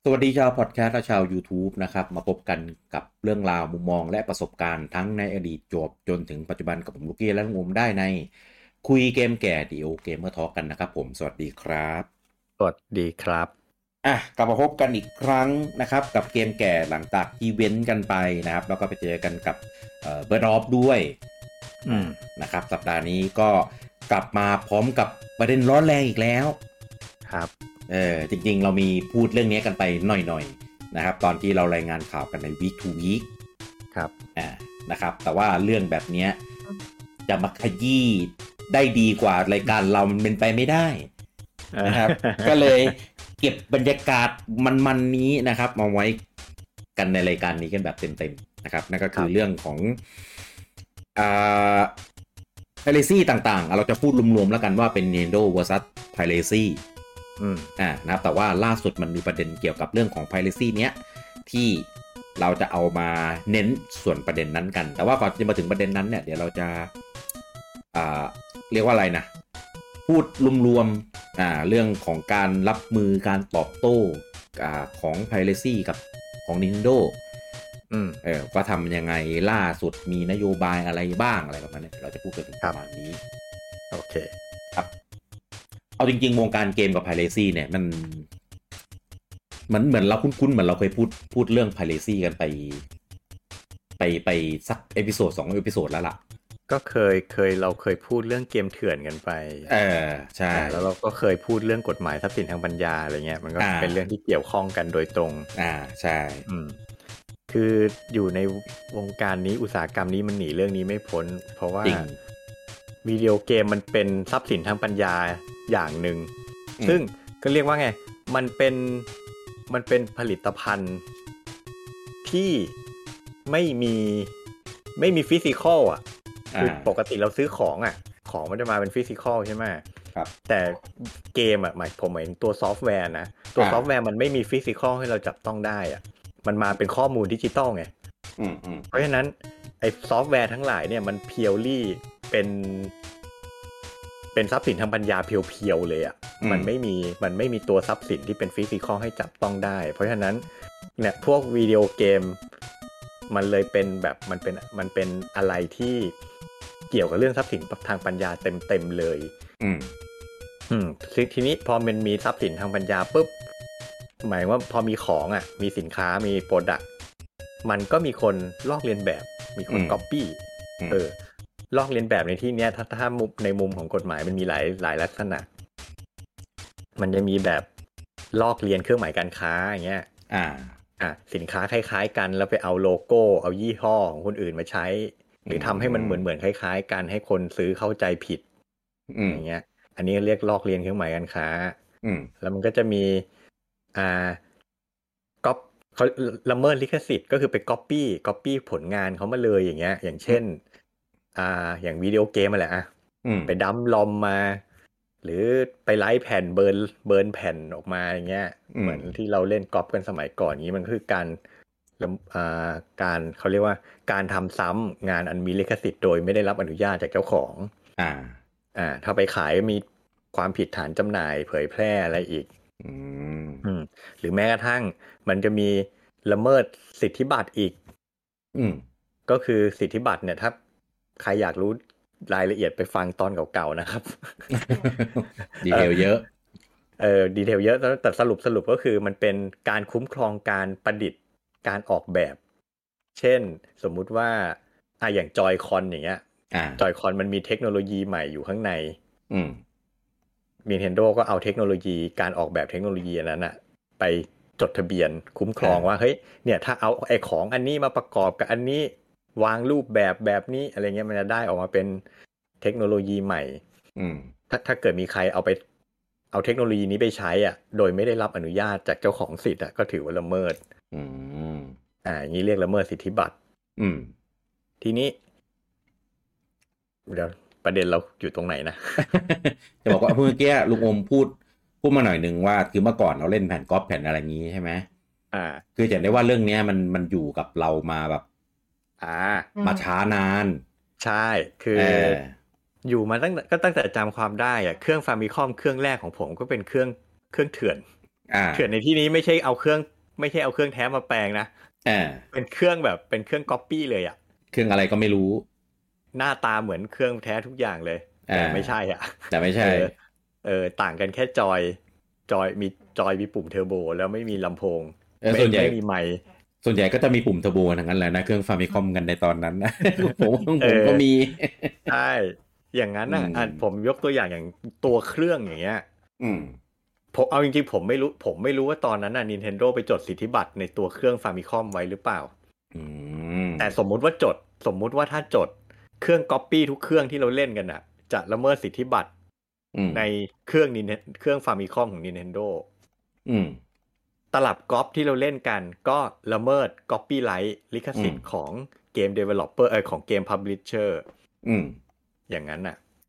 สวัสดีชาวพอดแคสต์และชาว YouTube นะครับมาพบกันกับเรื่องราวมุมมองและประสบการณ์ทั้งในอดีตจนถึงปัจจุบันกับผมลูกี้และลุงอมได้ในคุยเกมแก่ดีโอเกมเมอร์ทอล์กกันนะครับผมสวัสดีครับสวัสดีครับกลับมาพบกันอีกครั้งนะครับกับเกมแก่หลังจากอีเวนต์กันไปนะครับแล้วก็ไปเจอกันกับเบิร์ดออฟด้วยอืมนะครับสัปดาห์นี้ก็กลับมาพร้อมกับประเด็นร้อนแรงอีกแล้วครับจริงๆเรามีพูดเรื่องนี้กันไปหน่อยๆนะครับตอนที่เรารายงานข่าวกันใน Week to Week ครับอ่านะครับแต่ว่าเรื่องแบบนี้จะมาขยี้ได้ดีกว่ารายการเรามันเป็นไปไม่ได้นะครับก็เลยเก็บบรรยากาศมันๆนี้นะครับมาไว้กันในรายการนี้กันแบบเต็มๆนะครับนั่นก็คือเรื่องของอ่า Piracy ต่างๆเราจะพูดรวมๆแล้วกันว่าเป็น Nintendo vs Piracyนะครับแต่ว่าล่าสุดมันมีประเด็นเกี่ยวกับเรื่องของ Piracy เนี้ยที่เราจะเอามาเน้นส่วนประเด็นนั้นกันแต่ว่าก่อนจะมาถึงประเด็นนั้นเนี่ยเดี๋ยวเราจะเรียกว่าอะไรนะพูดรวมๆเรื่องของการรับมือการตอบโต้ของ Piracy กับของ Nintendo ว่าทำยังไงล่าสุดมีนโยบายอะไรบ้างอะไรประมาณนี้เราจะพูดกันถึงประมาณนี้โอเคครับเอาจริงๆวงการเกมกับ Piracy เนี่ยมันเหมือนเราคุ้นๆเหมือนเราเคยพูดเรื่อง Piracy กันไปสักเอพิโซด2เอพิโซดแล้วล่ะก็เราเคยพูดเรื่องเกมเถื่อนกันไปใช่แล้วเราก็เคยพูดเรื่องกฎหมายทรัพย์สินทางปัญญาอะไรเงี้ยมันก็เป็นเรื่องที่เกี่ยวข้องกันโดยตรงใช่คืออยู่ในวงการนี้อุตสาหกรรมนี้มันหนีเรื่องนี้ไม่พ้นเพราะว่าวิดีโอเกมมันเป็นทรัพย์สินทางปัญญาอย่างหนึ่งซึ่งก็เรียกว่าไงมันเป็นผลิตภัณฑ์ที่ไม่มีฟิสิกอลคือปกติเราซื้อของของมันจะมาเป็นฟิสิกอลใช่ไหมครับแต่เกมผมหมายถึงตัวซอฟต์แวร์นะตัวซอฟต์แวร์มันไม่มีฟิสิกอลให้เราจับต้องได้มันมาเป็นข้อมูลดิจิตอลไงเพราะฉะนั้นไอ้ซอฟต์แวร์ทั้งหลายเนี่ยมันเพียวลี่เป็นทรัพย์สินทางปัญญาเพียวๆเลยมันไม่มีตัวทรัพย์สินที่เป็นฟิสิกอลให้จับต้องได้เพราะฉะนั้นเนี่ยพวกวิดีโอเกมมันเลยเป็นแบบมันเป็นอะไรที่เกี่ยวกับเรื่องทรัพย์สินทางปัญญาเต็มเลยทีนี้พอมันมีทรัพย์สินทางปัญญาปุ๊บหมายว่าพอมีของมีสินค้ามีโปรดักต์มันก็มีคนลอกเลียนแบบมีคนก๊อปปี้ลอกเลียนแบบในที่นี้ถ้าในมุมของกฎหมายมันมีหลายลักษณะมันจะมีแบบลอกเลียนเครื่องหมายการค้าอย่างเงี้ยสินค้าคล้ายๆกันแล้วไปเอาโลโก้เอายี่ห้อของคนอื่นมาใช้หรือทำให้มันเหมือนคล้ายๆกันให้คนซื้อเข้าใจผิดอย่างเงี้ยอันนี้เรียกลอกเลียนเครื่องหมายการค้าแล้วมันก็จะมีก๊อปเขาละเมิดลิขสิทธิ์ก็คือไปก๊อปปี้ผลงานเขามาเลยอย่างเงี้ยอย่างเช่นอย่างวิดีโอเกมอะไรไปดั้มลอมมาหรือไปไลฟ์แผ่นเบิร์นแผ่นออกมาอย่างเงี้ยเหมือนที่เราเล่นก๊อปกันสมัยก่อนนี้มันคือการเขาเรียกว่าการทำซ้ำงานอันมีลิขสิทธิ์โดยไม่ได้รับอนุญาตจากเจ้าของถ้าไปขายมีความผิดฐานจำหน่ายเผยแพร่อะไรอีกหรือแม้กระทั่งมันจะมีละเมิดสิทธิบัตรอีกก็คือสิทธิบัตรเนี่ยถ้าใครอยากรู้รายละเอียดไปฟังตอนเก่าๆนะครับดีเทลเยอะดีเทลเยอะแต่สรุปก็คือมันเป็นการคุ้มครองการประดิษฐ์การออกแบบเช่นสมมุติว่าอย่างจอยคอนอย่างเงี้ยจอยคอนมันมีเทคโนโลยีใหม่อยู่ข้างในNintendo ก็เอาเทคโนโลยีการออกแบบเทคโนโลยีนั้นไปจดทะเบียนคุ้มครองว่าเฮ้ยเนี่ยถ้าเอาไอ้ของอันนี้มาประกอบกับอันนี้วางรูปแบบนี้อะไรเงี้ยมันจะได้ออกมาเป็นเทคโนโลยีใหม่ถ้าเกิดมีใครเอาเทคโนโลยีนี้ไปใช้โดยไม่ได้รับอนุญาตจากเจ้าของสิทธิ์ก็ถือว่าละเมิดอย่างนี้เรียกละเมิดสิทธิบัตรทีนี้เดี๋ยวประเด็นเราอยู่ตรงไหนนะจะบอกว่าเมื่อกี้ลุงอมพูดมาหน่อยหนึ่งว่าคือเมื่อก่อนเราเล่นแผ่นก๊อปแผ่นอะไรอย่างนี้ใช่ไหมคือจะได้ว่าเรื่องนี้มันอยู่กับเรามาแบบมาช้านานใช่คืออยู่มาตั้งแต่จำความได้เครื่องฟามิคอมเครื่องแรกของผมก็เป็นเครื่องเถื่อนเถื่อนในที่นี้ไม่ใช่เอาเครื่องแท้มาแปลงนะเป็นเครื่องก๊อปปี้เลยอ่ะเครื่องอะไรก็ไม่รู้หน้าตาเหมือนเครื่องแท้ทุกอย่างเลยแต่ไม่ใช่อ่ะแต่ไม่ใช่ต่างกันแค่จอยมีปุ่มเทอร์โบแล้วไม่มีลำโพงไม่มีไมค์ส่วนใหญ่ก็จะมีปุ่มเทอร์โบทั้งนั้นแหละนะเครื่องฟามิคอมกันในตอนนั้นนะผมก็มีใช่อย่างนั้นผมยกตัวอย่างตัวเครื่องอย่างเงี้ยผมเอาจริงๆผมไม่รู้ว่าตอนนั้นNintendo ไปจดสิทธิบัตรในตัวเครื่องฟามิคอมไว้หรือเปล่าแต่สมมุติว่าถ้าจดเครื่องก๊อปปี้ทุกเครื่องที่เราเล่นกันจะละเมิดสิทธิบัตรในเครื่องฟามิคอมของ Nintendo ตลับก๊อปที่เราเล่นกันก็ละเมิดก๊อปปี้ไลท์ลิขสิทธิ์ของเกม developer ของเกม publisher อย่างนั้น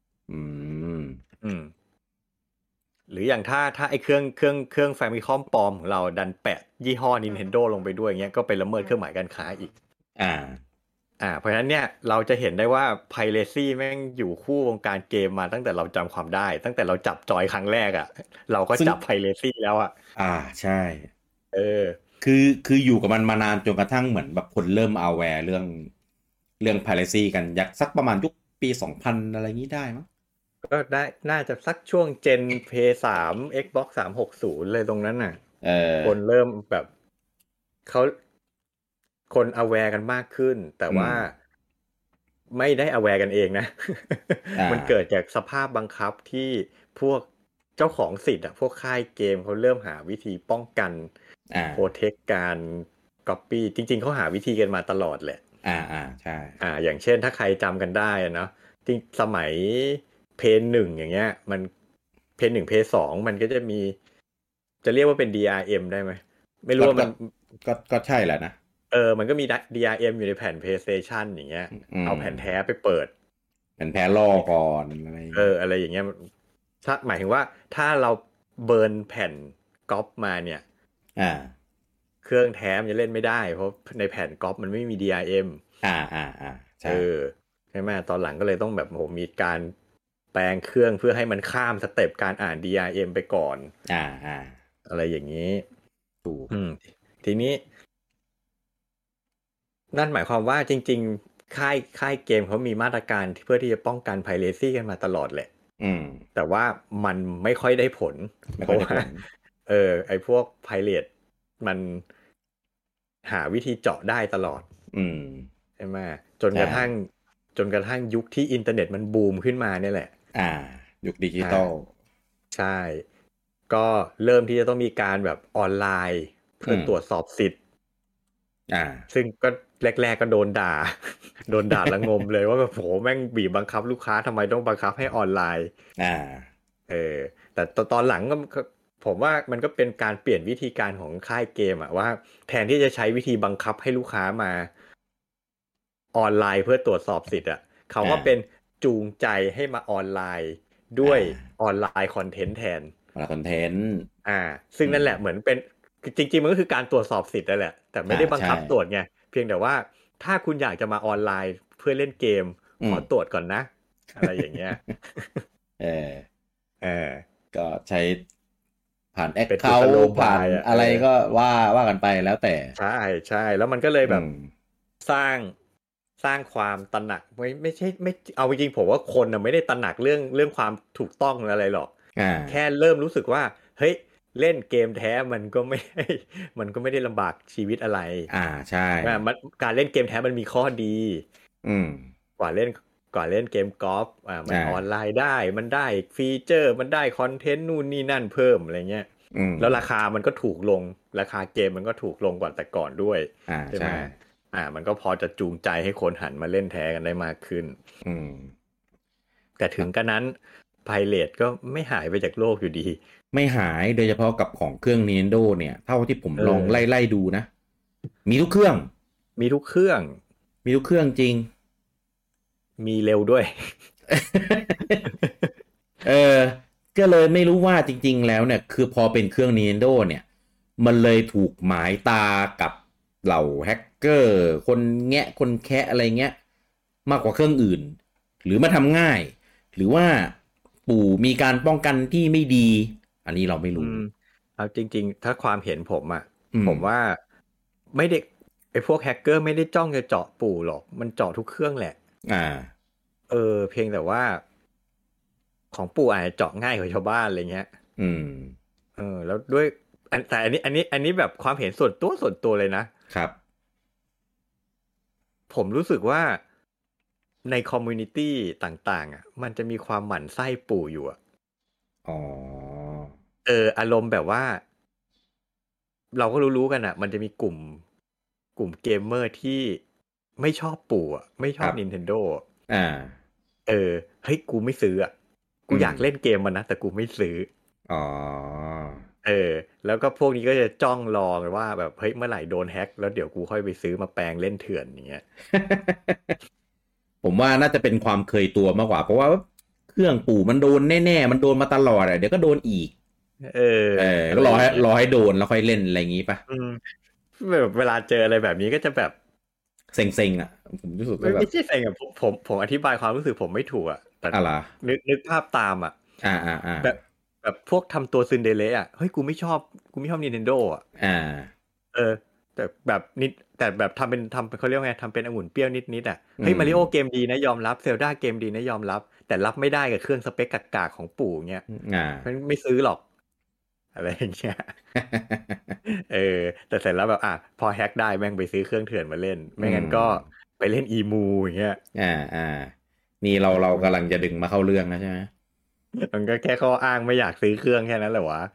หรืออย่างถ้าไอ้เครื่อง Famicom ปลอมของเราดันแปะยี่ห้อ Nintendo ลงไปด้วยเงี้ยก็ไปละเมิดเครื่องหมายการค้าอีกเพราะฉะนั้นเนี่ยเราจะเห็นได้ว่า Piracy แม่งอยู่คู่วงการเกมมาตั้งแต่เราจำความได้ตั้งแต่เราจับจอยครั้งแรกเราก็จับ Piracy แล้วใช่คืออยู่กับมันมานานจนกระทั่งเหมือนแบบคนเริ่มเอาแวร์เรื่อง Piracy กันยักสักประมาณยุคปี 2000 อะไรงี้ได้มั้งก็ได้น่าจะสักช่วงเจน PS3 Xbox 360เลยตรงนั้นคนเริ่มแบบคน aware กันมากขึ้นแต่ว่าไม่ได้ aware กันเองนะมันเกิดจากสภาพบังคับที่พวกเจ้าของสิทธิ์พวกค่ายเกมเขาเริ่มหาวิธีป้องกันโปรเทคการ copy จริงๆเขาหาวิธีกันมาตลอดแหละใช่อย่างเช่นถ้าใครจำกันได้เนาะจริงสมัยเพน1อย่างเงี้ยมันเพน1เพน2มันก็จะมีจะเรียกว่าเป็น DRM ได้ไหมไม่รู้ว่ามันก็ใช่แหละนะมันก็มี DRM อยู่ในแผ่น PlayStation อย่างเงี้ยเอาแผ่นแท้ไปเปิดแผ่นแท้ล่อก่อนอะไรอย่างเงี้ยถ้าหมายถึงว่าถ้าเราเบิร์นแผ่นก๊อปมาเนี่ยเครื่องแท้มันจะเล่นไม่ได้เพราะในแผ่นก๊อปมันไม่มี DRM ใช่ไหมตอนหลังก็เลยต้องแบบมีการแปลงเครื่องเพื่อให้มันข้ามสเต็ปการอ่าน DRM ไปก่อนอะไรอย่างนี้ถูกทีนี้นั่นหมายความว่าจริงๆค่ายเกมเขามีมาตรการเพื่อที่จะป้องกัน Piracy กันมาตลอดแหละแต่ว่ามันไม่ค่อยได้ผลเพราะว่าไอ้พวก Pirate มันหาวิธีเจาะได้ตลอดใช่ไหมจนกระทั่งยุคที่อินเทอร์เน็ตมันบูมขึ้นมาเนี่ยแหละยุคดิจิตอลใช่ก็เริ่มที่จะต้องมีการแบบออนไลน์เพื่อตรวจสอบสิทธิ์ซึ่งก็แรกๆก็โดนด่าละงมเลยว่าแบบโหแม่งบีบบังคับลูกค้าทำไมต้องบังคับให้ออนไลน์แต่ตอนหลังก็ผมว่ามันก็เป็นการเปลี่ยนวิธีการของค่ายเกมว่าแทนที่จะใช้วิธีบังคับให้ลูกค้ามาออนไลน์เพื่อตรวจสอบสิทธิ์เขาก็เป็นจูงใจให้มาออนไลน์ด้วยออนไลน์คอนเทนต์แทนคอนเทนต์ซึ่งนั่นแหละเหมือนเป็นจริงๆมันก็คือการตรวจสอบสิทธิ์นั่นแหละแต่ไม่ได้บังคับตรวจไงเพียงแต่ว่าถ้าคุณอยากจะมาออนไลน์เพื่อเล่นเกมขอตรวจก่อนนะอะไรอย่างเงี้ยก็ใช้ผ่านแอคเคาท์ผ่านอะไรก็ว่ากันไปแล้วแต่ใช่แล้วมันก็เลยแบบสร้างความตระหนักไม่ใช่ไม่เอาจริงๆผมว่าคนไม่ได้ตระหนักเรื่องความถูกต้องอะไรหรอกแค่เริ่มรู้สึกว่าเฮ้ยเล่นเกมแท้มันก็ไม่ได้ลำบากชีวิตอะไรใช่การเล่นเกมแท้มันมีข้อดีกว่าเล่นเกมกอล์ฟมันออนไลน์ได้มันได้ฟีเจอร์มันได้คอนเทนต์นู่นนี่นั่นเพิ่มอะไรเงี้ยแล้วราคามันก็ถูกลงราคาเกมมันก็ถูกลงกว่าแต่ก่อนด้วยใช่ไหมมันก็พอจะจูงใจให้คนหันมาเล่นแท้กันได้มากขึ้นแต่ถึงกระนั้นPirate ก็ไม่หายไปจากโลกอยู่ดีไม่หายโดยเฉพาะกับของเครื่อง Nintendo เนี่ยเท่าที่ผมลองไล่ดูนะมีทุกเครื่องจริงมีเร็วด้วยก็เลยไม่รู้ว่าจริงๆแล้วเนี่ยคือพอเป็นเครื่อง Nintendo เนี่ยมันเลยถูกหมายตากับเหล่าแฮกเกอร์คนแงะคนแคะอะไรเงี้ยมากกว่าเครื่องอื่นหรือมาทำง่ายหรือว่าปู่มีการป้องกันที่ไม่ดีอันนี้เราไม่รู้เอาจริงๆถ้าความเห็นผมอ่ะอืมผมว่าไม่ได้ไอ้พวกแฮกเกอร์ไม่ได้จ้องจะเจาะปู่หรอกมันเจาะทุกเครื่องแหละอ่าเพียงแต่ว่าของปู่อาจจะเจาะง่ายกว่าชาวบ้านอะไรเงี้ยอืมแล้วด้วยแต่อันนี้แบบความเห็นส่วนตัวเลยนะครับ ผมรู้สึกว่าในคอมมูนิตี้ต่างๆอ่ะมันจะมีความหมั่นไส้ปู่อยู่อ่ะอ๋ออารมณ์แบบว่า เราก็รู้กันอ่ะมันจะมีกลุ่มเกมเมอร์ที่ไม่ชอบปู่อ่ะไม่ชอบครับ Nintendo อ่าเฮ้ยกูไม่ซื้ออ่ะกูอยากเล่นเกมมันนะแต่กูไม่ซื้ออ๋อแล้วก็พวกนี้ก็จะจ้องรอกันว่าแบบเฮ้ยเมื่อไหร่โดนแฮ็กแล้วเดี๋ยวกูค่อยไปซื้อมาแปลงเล่นเถื่อนอย่างเงี้ยผมว่าน่าจะเป็นความเคยตัวมากกว่า เพราะว่าเครื่องปู่มันโดนแน่ๆมันโดนมาตลอดอ่ะเดี๋ยวก็โดนอีก ก็รอให้โดนแล้วค่อยเล่นอะไรอย่างงี้ป่ะแบบเวลาเจออะไรแบบนี้ก็จะแบบเซ็งๆอ่ะ ผมรู้สึกว่าแบบไม่ใช่เซ็งอะผมอธิบายความรู้สึกผมไม่ถูกอะแต่อะไรนึกภาพตามอะอ่าแบบพวกทำตัวซินเดอเรลล่าอะเฮ้ยกูไม่ชอบ Nintendo อะอ่าเออแต่แบบแต่แบบทำเขาเรียกว่าไงทำเป็นองุ่นเปรี้ยวนิดอะเฮ้ยมาริโอเกมดีนะยอมรับเซลดาเกมดีนะยอมรับแต่รับไม่ได้กับเครื่องสเปคกากๆของปู่เงี้ยไม่ซื้อหรอกอะไรอย่างเงี้ย แต่เสร็จแล้วแบบพอแฮ็กได้แม่งไปซื้อเครื่องเถื่อนมาเล่นไม่งั้นก็ไปเล่นอีมูอย่างเงี้ยนี่เรากำลังจะดึงมาเข้าเรื่องนะใช่ไหมมันก็แค่ข้ออ้างไม่อยากซื้อเครื่องแค่นั้นแหละวะ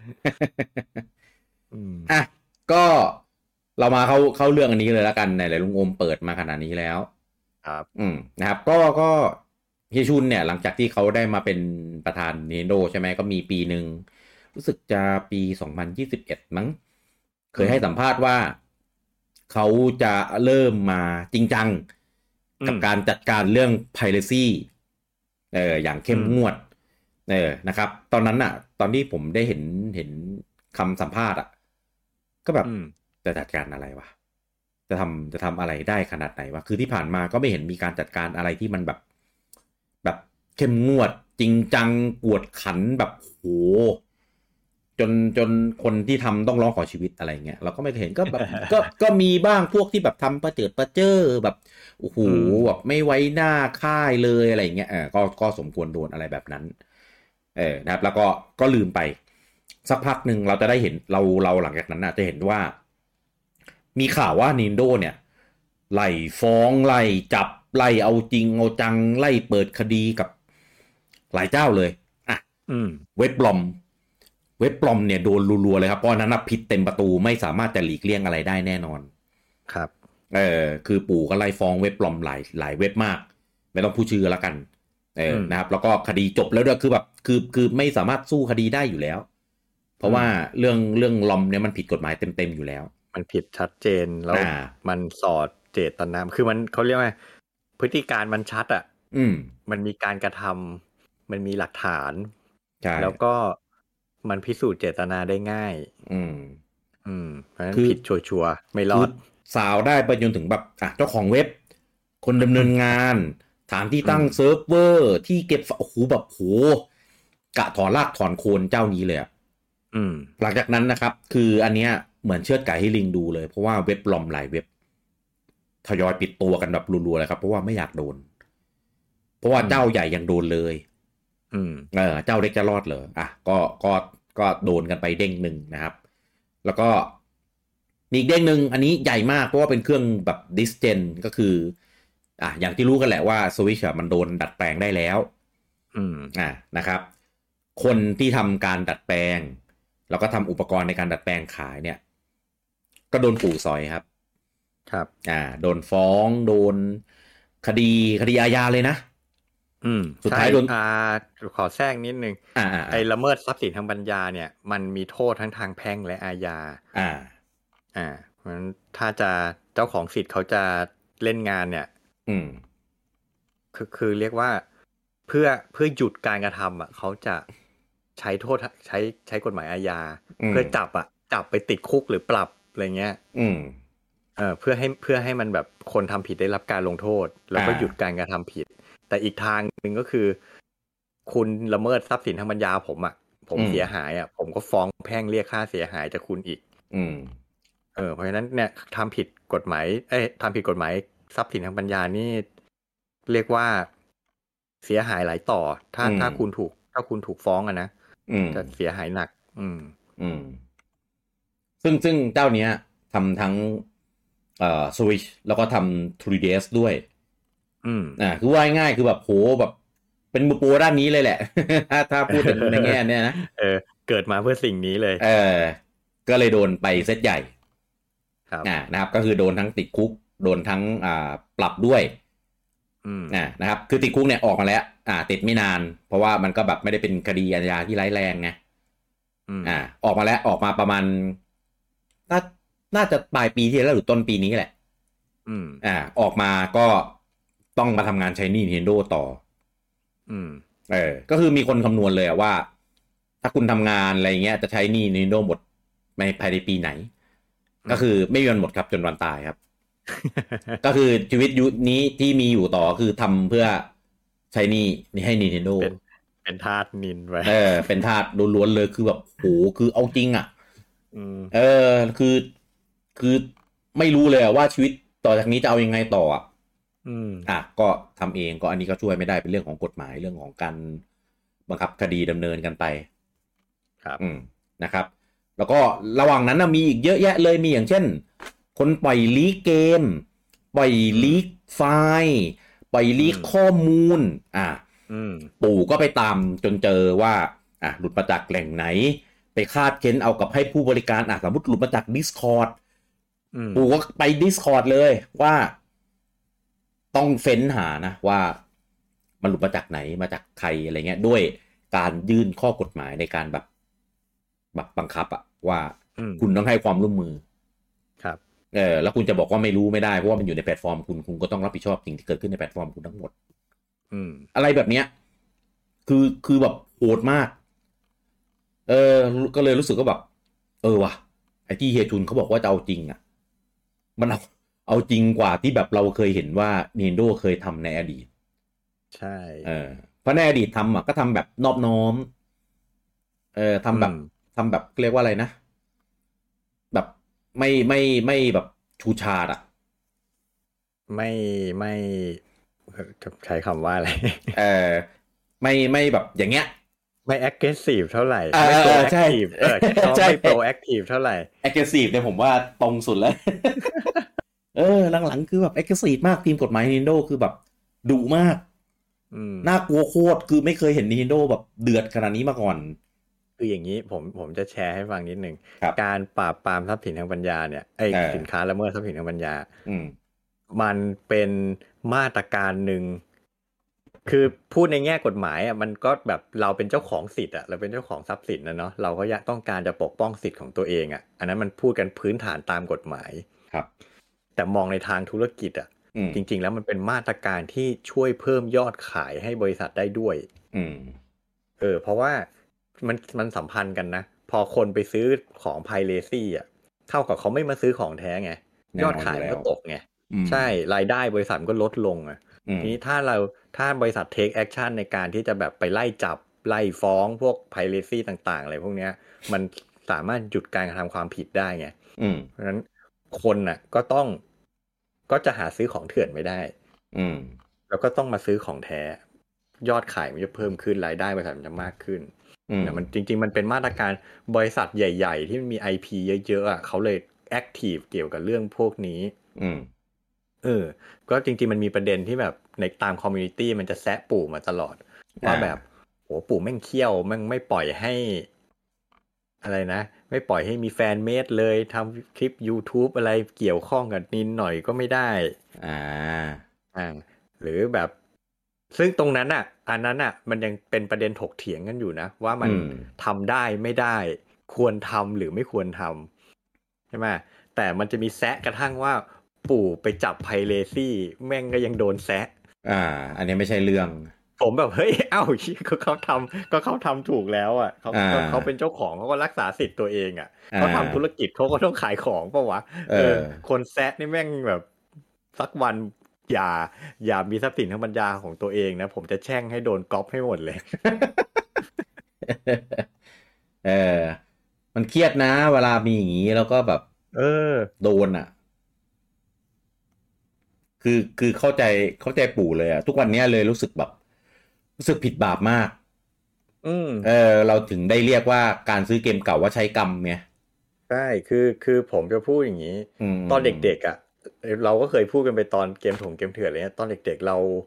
อ่ะก็เรามาเข้าเรื่องอันนี้เลยแล้วกันไหนๆลุงโอมเปิดมาขนาดนี้แล้วครับนะครับก็เฮียชุนเนี่ยหลังจากที่เขาได้มาเป็นประธาน Nintendo ใช่ไหมก็มีปีหนึ่งรู้สึกจะปี2021มั้งเคยให้สัมภาษณ์ว่าเขาจะเริ่มมาจริงจังกับการจัดการเรื่อง piracy อย่างเข้มงวดนะครับตอนนั้นอ่ะตอนที่ผมได้เห็นคำสัมภาษณ์อ่ะก็แบบจะจัดการอะไรวะจะทำอะไรได้ขนาดไหนวะคือที่ผ่านมาก็ไม่เห็นมีการจัดการอะไรที่มันแบบเข้มงวดจริงจังกวดขันแบบโหจนคนที่ทำต้องร้องขอชีวิตอะไรเงี้ยเราก็ไม่เห็นก็แบบ ก็มีบ้างพวกที่แบบทำประเจิดแบบโอ้โหแบบไม่ไว้หน้าค่ายเลยอะไรเงี้ยก็สมควรโดนอะไรแบบนั้นนะครับแล้วก็ลืมไปสักพักหนึ่งเราจะได้เห็นเราหลังจากนั้นจะเห็นว่ามีข่าวว่า Nintendo เนี่ยไล่ฟ้องไล่จับไล่เอาจริงเอาจังไล่เปิดคดีกับหลายเจ้าเลยเว็บปลอมเนี่ยโดนรัวๆเลยครับเพราะนั้นผิดเต็มประตูไม่สามารถจะหลีกเลี่ยงอะไรได้แน่นอนครับคือปู่ก็ไล่ฟ้องเว็บปลอมหลายเว็บมากไม่ต้องพูดชื่อแล้วกันนะครับแล้วก็คดีจบแล้วด้วยคือแบบคือไม่สามารถสู้คดีได้อยู่แล้วเพราะว่าเรื่องลอมเนี่ยมันผิดกฎหมายเต็มอยู่แล้วมันผิดชัดเจนแล้วมันสอดเจตนาคือมันเขาเรียกว่าพฤติการมันชัดอ่ะมันมีการกระทำมันมีหลักฐานแล้วก็มันพิสูจน์เจตนาได้ง่ายเพราะฉะนั้นผิดชัวร์ไม่รอดสาวได้ไปจนถึงแบบเจ้าของเว็บคนดำเนินงานฐานที่ตั้งเซิร์ฟเวอร์ที่เก็บโอ้โหแบบโหกะถอนรากถอนโคนเจ้านี้เลยหลังจากนั้นนะครับคืออันเนี้ยเหมือนเชือดไก่ให้ลิงดูเลยเพราะว่าเว็บปลอมหลายเว็บทยอยปิดตัวกันแบบรัวๆเลยครับเพราะว่าไม่อยากโดนเพราะว่าเจ้าใหญ่ยังโดนเลยเจ้าเล็กจะรอดเหรอก็โดนกันไปเด้งหนึ่งนะครับแล้วก็อีกเด้งหนึ่งอันนี้ใหญ่มากเพราะว่าเป็นเครื่องแบบดิสเจนก็คืออย่างที่รู้กันแหละว่า Switch มันโดนดัดแปลงได้แล้วนะครับคนที่ทำการดัดแปลงแล้วก็ทำอุปกรณ์ในการดัดแปลงขายเนี่ยก็โดนปู่ซอยครับโดนฟ้องโดนคดีอาญาเลยนะสุดท้ายโดนขอแทรกนิดนึงไอ้ละเมิดทรัพย์สินทางปัญญาเนี่ยมันมีโทษทั้งทางแพ่งและอาญาเพราะฉะนั้นถ้าจะเจ้าของสิทธิ์เขาจะเล่นงานเนี่ยคือเรียกว่าเพื่อหยุดการกระทำเขาจะใช้โทษใช้กฎหมายอาญาเพื่อจับไปติดคุกหรือปรับอะไรเงี้ยเพื่อให้มันแบบคนทำผิดได้รับการลงโทษแล้วก็หยุดการกระทำผิดแต่อีกทางหนึ่งก็คือคุณละเมิดทรัพย์สินทางปัญญาผมเสียหายผมก็ฟ้องแพ่งเรียกค่าเสียหายจากคุณอีกเพราะฉะนั้นเนี่ยทำผิดกฎหมายทำผิดกฎหมายทรัพย์สินทางปัญญานี่เรียกว่าเสียหายหลายต่อถ้าคุณถูกฟ้องนะจะเสียหายหนักซึ่งเจ้าเนี้ยทำทั้งSwitch แล้วก็ทำ 3DS ด้วยคือว่าง่ายคือแบบโหแบบเป็นมือโปรด้านนี้เลยแหละ ถ้าพูดถึงในแง่เนี้ยนะเกิดมาเพื่อสิ่งนี้เลยก็เลยโดนไปเซตใหญ่นะครับก็คือโดนทั้งติดคุกโดนทั้งปรับด้วยนะครับคือติดคุกเนี่ยออกมาแล้วติดไม่นานเพราะว่ามันก็แบบไม่ได้เป็นคดีอาญาที่ร้ายแรงไงออกมาแล้วออกมาประมาณน่าจะปลายปีที่แล้วหรือต้นปีนี้แหละออกมาก็ต้องมาทำงานใช้หนี้ Nintendo ต่อก็คือมีคนคำนวณเลยว่าถ้าคุณทำงานอะไรเงี้ยจะใช้หนี้ Nintendo หมดในภายในปีไหนก็คือไม่มีวันหมดครับจนวันตายครับ ก็คือชีวิตยุคนี้ที่มีอยู่ต่อคือทำเพื่อใช้หนี้ให้ Nintendo เป็นทาสนินไว้เป็นทาสล้วนๆเลยคือแบบโหคือเอาจริงคือไม่รู้เลยว่าชีวิตต่อจากนี้จะเอายังไงต่อก็ทำเองก็อันนี้ก็ช่วยไม่ได้เป็นเรื่องของกฎหมายเรื่องของการบังคับคดีดำเนินกันไปครับนะครับแล้วก็ระหว่างนั้นมีอีกเยอะแยะเลยมีอย่างเช่นคนปล่อยลีกเกมปล่อยลีกไฟล์ปล่อยลีกข้อมูลปู่ก็ไปตามจนเจอว่าหลุดมาจากแหล่งไหนไปคาดเค้นเอากับให้ผู้บริการสมมติหลุดมาจาก Discord ปู่ก็ไป Discord เลยว่าต้องเฟ้นหานะว่ามันหลุดมาจากไหนมาจากใครอะไรเงี้ยด้วยการยื่นข้อกฎหมายในการแบบบังคับว่าคุณต้องให้ความร่วมมือครับแล้วคุณจะบอกว่าไม่รู้ไม่ได้เพราะว่ามันอยู่ในแพลตฟอร์มคุณก็ต้องรับผิดชอบสิ่งที่เกิดขึ้นในแพลตฟอร์มคุณทั้งหมดอะไรแบบเนี้ยคือแบบโหดมากก็เลยรู้สึกก็แบบว่ะไอ้ที่เฮียชุนเขาบอกว่าจะเอาจริงมันเอาจริงกว่าที่แบบเราเคยเห็นว่า Nintendo เคยทำในอดีตใช่เพราะในอดีตทำก็ทำแบบนอบน้อมทำแบบเรียกว่าอะไรนะแบบไม่แบบชูชาดไม่จะใช้คำว่าอะไรไม่แบบอย่างเงี้ยไม่ aggressive เท่าไหร่ไม่ proactive ใช่ไม่ proactive เท่าไหร่ aggressive เนี่ยผมว่าตรงสุดแล้ว หลังๆคือแบบ aggressive มากทีมกฎหมาย Nintendo คือแบบดุมากน่ากลัวโคตรคือไม่เคยเห็น Nintendo แบบเดือดขนาดนี้มาก่อนคืออย่างนี้ผมจะแชร์ให้ฟังนิดนึงการปราบปรามทรัพย์สินทางปัญญาเนี่ยสินค้าละเมิดทรัพย์สินทางปัญญามันเป็นมาตรการหนึ่งคือพูดในแง่กฎหมายมันก็แบบเราเป็นเจ้าของสิทธิ์เราเป็นเจ้าของทรัพย์สินนะเนาะเราก็ต้องการจะปกป้องสิทธิ์ของตัวเองอันนั้นมันพูดกันพื้นฐานตามกฎหมายครับแต่มองในทางธุรกิจจริงๆแล้วมันเป็นมาตรการที่ช่วยเพิ่มยอดขายให้บริษัทได้ด้วยเพราะว่ามันสัมพันธ์กันนะพอคนไปซื้อของไพเรซี่เท่ากับเขาไม่มาซื้อของแท้ไงยอดขายมันก็ตกไงใช่รายได้บริษัทก็ลดลงนี้ถ้าบริษัท take action ในการที่จะแบบไปไล่จับไล่ฟ้องพวกไพเรซี่ต่างๆอะไรพวกเนี้ยมันสามารถหยุดการกระทำความผิดได้ไงเพราะฉะนั้นคนก็จะหาซื้อของเถื่อนไม่ได้แล้วก็ต้องมาซื้อของแท้ยอดขายมันจะเพิ่มขึ้นรายได้บริษัทมันจะมากขึ้นมันจริงๆมันเป็นมาตรการบริษัทใหญ่ๆที่มันมี IP เยอะๆเขาเลยแอคทีฟเกี่ยวกับเรื่องพวกนี้ก็จริงๆมันมีประเด็นที่แบบในตามคอมมูนิตี้มันจะแซะปู่มาตลอดว่าแบบโหปู่แม่งเคี่ยวแม่งไม่ปล่อยให้อะไรนะไม่ปล่อยให้มีแฟนเมดเลยทำคลิป YouTube อะไรเกี่ยวข้องกับนินหน่อยก็ไม่ได้หรือแบบซึ่งตรงนั้นอันนั้นมันยังเป็นประเด็นถกเถียงกันอยู่นะว่ามันทำได้ไม่ได้ควรทำหรือไม่ควรทำใช่ไหมแต่มันจะมีแซะกระทั่งว่าปู่ไปจับไพเรซี่แม่งก็ยังโดนแซะอันนี้ไม่ใช่เรื่องผมแบบเฮ้ยเขาทำถูกแล้วเขาเป็นเจ้าของเขาก็รักษาสิทธิ์ตัวเองเขาทำธุรกิจเขาก็ต้องขายของป่ะวะคนแซะนี่แม่งแบบสักวันอย่ามีทรัพย์สินทางปัญญาของตัวเองนะผมจะแช่งให้โดนก๊อปให้หมดเลยเออมันเครียดนะเวลามีอย่างนี้แล้วก็แบบเออโดนอ่ะคือเข้าใจปู่เลยอ่ะทุกวันนี้เลยรู้สึกแบบรู้สึกผิดบาปมากอืมเราถึงได้เรียกว่าการซื้อเกมเก่าว่าใช้กรรมไงใช่คือผมจะพูดอย่างนี้ตอนเด็กๆอ่ะเราก็เคยพูดกันไปตอนเกมเถื่อนอะไรเงี้ยตอนเด็กๆ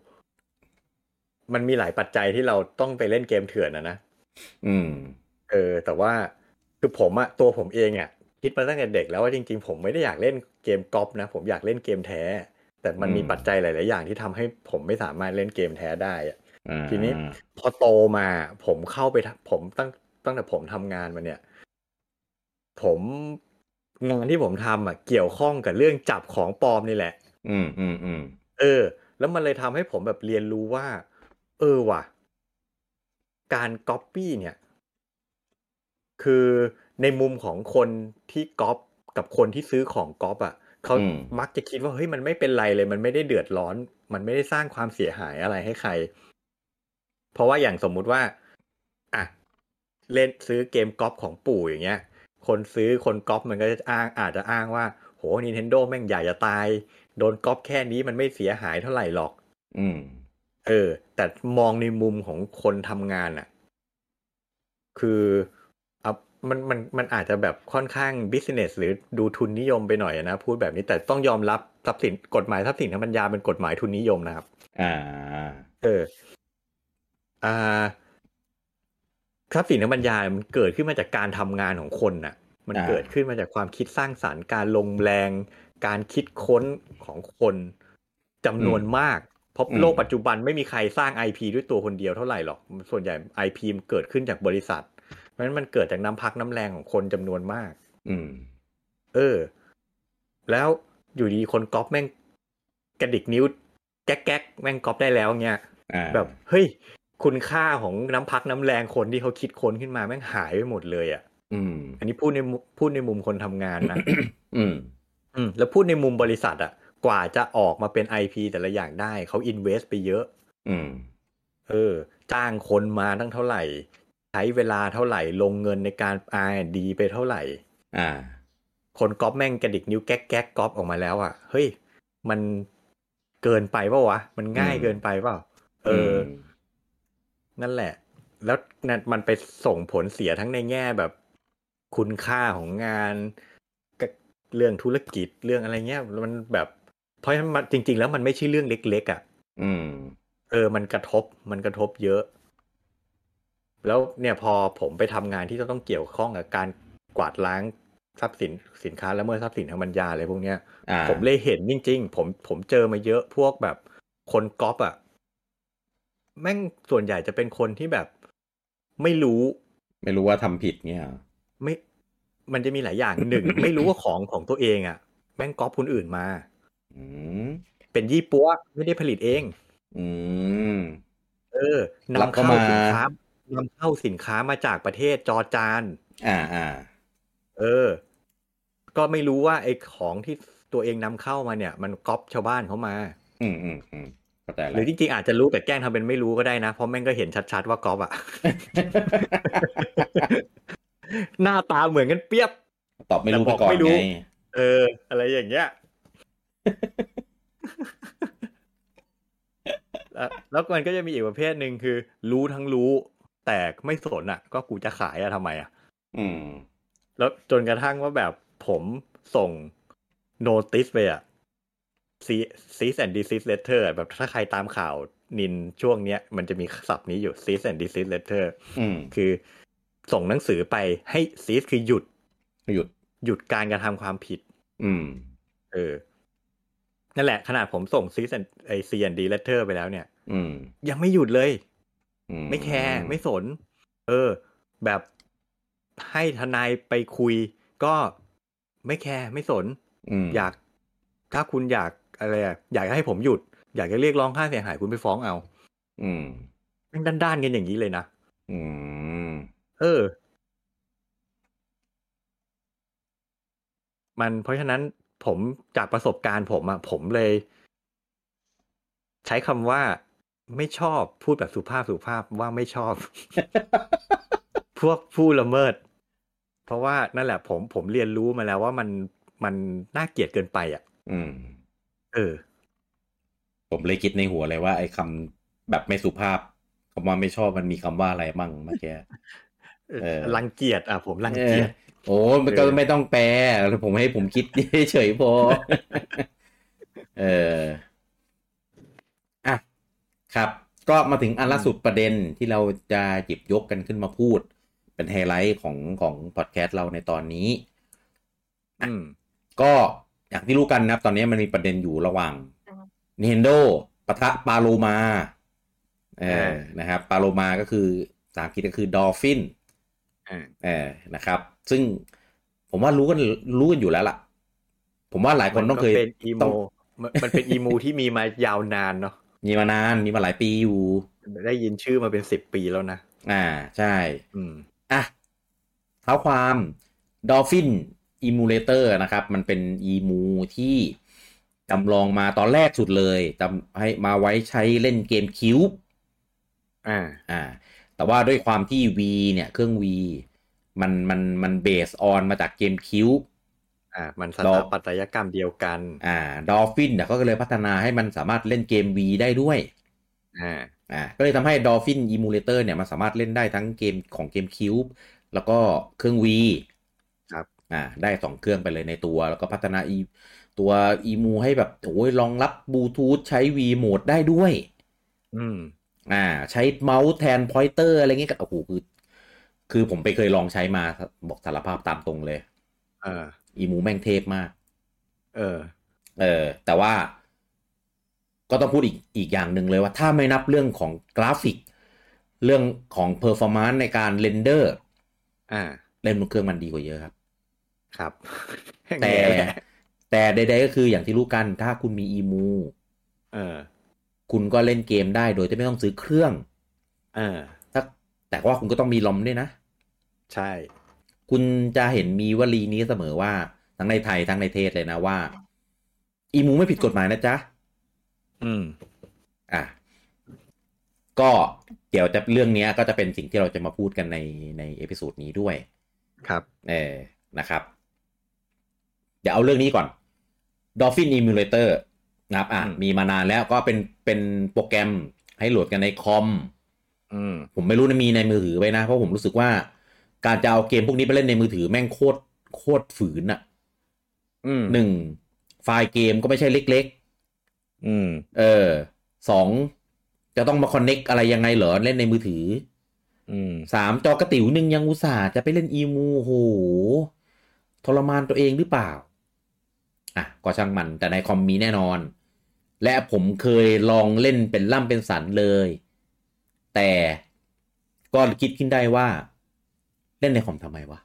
มันมีหลายปัจจัยที่เราต้องไปเล่นเกมเถื่อนนะอืมแต่ว่าคือผมอะตัวผมเองอะคิดมาตั้งแต่เด็กแล้วว่าจริงๆผมไม่ได้อยากเล่นเกมก๊อปนะผมอยากเล่นเกมแท้แต่มันอืมมีปัจจัยหลายๆอย่างที่ทำให้ผมไม่สามารถเล่นเกมแท้ได้อะอ่ทีนี้าพอโตมาผมเข้าไปผมตั้งแต่ผมทำงานมาเนี่ยผมงานที่ผมทำอะเกี่ยวข้องกับเรื่องจับของปลอมนี่แหละอืมเออแล้วมันเลยทำให้ผมแบบเรียนรู้ว่าว่ะการก๊อปปี้เนี่ย คือในมุมของคนที่ก๊อปกับคนที่ซื้อของก๊อปอ่ะเขาอืมมักจะคิดว่าเฮ้ยมันไม่เป็นไรเลยมันไม่ได้เดือดร้อนมันไม่ได้สร้างความเสียหายอะไรให้ใครเพราะว่าอย่างสมมุติว่าอ่ะเล่นซื้อเกมก๊อปของปู่อย่างเงี้ยคนซื้อคนก๊อปมันก็จะอาจจะอ้างว่าโห Nintendo แม่งใหญ่จะตายโดนก๊อปแค่นี้มันไม่เสียหายเท่าไหร่หรอกอืมแต่มองในมุมของคนทำงานอ่ะ คืออ่ะมันอาจจะแบบค่อนข้างบิสเนสหรือดูทุนนิยมไปหน่อยนะพูดแบบนี้แต่ต้องยอมรับทรัพย์สินกฎหมายทรัพย์สินทางปัญญาเป็นกฎหมายทุนนิยมนะครับอ่าเอออ่าทรัพย์สินทางปัญญามันเกิดขึ้นมาจากการทำงานของคนน่ะมันอ่าเกิดขึ้นมาจากความคิดสร้างสรรค์การลงแรงการคิดค้นของคนอืจำนมวนมากเพราะอืมโลกปัจจุบันไม่มีใครสร้าง IP ด้วยตัวคนเดียวเท่าไหร่หรอกส่วนใหญ่ IP มันเกิดขึ้นจากบริษัทเพราะฉะนั้นมันเกิดจากน้ำพักน้ำแรงของคนจำนวนมากอืมเออแล้วอยู่ดีคนก๊อปแม่งกระดิกนิ้วแก๊กแก๊กแม่งก๊อปได้แล้วเงี้ยอ่าแบบเฮ้ยคุณค่าของน้ำพักน้ำแรงคนที่เขาคิดค้นขึ้นมาแม่งหายไปหมดเลยอ่ะอืมอันนี้พูดในมุมคนทำงานนะอืมแล้วพูดในมุมบริษัทอ่ะกว่าจะออกมาเป็นไอพีแต่ละอย่างได้เขาอินเวสต์ไปเยอะอืมเออจ้างคนมาตั้งเท่าไหร่ใช้เวลาเท่าไหร่ลงเงินในการ R&D ไปเท่าไหร่อ่าคนก๊อปแม่งกระดิกนิ้วแก๊กแก๊กก๊อปออกมาแล้วอ่ะเฮ้ยมันเกินไปเปล่าวะมันอืมง่ายเกินไปเปล่าเออืมอนั่นแหละแล้วนั่นมันไปส่งผลเสียทั้งในแง่แบบคุณค่าของงานกับเรื่องธุรกิจเรื่องอะไรเงี้ยมันแบบเพราะฉะนั้นมันจริงๆแล้วมันไม่ใช่เรื่องเล็กๆอ่ะอืมมันกระทบเยอะ แล้วเนี่ยพอผมไปทำงานที่ต้องเกี่ยวข้องกับการกวาดล้างทรัพย์สินสินค้าละเมิดทรัพย์สินทางปัญญาอะไรพวกเนี้ยอ่าผมเลยเห็นจริงๆผมเจอมาเยอะพวกแบบคนก๊อปอ่ะแม่งส่วนใหญ่จะเป็นคนที่แบบไม่รู้ไม่รู้ว่าทำผิดเนี่ยเหรอไม่มันจะมีหลายอย่างหนึ่งไม่รู้ว่าของตัวเองอ่ะแม่งก๊อปคนอื่นมาอืมเป็นยี่ปั๊วไม่ได้ผลิตเองอืมเออนำเข้าแล้วก็มาสินค้ามาจากประเทศจอร์จานอ่าเออ ก็ไม่รู้ว่าไอ้ของที่ตัวเองนำเข้ามาเนี่ยมันก๊อปชาวบ้านเขามาอืมเข้าใจแล้วหรือจริงๆอาจจะรู้แต่แกล้งทำเป็นไม่รู้ก็ได้นะเพราะแม่งก็เห็นชัดๆว่าก๊อปอะ หน้าตาเหมือนกันเปียบตอบไม่แต่รู้บอกไม่รู้ไปก่อนไงเอออะไรอย่างเงี้ยแล้วมันก็จะมีอีกประเภทหนึ่งคือรู้ทั้งรู้แต่ไม่สนอ่ะก็กูจะขายอะทำไมอ่ะอืมแล้วจนกระทั่งว่าแบบผมส่งโนติสไปอ่ะ cease and desist letter แบบถ้าใครตามข่าวนินช่วงเนี้ยมันจะมีศัพท์นี้อยู่ cease and desist letter อืมคือส่งหนังสือไปให้ cease คือหยุดหยุดหยุดการกระทำความผิดอืมเออนั่นแหละขนาดผมส่ง cease and C&D letter ไปแล้วเนี่ยอืมยังไม่หยุดเลยอืไม่แคร์มไม่สนเออแบบให้ทนายไปคุยก็ไม่แคร์ไม่สนอืมอยากถ้าคุณอยากอะไรอะอยากให้ผมหยุดอยากจะเรียกร้องค่าเสียหายคุณไปฟ้องเอาอืมแม่งด้านๆกันอย่างนี้เลยนะอืมเออมันเพราะฉะนั้นผมจากประสบการณ์ผมอะผมเลยใช้คำว่าไม่ชอบพูดแบบสุภาพว่าไม่ชอบ พวกผู้ละเมิดราะว่านั่นแหละผมเรียนรู้มาแล้วว่ามันน่าเกลียดเกินไปอ่ะเออผมเลยคิดในหัวเลยว่าไอ้คำแบบไม่สุภาพคำว่าไม่ชอบมันมีคำว่าอะไรมั่งเมื่อกี้รังเกียจอ่ะผมรังเกียจโอ้มันก็ไม่ต้องแปลผมให้ผมคิดเฉยพอเอออ่ะครับก็มาถึงอันล่าสุดประเด็นที่เราจะหยิบยกกันขึ้นมาพูดเป็นไฮไลท์ของพอดแคสต์เราในตอนนี้ก็อย่างที่รู้กันนะตอนนี้มันมีประเด็นอยู่ระหว่าง Nintendo ปะทะปาโลมานะครับปาโลมาก็คือภาษาอังกฤษก็คือ Dolphin นะครับซึ่งผมว่ารู้กันอยู่แล้วล่ะผมว่าหลายคนต้องเคยเป็นอีโมมันเป็นอีโมที่มีมายาวนานเนาะมีมานานมีมาหลายปีอยู่ได้ยินชื่อมาเป็น10 ปีแล้วนะใช่อ่ะเท้าความ Dolphin Emulator นะครับมันเป็นอีมูที่จำลองมาตอนแรกสุดเลยให้มาไว้ใช้เล่นเกมคิวบ์แต่ว่าด้วยความที่ V เนี่ยเครื่อง V มันเบสออนมาจากเกมคิวบ์มันสถาปัตยกรรมเดียวกัน Dolphin เนี่ยก็เลยพัฒนาให้มันสามารถเล่นเกม V ได้ด้วยก็เลยทำให้ Dolphin Emulator เนี่ยมันสามารถเล่นได้ทั้งเกมของเกมคิวบ์แล้วก็เครื่อง V ครับได้2เครื่องไปเลยในตัวแล้วก็พัฒนาตัวอีมูให้แบบโอ้ยรองรับบลูทูธใช้ V โหมดได้ด้วยใช้เมาส์แทนพอยเตอร์อะไรเงี้ยโอ้โหคือผมไปเคยลองใช้มาบอกสารภาพตามตรงเลยอีมูแม่งเทพมากแต่ว่าก็ต้องพูดอีกอย่างหนึ่งเลยว่าถ้าไม่นับเรื่องของกราฟิกเรื่องของเพอร์ฟอร์มานซ์ในการเรนเดอร์เล่นบนเครื่องมันดีกว่าเยอะครับครับแต่ใดๆก็คืออย่างที่รู้กันถ้าคุณมีอีมูคุณก็เล่นเกมได้โดยที่ไม่ต้องซื้อเครื่องแต่ว่าคุณก็ต้องมีลอมด้วยนะใช่คุณจะเห็นมีวลีนี้เสมอว่าทั้งในไทยทั้งในเทศเลยนะว่าอีมูไม่ผิดกฎหมายนะจ๊ะก็เดี๋ยวจะเรื่องนี้ก็จะเป็นสิ่งที่เราจะมาพูดกันในเอพิโซดนี้ด้วยครับนะครับเดี๋ยวเอาเรื่องนี้ก่อน Dolphin Emulator นะครับมีมานานแล้วก็เป็นโปรแกรมให้โหลดกันในคอมผมไม่รู้นะมีในมือถือไว้นะเพราะผมรู้สึกว่าการจะเอาเกมพวกนี้ไปเล่นในมือถือแม่งโคตรฝืนอ่ะ1ไฟล์เกมก็ไม่ใช่เล็กๆ2จะต้องมาคอนเน็กอะไรยังไงเหรอเล่นในมือถือ3จอกระติ๋วนึงยังอุตส่าห์จะไปเล่นอีมูโหทรมานตัวเองหรือเปล่าก็ช่างมันแต่ในคอมมีแน่นอนและผมเคยลองเล่นเป็นล่ำเป็นสันเลยแต่ก็คิดขึ้นได้ว่าเล่นในคอมทำไมวะ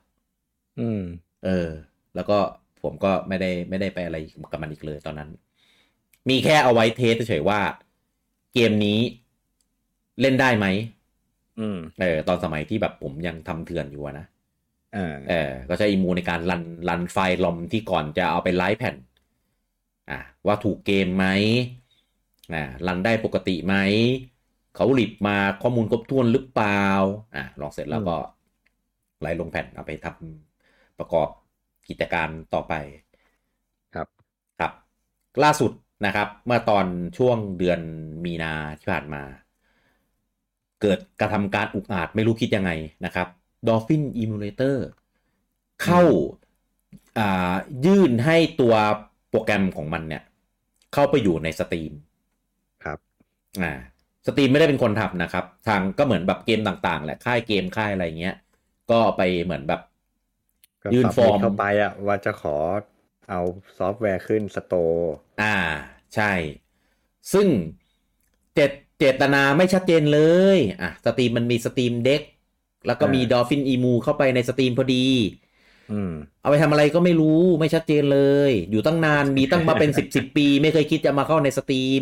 แล้วก็ผมก็ไม่ได้ไปอะไรกับมันอีกเลยตอนนั้นมีแค่เอาไว้เทสเฉยๆว่าเกมนี้เล่นได้ไหมตอนสมัยที่แบบผมยังทำเถื่อนอยู่นะก็ใช้อีมูในการรันไฟล์ลอมที่ก่อนจะเอาไปไลฟ์แผ่นว่าถูกเกมไหมรันได้ปกติไหมเขาหลิบมาข้อมูลครบถ้วนหรือเปล่าลองเสร็จแล้วก็ไลฟ์ลงแผ่นเอาไปทำประกอบกิจการต่อไปครับล่าสุดนะครับเมื่อตอนช่วงเดือนมีนาที่ผ่านมาเกิดกระทำการอุกอาจไม่รู้คิดยังไงนะครับ Dolphin Emulator เข้ายื่นให้ตัวโปรแกรมของมันเนี่ยเข้าไปอยู่ใน Steam ครับ Steam ไม่ได้เป็นคนทำนะครับทางก็เหมือนแบบเกมต่างๆแหละค่ายเกมค่ายอะไรเงี้ยก็ไปเหมือนแบบยื่นฟอร์มเข้าไปว่าจะขอเอาซอฟต์แวร์ขึ้นสโตร์ใช่ซึ่งเจตนาไม่ชัดเจนเลยSteam มันมี Steam Deck แล้วก็มี Dolphin Emu เข้าไปใน Steam พอดีเอาไปทำอะไรก็ไม่รู้ไม่ชัดเจนเลยอยู่ตั้งนานมีตั้งมาเป็น10 ปีไม่เคยคิดจะมาเข้าใน Steam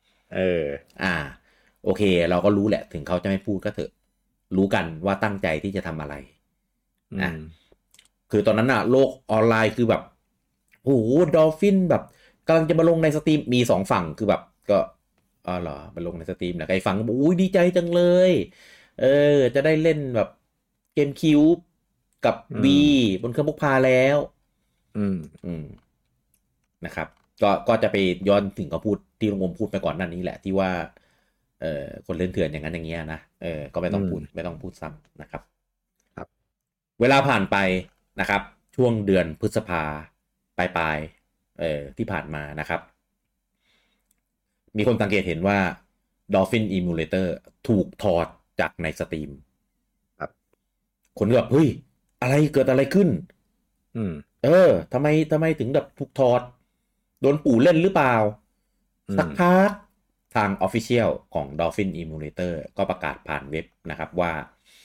โอเคเราก็รู้แหละถึงเขาจะไม่พูดก็เถอะรู้กันว่าตั้งใจที่จะทำอะไรคือตอนนั้นโลกออนไลน์คือแบบโอ้โห Dolphin แบบกำลังจะมาลงใน Steam มี2ฝั่งคือแบบก็เหรอมาลงใน Steam แล้วไอ้ฝั่งอุ้ยดีใจจังเลยจะได้เล่นแบบเกมคิวบ์กับ V บนเครื่องพกพาแล้วนะครับก็จะไปย้อนถึงเขาพูดที่ลุงอมพูดไปก่อนหน้านี้แหละที่ว่าคนเล่นเถื่อนอย่างนั้นอย่างเงี้ยนะก็ไม่ต้องพูดซ้ำนะครับครับเวลาผ่านไปนะครับช่วงเดือนพฤษภาปลายที่ผ่านมานะครับมีคนสังเกตเห็นว่า Dolphin Emulator ถูกถอดจากใน Steam ครับคนก็แบบเฮ้ยอะไรเกิดอะไรขึ้นทำไมถึงแบบถูกถอดโดนปู่เล่นหรือเปล่าสักพักทาง Official ของ Dolphin Emulator ก็ประกาศผ่านเว็บนะครับว่า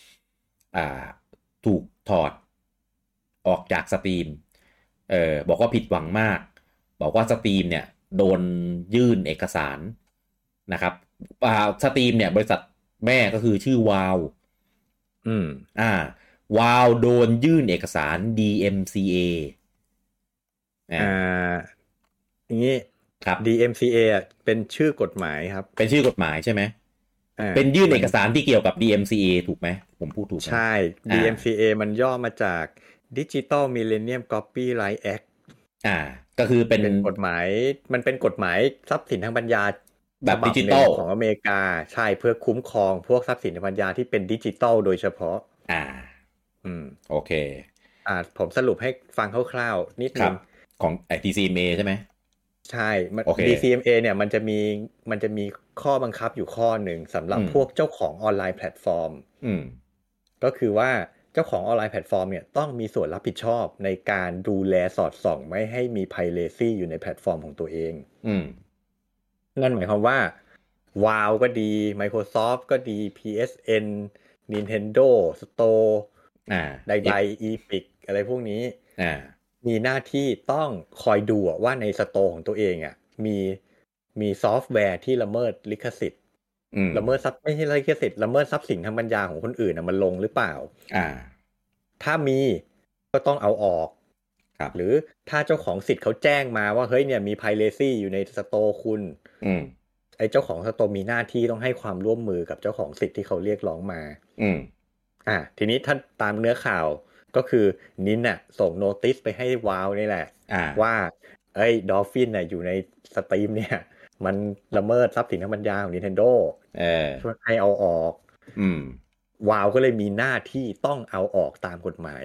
ถูกถอดออกจาก Steam บอกว่าผิดหวังมากบอกว่า Steam เนี่ยโดนยื่นเอกสารนะครับSteam เนี่ยบริษัทแม่ก็คือชื่อ WoW WoW โดนยื่นเอกสาร DMCA อย่างนี้ครับ DMCA เป็นชื่อกฎหมายครับเป็นชื่อกฎหมายใช่ไหมเป็นยื่นเอกสารที่เกี่ยวกับ DMCA ถูกไหมผมพูดถูกไหมใช่ DMCA มันย่อมาจาก Digital Millennium Copyright Act ก็คือเป็นกฎหมายมันเป็นกฎหมายทรัพย์สินทางปัญญาแบบดิจิตอลของอเมริกาใช่เพื่อคุ้มครองพวกทรัพย์สินทางปัญญาที่เป็นดิจิตอลโดยเฉพาะโอเคผมสรุปให้ฟังคร่าวๆนิดนึงของDCMA ใช่ไหมใช่ DCMA เนี่ยมันจะมีข้อบังคับอยู่ข้อหนึ่งสำหรับพวกเจ้าของออนไลน์แพลตฟอร์มก็คือว่าเจ้าของออนไลน์แพลตฟอร์มเนี่ยต้องมีส่วนรับผิดชอบในการดูแลสอดส่องไม่ให้มี piracy อยู่ในแพลตฟอร์มของตัวเองนั่นหมายความว่า WoW ก็ดี Microsoft ก็ดี PSN Nintendo Store ใดๆ Epic อะไรพวกนี้มีหน้าที่ต้องคอยดูว่าในสโตร์ของตัวเองมีซอฟต์แวร์ที่ละเมิดลิขสิทธิ์ละเมิดไม่ใช่ลิขสิทธิ์ละเมิดทรัพย์สินทางปัญญาของคนอื่นมันลงหรือเปล่าถ้ามีก็ต้องเอาออกหรือถ้าเจ้าของสิทธิ์เขาแจ้งมาว่าเฮ้ยเนี่ยมี piracy อยู่ในสโตร์คุณไอ้เจ้าของสโตร์มีหน้าที่ต้องให้ความร่วมมือกับเจ้าของสิทธิ์ที่เขาเรียกร้องมาทีนี้ถ้าตามเนื้อข่าวก็คือนินส่งโนติสไปให้วาวนี่แหละว่าดอลฟินอยู่ในสตรีมเนี่ยมันละเมิดทรัพย์สินทางปัญญาของ Nintendo ช่วยให้เอาออกวาวก็เลยมีหน้าที่ต้องเอาออกตามกฎหมาย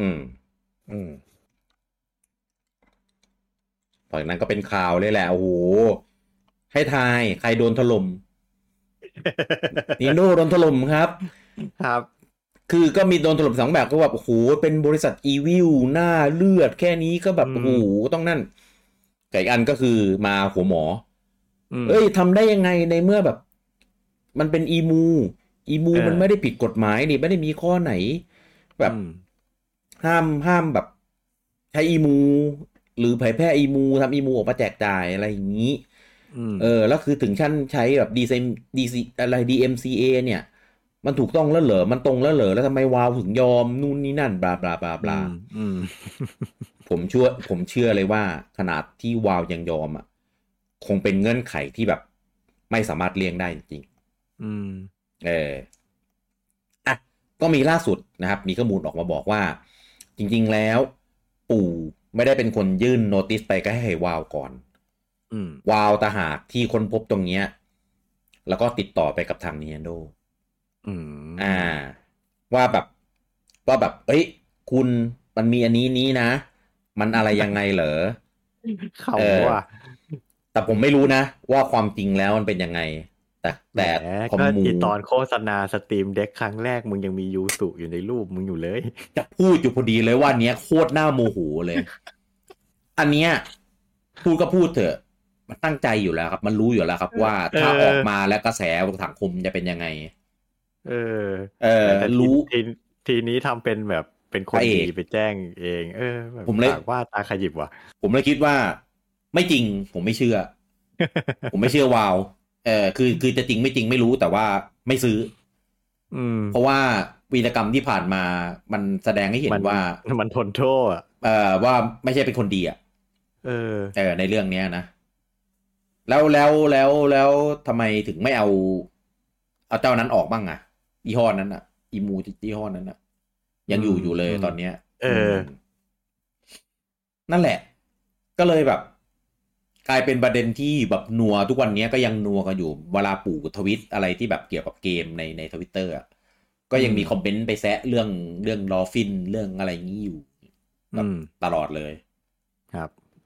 ตอนนั้นก็เป็นข่าวเลยแหละโอ้โหให้ทายใครโดนถล่ม Nintendo โดนถล่มครับคือก็มีโดนถล่มสองแบบก็แบบโอ้โหเป็นบริษัทอีวิลหน้าเลือดแค่นี้ก็แบบโอ้โหต้องนั่นแต่อีกอันก็คือมาหัวหมอทำได้ยังไงในเมื่อแบบมันเป็นอีมูมันไม่ได้ผิดกฎหมายนี่ไม่ได้มีข้อไหนแบบห้ามแบบใช้อีมูหรือเผยแพร่อีมูทำอีมูออกมาแจกจ่ายอะไรอย่างนี้แล้วคือถึงชั้นใช้แบบอะไร DMCA เนี่ยมันถูกต้องแล้วเหรอมันตรงแล้วเหรอแล้วทำไมวาวถึงยอมนู่นนี่นั่นบลาบลาบลาบลาผมเชื่อเลยว่าขนาดที่วาวยังยอมคงเป็นเงื่อนไขที่แบบไม่สามารถเลี่ยงได้จริงก็มีล่าสุดนะครับมีข้อมูลออกมาบอกว่าจริงๆแล้วปู่ไม่ได้เป็นคนยื่นโนติสไปก็ให้วาวก่อนวาวต่างหากที่ค้นพบตรงเนี้ยแล้วก็ติดต่อไปกับทาง Nintendoว่าแบบเอ้ยคุณมันมีอันนี้นะมันอะไรยังไงเหรอเขาว่าแต่ผมไม่รู้นะว่าความจริงแล้วมันเป็นยังไงแต่ข้อมูลตอนโฆษณาสตรีมเด็กครั้งแรกมึงยังมียูสุอยู่ในรูปมึงอยู่เลยจะพูดอยู่พอดีเลยว่าเนี้ยโคตรน่าโมโหเลยอันเนี้ยพูดก็พูดเถอะมันตั้งใจอยู่แล้วครับมันรู้อยู่แล้วครับว่าถ้าออกมาแล้วกระแสสังคมจะเป็นยังไงรู้ทีนี้ทำเป็นแบบเป็นคนดีไปแจ้งเองผมเลยว่าตาขยิบว่ะผมเลยคิดว่าไม่จริงผมไม่เชื่อ ผมไม่เชื่อวาวคือจะจริงไม่จริงไม่รู้แต่ว่าไม่ซื้อเพราะว่าวีรกรรมที่ผ่านมามันแสดงให้เห็นว่ามันทนโทษว่าไม่ใช่เป็นคนดีในเรื่องนี้นะแล้วทำไมถึงไม่เอาเจ้านั้นออกบ้างยี่ห้อนั้นอีมูยี่ห้อนั้นยังอยู่เลยตอนเนี้ยมนั่นแหละก็เลยแบบกลายเป็นประเด็นที่แบบนัวทุกวันนี้ก็ยังนัวกันอยู่เวลาปู่ทวิตอะไรที่แบบเกี่ยวกับเกมในทวิตเตอร์ก็ยังมีคอมเมนต์ไปแซะเรื่องดอฟฟินเรื่องอะไรงี้อยู่แบบตลอดเลยครับ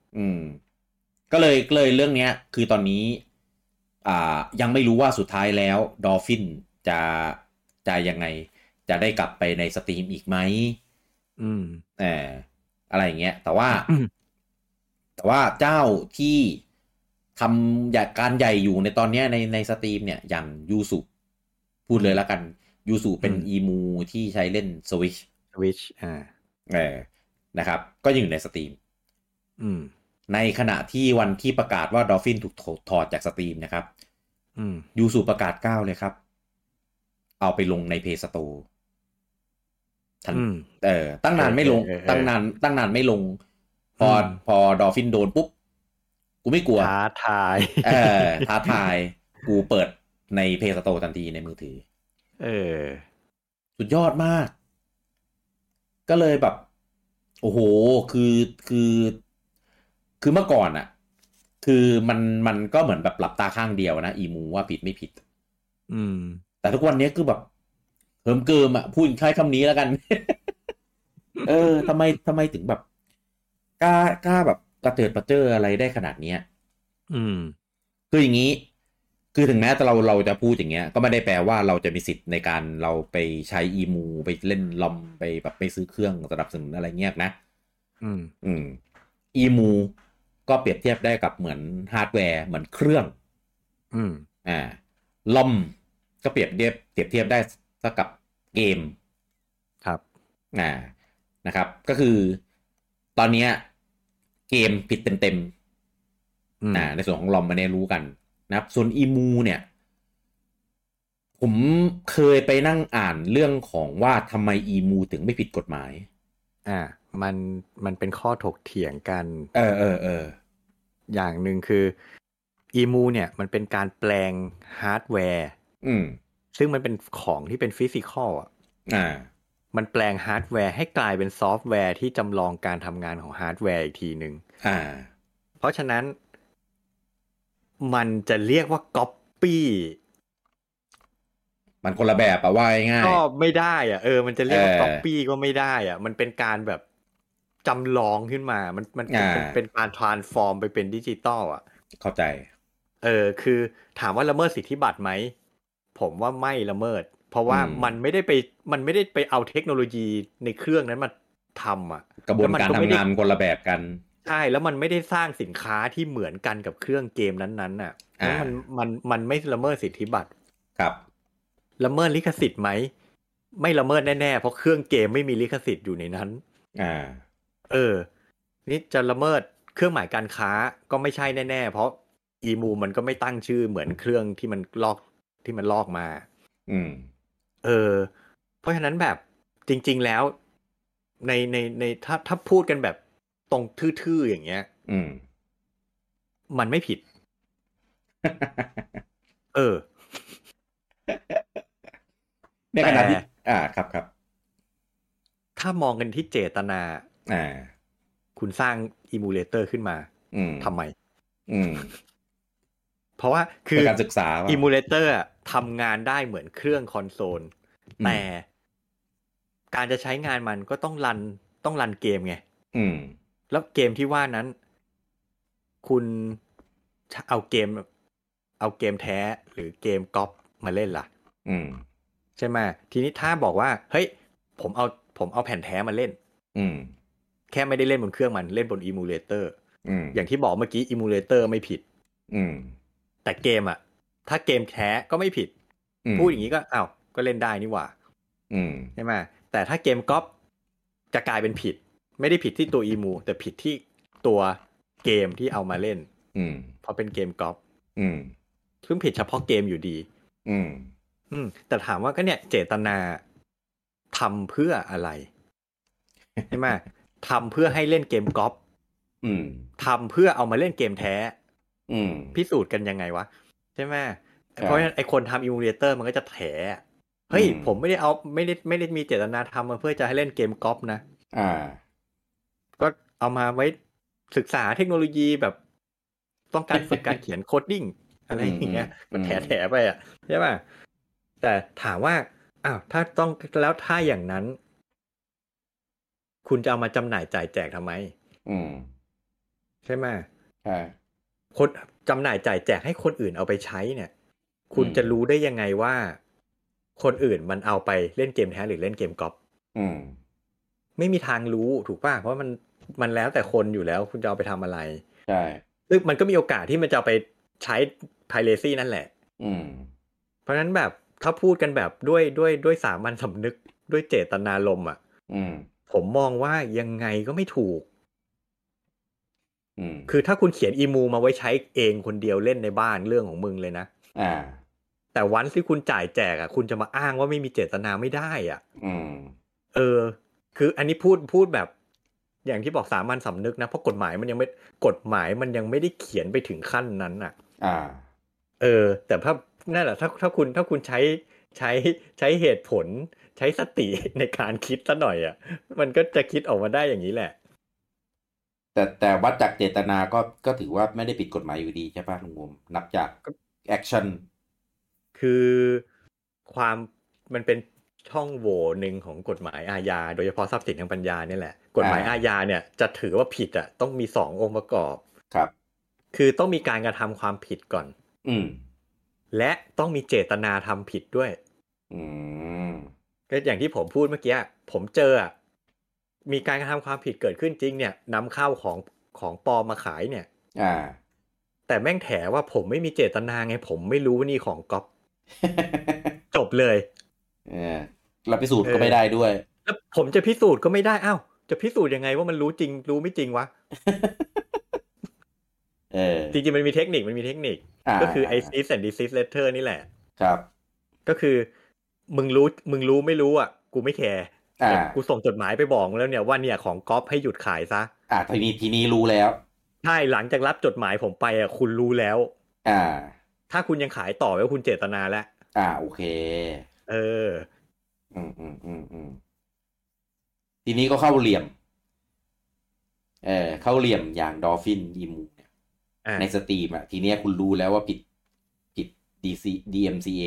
ก็เลยเรื่องเนี้ยคือตอนนี้ยังไม่รู้ว่าสุดท้ายแล้วดอฟฟินจะยังไงจะได้กลับไปในสตรีมอีกไหมเอออะไรอย่างเงี้ยแต่ว่าเจ้าที่ทำอยากการใหญ่อยู่ในตอนนี้ในสตรีมเนี่ยอย่างยูสุพูดเลยแล้วกันยูสุเป็นอีมูที่ใช้เล่นสวิชนะครับก็อยู่ในสตรีมในขณะที่วันที่ประกาศว่าดอฟฟินถูกถอดจากสตรีมนะครับยูสุประกาศก้าวเลยครับเอาไปลงในเพย์สโตร์ตั้งนานไม่ลงตั้งนานไม่ลงพอดอฟฟินโดนปุ๊บกูไม่กลัวท้าทายท้าทายกูเปิดในเพย์สโตร์ทันทีในมือถือสุดยอดมากก็เลยแบบโอ้โหคือเมื่อก่อนอ่ะคือมันก็เหมือนแบบหลับตาข้างเดียวนะอีมูว่าผิดไม่ผิดแต่ทุกวันนี้คือแบบเหิมเกิมอ่ะพูดใช้คำนี้แล้วกัน ทำไมถึงแบบกล้าแบบกระเติดประเจ้ออะไรได้ขนาดเนี้ยคืออย่างนี้คือถึงแม้แต่เราจะพูดอย่างเงี้ยก็ไม่ได้แปลว่าเราจะมีสิทธิ์ในการเราไปใช้อีมูไปเล่นลอมไปแบบไปซื้อเครื่องสนับสนุนอะไรเงี้ยนะอีมูก็เปรียบเทียบได้กับเหมือนฮาร์ดแวร์เหมือนเครื่องลอมก็เปรียบเทียบได้สักกับเกมครับนะครับก็คือตอนนี้เกมผิดเต็มในส่วนของลอมมาเนี่ยรู้กันนะครับส่วนอีมูเนี่ยผมเคยไปนั่งอ่านเรื่องของว่าทำไมอีมูถึงไม่ผิดกฎหมายมันเป็นข้อถกเถียงกันอย่างหนึ่งคืออีมูเนี่ยมันเป็นการแปลงฮาร์ดแวร์ซึ่งมันเป็นของที่เป็นฟิสิกอลมันแปลงฮาร์ดแวร์ให้กลายเป็นซอฟต์แวร์ที่จำลองการทำงานของฮาร์ดแวร์อีกทีหนึ่งเพราะฉะนั้นมันจะเรียกว่าก๊อปปี้มันคนละแบบอะว่าง่ายก็ไม่ได้อะมันจะเรียกว่าก๊อปปี้ก็ไม่ได้อะมันเป็นการแบบจำลองขึ้นมามันเป็นการทรานส์ฟอร์มไปเป็นดิจิตอลอ่ะเข้าใจคือถามว่าละเมิดสิทธิบัตรไหมผมว่าไม่ละเมิดเพราะว่ามันไม่ได้ไปเอาเทคโนโลยีในเครื่องนั้นมาทำอ่ะกระบวนการทำงานคนละแบบกันใช่แล้วมันไม่ได้สร้างสินค้าที่เหมือนกันกับเครื่องเกมนั้นๆน่ะแล้วมันไม่ละเมิดสิทธิบัตรครับละเมิดลิขสิทธิ์ไหมไม่ละเมิดแน่ๆเพราะเครื่องเกมไม่มีลิขสิทธิ์อยู่ในนั้นนี่จะละเมิดเครื่องหมายการค้าก็ไม่ใช่แน่ๆเพราะอีมูมันก็ไม่ตั้งชื่อเหมือนเครื่องที่มันลอกมาเพราะฉะนั้นแบบจริงๆแล้วในถ้าพูดกันแบบตรงทื่อๆอย่างเงี้ยมันไม่ผิดในขณะที่ครับถ้ามองกันที่เจตนาคุณสร้างอีมูเลเตอร์ขึ้นมาทำไมเพราะว่าคือการศึกษาอีมูเลเตอร์ทำงานได้เหมือนเครื่องคอนโซลแต่การจะใช้งานมันก็ต้องรันเกมไงแล้วเกมที่ว่านั้นคุณเอาเกมแท้หรือเกมก๊อปมาเล่นล่ะใช่ไหมทีนี้ถ้าบอกว่าเฮ้ยผมเอาแผ่นแท้มาเล่นแค่ไม่ได้เล่นบนเครื่องมันเล่นบนอีมูเลเตอร์อย่างที่บอกเมื่อกี้อีมูเลเตอร์ไม่ผิดแต่เกมถ้าเกมแท้ก็ไม่ผิดพูดอย่างนี้ก็ก็เล่นได้นี่หว่าใช่ไหมแต่ถ้าเกมก๊อปจะกลายเป็นผิดไม่ได้ผิดที่ตัวอีมูแต่ผิดที่ตัวเกมที่เอามาเล่นเพราะเป็นเกมก๊อปซึ่งผิดเฉพาะเกมอยู่ดีแต่ถามว่าก็เนี่ยเจตนาทำเพื่ออะไรใช่ไหมทำเพื่อให้เล่นเกมก๊อปทำเพื่อเอามาเล่นเกมแท้พิสูจน์กันยังไงวะใช่ไหมเพราะฉะนั้นไอคนทำอิมูเลเตอร์มันก็จะแถเฮ้ยผมไม่ได้มีเจตนาทำมาเพื่อจะให้เล่นเกมกอล์ฟนะก็เอามาไว้ศึกษาเทคโนโลยีแบบต้องการฝึกการเขียนโคดดิ้งอะไรอย่างเงี้ยก็แถไปอ่ะใช่ป่ะแต่ถามว่าอ้าวถ้าต้องแล้วถ้าอย่างนั้นคุณจะเอามาจำหน่ายจ่ายแจกทำไมใช่ไหมใช่คนจำหน่ายจ่ายแจกให้คนอื่นเอาไปใช้เนี่ยคุณจะรู้ได้ยังไงว่าคนอื่นมันเอาไปเล่นเกมแท้หรือเล่นเกมกอล์ฟไม่มีทางรู้ถูกป่ะเพราะมันแล้วแต่คนอยู่แล้วคุณจะเอาไปทำอะไรใช่ซึ่งมันก็มีโอกาสที่มันจะเอาไปใช้ piracy นั่นแหละเพราะฉะนั้นแบบถ้าพูดกันแบบด้วยสามัญสำนึกด้วยเจตนารมณ์อ่ะผมมองว่ายังไงก็ไม่ถูกคือถ้าคุณเขียนอีมูมาไว้ใช้เองคนเดียวเล่นในบ้านเรื่องของมึงเลยนะแต่วันที่คุณจ่ายแจกอ่ะคุณจะมาอ้างว่าไม่มีเจตนาไม่ได้อ่ะคืออันนี้พูดแบบอย่างที่บอกสามัญสำนึกนะเพราะกฎหมายมันยังไม่ได้เขียนไปถึงขั้นนั้นอ่ะแต่ถ้านั่นแหละถ้าคุณใช้เหตุผลใช้สติในการคิดซะหน่อยอ่ะมันก็จะคิดออกมาได้อย่างนี้แหละแต่วัดจากเจตนาก็ถือว่าไม่ได้ผิดกฎหมายอยู่ดีใช่ป่ะลุงงมนับจากแอคชั่นคือความมันเป็นช่องโหว่หนึ่งของกฎหมายอาญาโดยเฉพาะทรัพย์สินทางปัญญานี่แหละกฎหมายอาญาเนี่ยจะถือว่าผิดอ่ะต้องมี2 องค์ประกอบครับคือต้องมีการกระทำความผิดก่อนและต้องมีเจตนาทำผิดด้วยก็อย่างที่ผมพูดเมื่อกี้ผมเจอมีการกระทำความผิดเกิดขึ้นจริงเนี่ยนำเข้าของปลอมมาขายเนี่ยแต่แม่งแถว่าผมไม่มีเจตนาไงผมไม่รู้ว่านี่ของก๊อปจบเลยเราพิสูจน์ก็ไม่ได้ด้วยแล้วผมจะพิสูจน์ก็ไม่ได้อ้าวจะพิสูจน์ยังไงว่ามันรู้จริงรู้ไม่จริงวะจริงๆมันมีเทคนิคก็คือไอ้ cease and desist letter นี่แหละครับก็คือมึงรู้ไม่รู้อ่ะกูไม่แคร์กูส่งจดหมายไปบอกแล้วเนี่ยว่าเนี่ยของก๊อปให้หยุดขายซะทีนี้รู้แล้วใช่หลังจากรับจดหมายผมไปคุณรู้แล้วถ้าคุณยังขายต่อไว้คุณเจตนาแล้วโอเคทีนี้ก็เข้าเหลี่ยมเข้าเหลี่ยมอย่างดอฟฟินอีมูในสตรีมทีนี้คุณรู้แล้วว่าผิด DMCA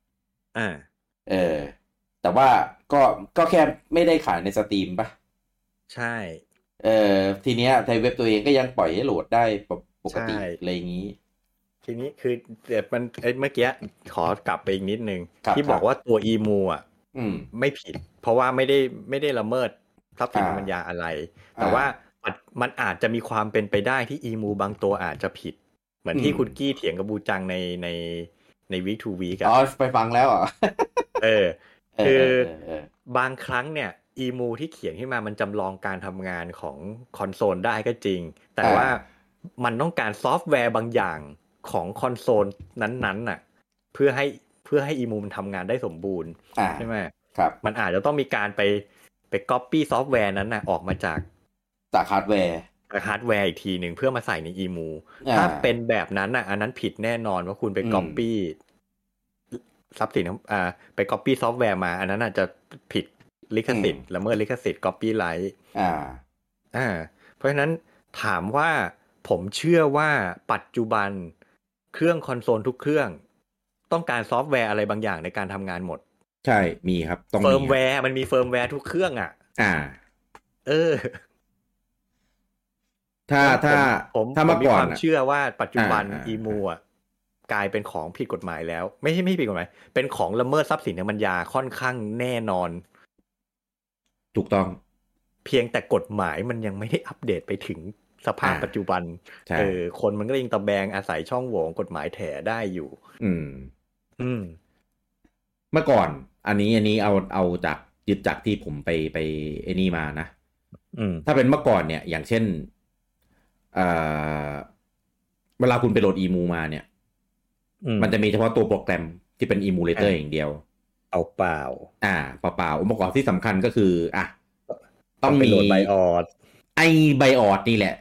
แต่ว่าก็แค่ไม่ได้ขายในสตรีมป่ะใช่ทีเนี้ยในเว็บตัวเองก็ยังปล่อยให้โหลดได้ปกติอะไรอย่างนี้ทีนี้คือเดี๋ยวมันเมื่อกี้ขอกลับไปอีกนิดนึงที่บอกว่าตัวอีมูไม่ผิดเพราะว่าไม่ได้ละเมิดทรัพย์สินทางปัญญาอะไรแต่ว่ามันอาจจะมีความเป็นไปได้ที่อีมูบางตัวอาจจะผิดเหมือนที่คุณกี้เถียงกับบูจังในวีคทูวีกันไปฟังแล้วคือบางครั้งเนี่ยอีมูที่เขียนขึ้นมามันจำลองการทำงานของคอนโซลได้ก็จริงแต่ว่ามันต้องการซอฟต์แวร์บางอย่างของคอนโซลนั้นๆน่ะเพื่อให้อีมูมันทำงานได้สมบูรณ์ใช่ไหมครับมันอาจจะต้องมีการไปก๊อปปี้ซอฟต์แวร์นั้นน่ะออกมาจากฮาร์ดแวร์อีกทีหนึ่งเพื่อมาใส่ในอีมูถ้าเป็นแบบนั้นน่ะอันนั้นผิดแน่นอนว่าคุณไปก๊อปปี้ทรัพย์สินไปก๊อปปี้ซอฟต์แวร์มาอันนั้นอาจจะผิดลิขสิทธิ์ละเมิดลิขสิทธิ์ก๊อปปี้ไลท์เพราะฉะนั้นถามว่าผมเชื่อว่าปัจจุบันเครื่องคอนโซลทุกเครื่องต้องการซอฟต์แวร์อะไรบางอย่างในการทำงานหมดใช่มีครับต้องมีเฟิร์มแวร์มันมีเฟิร์มแวร์ทุกเครื่องถ้าเมื่อก่อนมีความเชื่อว่าปัจจุบันอีมูกลายเป็นของผิดกฎหมายแล้วไม่ผิดกฎหมายเป็นของละเมิดทรัพย์สินทางปัญญาค่อนข้างแน่นอนถูกต้องเพียงแต่กฎหมายมันยังไม่ได้อัปเดตไปถึงสภาพปัจจุบันคนมันก็ยังตะแบงอาศัยช่องโหว่กฎหมายแถได้อยู่เมื่อก่อนอันนี้เอาจากยึดจากที่ผมไปไอ้นี่มานะถ้าเป็นเมื่อก่อนเนี่ยอย่างเช่นเวลาคุณไปโหลดอีมูมาเนี่ยมันจะมีเฉพาะตัวโปรแกรมที่เป็นอีมูเลเตอร์อย่างเดียวเอาเปล่าเปล่าองค์ประกอบที่สำคัญก็คือต้องมีไบออดไบออดนี่แหละ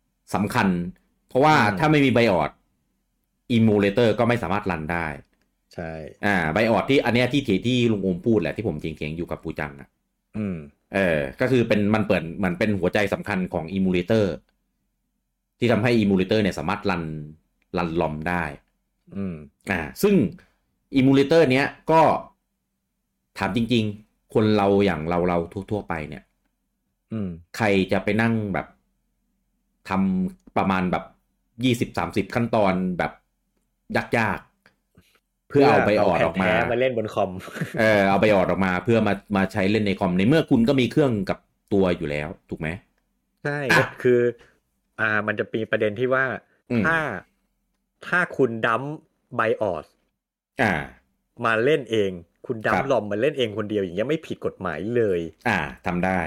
สำคัญเพราะว่าถ้าไม่มีไบออดอีมูเลเตอร์ก็ไม่สามารถรันได้ใช่ไบออดที่อันเนี้ยที่ลุงโอมพูดแหละที่ผมเถียงอยู่กับปูจังอ่ะก็คือเป็นมันเปิดเหมือนเป็นหัวใจสำคัญของอิมูเลเตอร์ที่ทำให้อิมูเลเตอร์เนี่ยสามารถรันลอมได้ซึ่งอิมูเลเตอร์เนี้ยก็ถามจริงๆคนเราอย่างเราทั่วไปเนี่ยใครจะไปนั่งแบบทำประมาณแบบ20-30ขั้นตอนแบบยากๆเพื่อเอาไบออดออกมาเล่นบนคอมเอาไบออดออกมาเพื่อมาใช้เล่นในคอมในเมื่อคุณก็มีเครื่องกับตัวอยู่แล้วถูกไหมใช่คือมันจะมีประเด็นที่ว่าถ้าคุณดัมไบออดมาเล่นเองคุณดัมลอมมาเล่นเองคนเดียวอย่างเงี้ยไม่ผิดกฎหมายเลยทำได้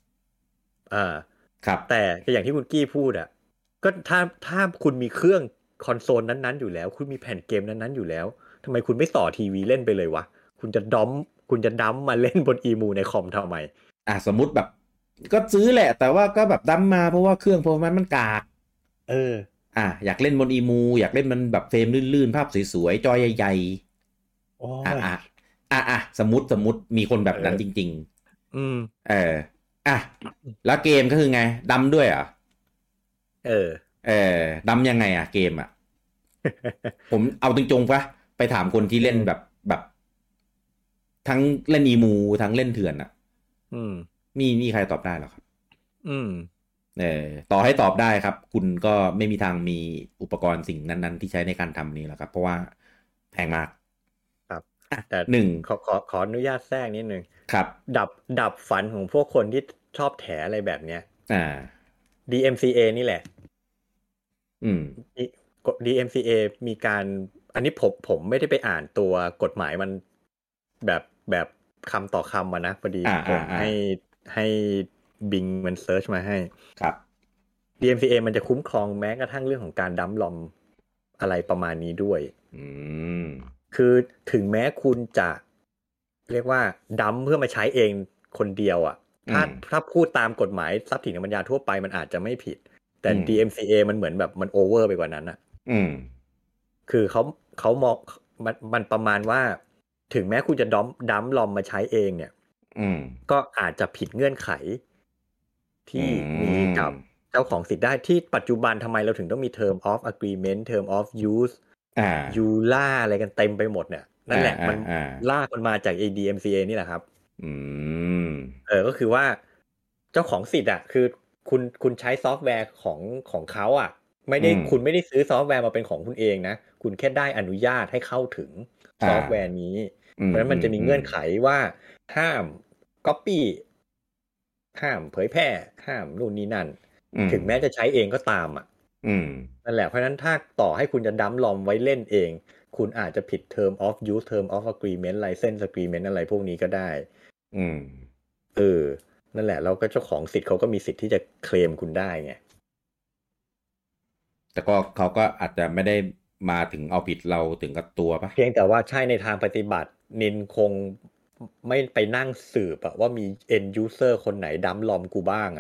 ครับแต่อย่างที่คุณกี้พูดก็ถ้าคุณมีเครื่องคอนโซลนั้นๆอยู่แล้วคุณมีแผ่นเกมนั้นๆอยู่แล้วทำไมคุณไม่ต่อทีวีเล่นไปเลยวะคุณจะดัมมาเล่นบนอีมูในคอมทำไมสมมุติแบบก็ซื้อแหละแต่ว่าก็แบบดัมมาเพราะว่าเครื่องพวกมันกากอยากเล่นบนอีมูอยากเล่นมันแบบเฟรมลื่นๆภาพสวยๆจอใหญ่ๆสมมุติมีคนแบบนั้นจริงๆแล้วเกมก็คือไงดัมด้วยดัมยังไงเกมผมเอาตรงๆปะไปถามคนที่เล่นแบบทั้งเล่นอีมูทั้งเล่นเถื่อนมีใครตอบได้หรอครับต่อให้ตอบได้ครับคุณก็ไม่มีทางมีอุปกรณ์สิ่งนั้นๆที่ใช้ในการทำนี้หรอกครับเพราะว่าแพงมากครับแต่หนึ่งขออนุญาตแทรกนิดนึงครับดับฝันของพวกคนที่ชอบแถอะไรแบบเนี้ยDMCA นี่แหละDMCA มีการอันนี้ผมไม่ได้ไปอ่านตัวกฎหมายมันแบบคำต่อคำนะพอดีผมให้บิงมันเซิร์ชมาให้ครับ DMCA มันจะคุ้มครองแม้กระทั่งเรื่องของการดัมลอมอะไรประมาณนี้ด้วยคือถึงแม้คุณจะเรียกว่าดัมเพื่อมาใช้เองคนเดียวถ้าพูดตามกฎหมายทรัพย์สินทางปัญญาทั่วไปมันอาจจะไม่ผิดแต่ DMCA มันเหมือนแบบมันโอเวอร์ไปกว่านั้นคือเขามองมันประมาณว่าถึงแม้คุณจะดัมลอมมาใช้เองเนี่ยก็อาจจะผิดเงื่อนไขที่มีกับเจ้าของสิทธิ์ได้ที่ปัจจุบันทำไมเราถึงต้องมี term of agreement term of use ยูล่าอะไรกันเต็มไปหมดเนี่ยนั่นแหละมันลากมันมาจาก DMCA นี่แหละครับก็คือว่าเจ้าของสิทธิ์คือคุณใช้ซอฟต์แวร์ของเขาคุณไม่ได้ซื้อซอฟต์แวร์มาเป็นของคุณเองนะคุณแค่ได้อนุญาตให้เข้าถึงซอฟต์แวร์นี้เพราะฉะนั้นมันจะมีเงื่อนไขว่าห้าม copy ห้ามเผยแพร่ห้ามนู่นนี่นั่นถึงแม้จะใช้เองก็ตามนั่นแหละเพราะฉะนั้นถ้าต่อให้คุณจะดัมลอมไว้เล่นเองคุณอาจจะผิด term of use term of agreement license agreement อะไรพวกนี้ก็ได้นั่นแหละแล้วก็เจ้าของสิทธิ์เขาก็มีสิทธิ์ที่จะเคลมคุณได้ไงแต่ก็เขาก็อาจจะไม่ได้มาถึงเอาผิดเราถึงกับตัวปะเพียงแต่ว่าใช่ในทางปฏิบัตินินคงไม่ไปนั่งสืบว่ามี end user คนไหนดัมลอมกูบ้าง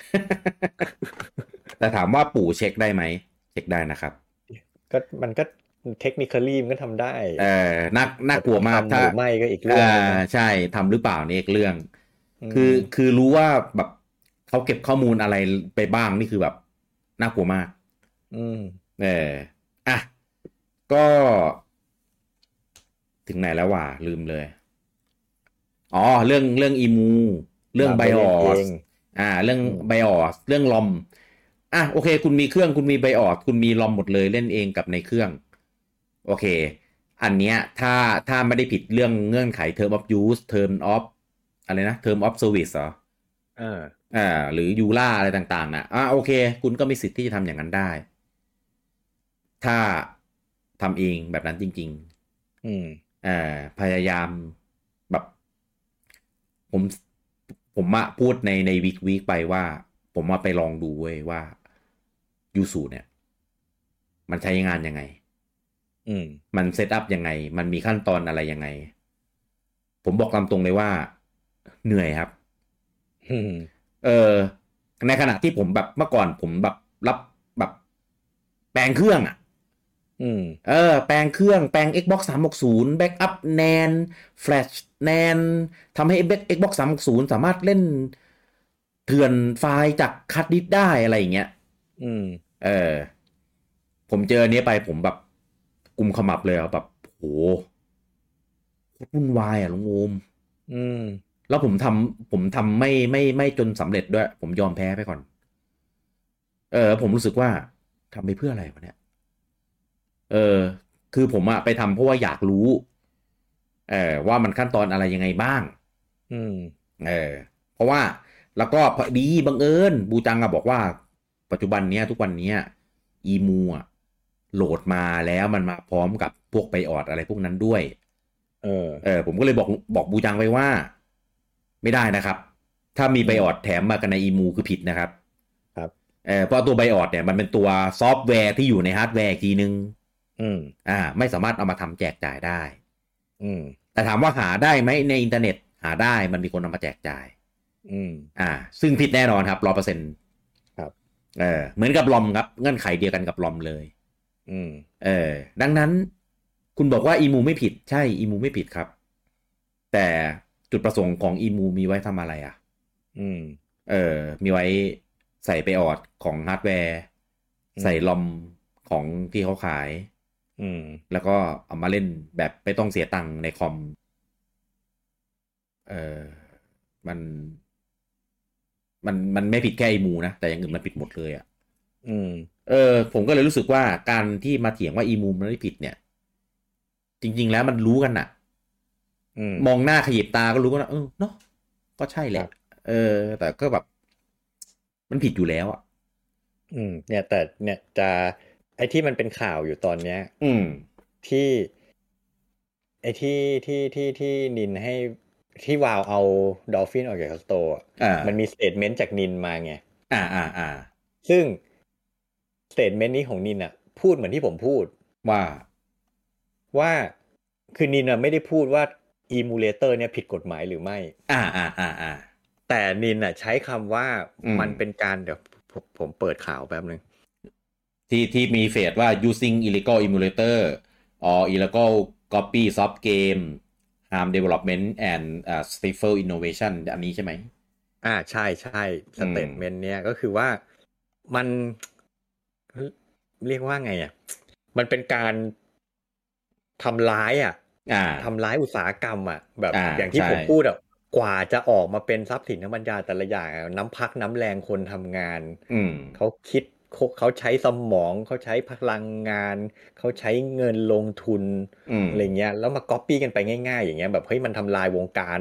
แต่ถามว่าปู่เช็คได้ไหมเช็คได้นะครับก็มันก็เทคนิคอลี่มันก็ทำได้น่ากลัวมากถ้าหรือไม่ก็อีกเรื่องใช่ทำหรือเปล่านี่อีกเรื่องคือรู้ว่าแบบเขาเก็บข้อมูลอะไรไปบ้างนี่คือแบบน่ากลัวมากก็ถึงไหนแล้ววะลืมเลยเรื่องอีมูเรื่องไบออสเรื่องไบออสเรื่องลอมโอเคคุณมีเครื่องคุณมีไบออสคุณมีลอมหมดเลยเล่นเองกับในเครื่องโอเคอันเนี้ยถ้าไม่ได้ผิดเรื่องเงื่อนไข term of use term of อะไรนะ term of service เหรอหรือยูล่าอะไรต่างๆนะโอเคคุณก็มีสิทธิ์ที่จะทำอย่างนั้นได้ถ้าทำเองแบบนั้นจริงๆพยายามแบบผมพูดในวีคไปว่าผมไปลองดูเว้ยว่ายูสูเนี่ยมันใช้งานยังไงมันเซตอัพยังไงมันมีขั้นตอนอะไรยังไงผมบอกตามตรงเลยว่าเหนื่อยครับในขณะที่ผมแบบเมื่อก่อนผมแบบรับแบบแปลงเครื่องแปลงเครื่องแปลง Xbox 360 Backup NAND Flash NAND ทำให้ Xbox 360สามารถเล่นเถื่อนไฟล์จากฮาร์ดดิสก์ได้อะไรอย่างเงี้ยเออผมเจออันนี้ไปผมแบบกุมขมับเลยอ่ะแบบโหโคตรวุ่นวายอ่ะลุงโอมแล้วผมทำไม่จนสำเร็จด้วยผมยอมแพ้ไปก่อนผมรู้สึกว่าทำไปเพื่ออะไรวะเนี่ยเออคือผมอะไปทำเพราะว่าอยากรู้ว่ามันขั้นตอนอะไรยังไงบ้างเออเพราะว่าแล้วก็พอดีบังเอิญบูจังอะบอกว่าปัจจุบันเนี้ยทุกวันเนี้ยอีมูอะโหลดมาแล้วมันมาพร้อมกับพวกไบออดอะไรพวกนั้นด้วยผมก็เลยบอกบูจังไปว่าไม่ได้นะครับถ้ามีไบออดแถมมากันในอีมูคือผิดนะครับเพราะตัวไบออดเนี่ยมันเป็นตัวซอฟต์แวร์ที่อยู่ในฮาร์ดแวร์อีกทีนึงไม่สามารถเอามาทำแจกจ่ายได้แต่ถามว่าหาได้ไหมในอินเทอร์เน็ตหาได้มันมีคนเอามาแจกจ่ายซึ่งผิดแน่นอนครับ100% ครับเหมือนกับลอมครับเงื่อนไขเดียวกันกับลอมเลยดังนั้นคุณบอกว่าอีมูไม่ผิดใช่อีมูไม่ผิดครับแต่จุดประสงค์ของอีมูมีไว้ทำอะไรอ่ะมีไว้ใส่ไปออดของฮาร์ดแวร์ใส่ลอมของที่เขาขายแล้วก็เอามาเล่นแบบไม่ต้องเสียตังค์ในคอมมันไม่ผิดแค่อีมูนะแต่อย่างอื่นมันผิดหมดเลยอ่ะผมก็เลยรู้สึกว่าการที่มาเถียงว่าอีมูมันไม่ผิดเนี่ยจริงๆแล้วมันรู้กันน่ะมองหน้าขยิบตาก็รู้กันนะเนาะก็ใช่แหละแต่ก็แบบมันผิดอยู่แล้วอ่ะเนี่ยแต่เนี่ยจะไอ้ที่มันเป็นข่าวอยู่ตอนเนี้ยที่ไอ้ที่นินให้ที่วาวเอาดอลฟินออกจากสโตร์มันมีสเตทเมนต์จากนินมาไงซึ่งสเตทเมนต์นี้ของนินอ่ะพูดเหมือนที่ผมพูดว่าคือนินอ่ะไม่ได้พูดว่าอีมูเลเตอร์เนี่ยผิดกฎหมายหรือไม่แต่นินอ่ะใช้คำว่ามันเป็นการเดี๋ยวผมเปิดข่าวแป๊บนึงที่มีเฟซว่า using illegal emulator or illegal copy soft game harm development and stifle innovation อันนี้ใช่ไหมใช่ใช่สเตทเมนต์เนี้ยก็คือว่ามันเรียกว่าไงอ่ะมันเป็นการทำร้ายทำร้ายอุตสาหกรรมแบบอย่างที่ผมพูดกว่าจะออกมาเป็นทรัพย์สินทางปัญญาแต่ละอย่างน้ำพักน้ำแรงคนทำงานเขาคิดเขาใช้สมองเขาใช้พลังงานเขาใช้เงินลงทุนอะไรเงี้ยแล้วมาก๊อปปี้กันไปง่ายๆอย่างเงี้ยแบบเฮ้ยมันทำลายวงการ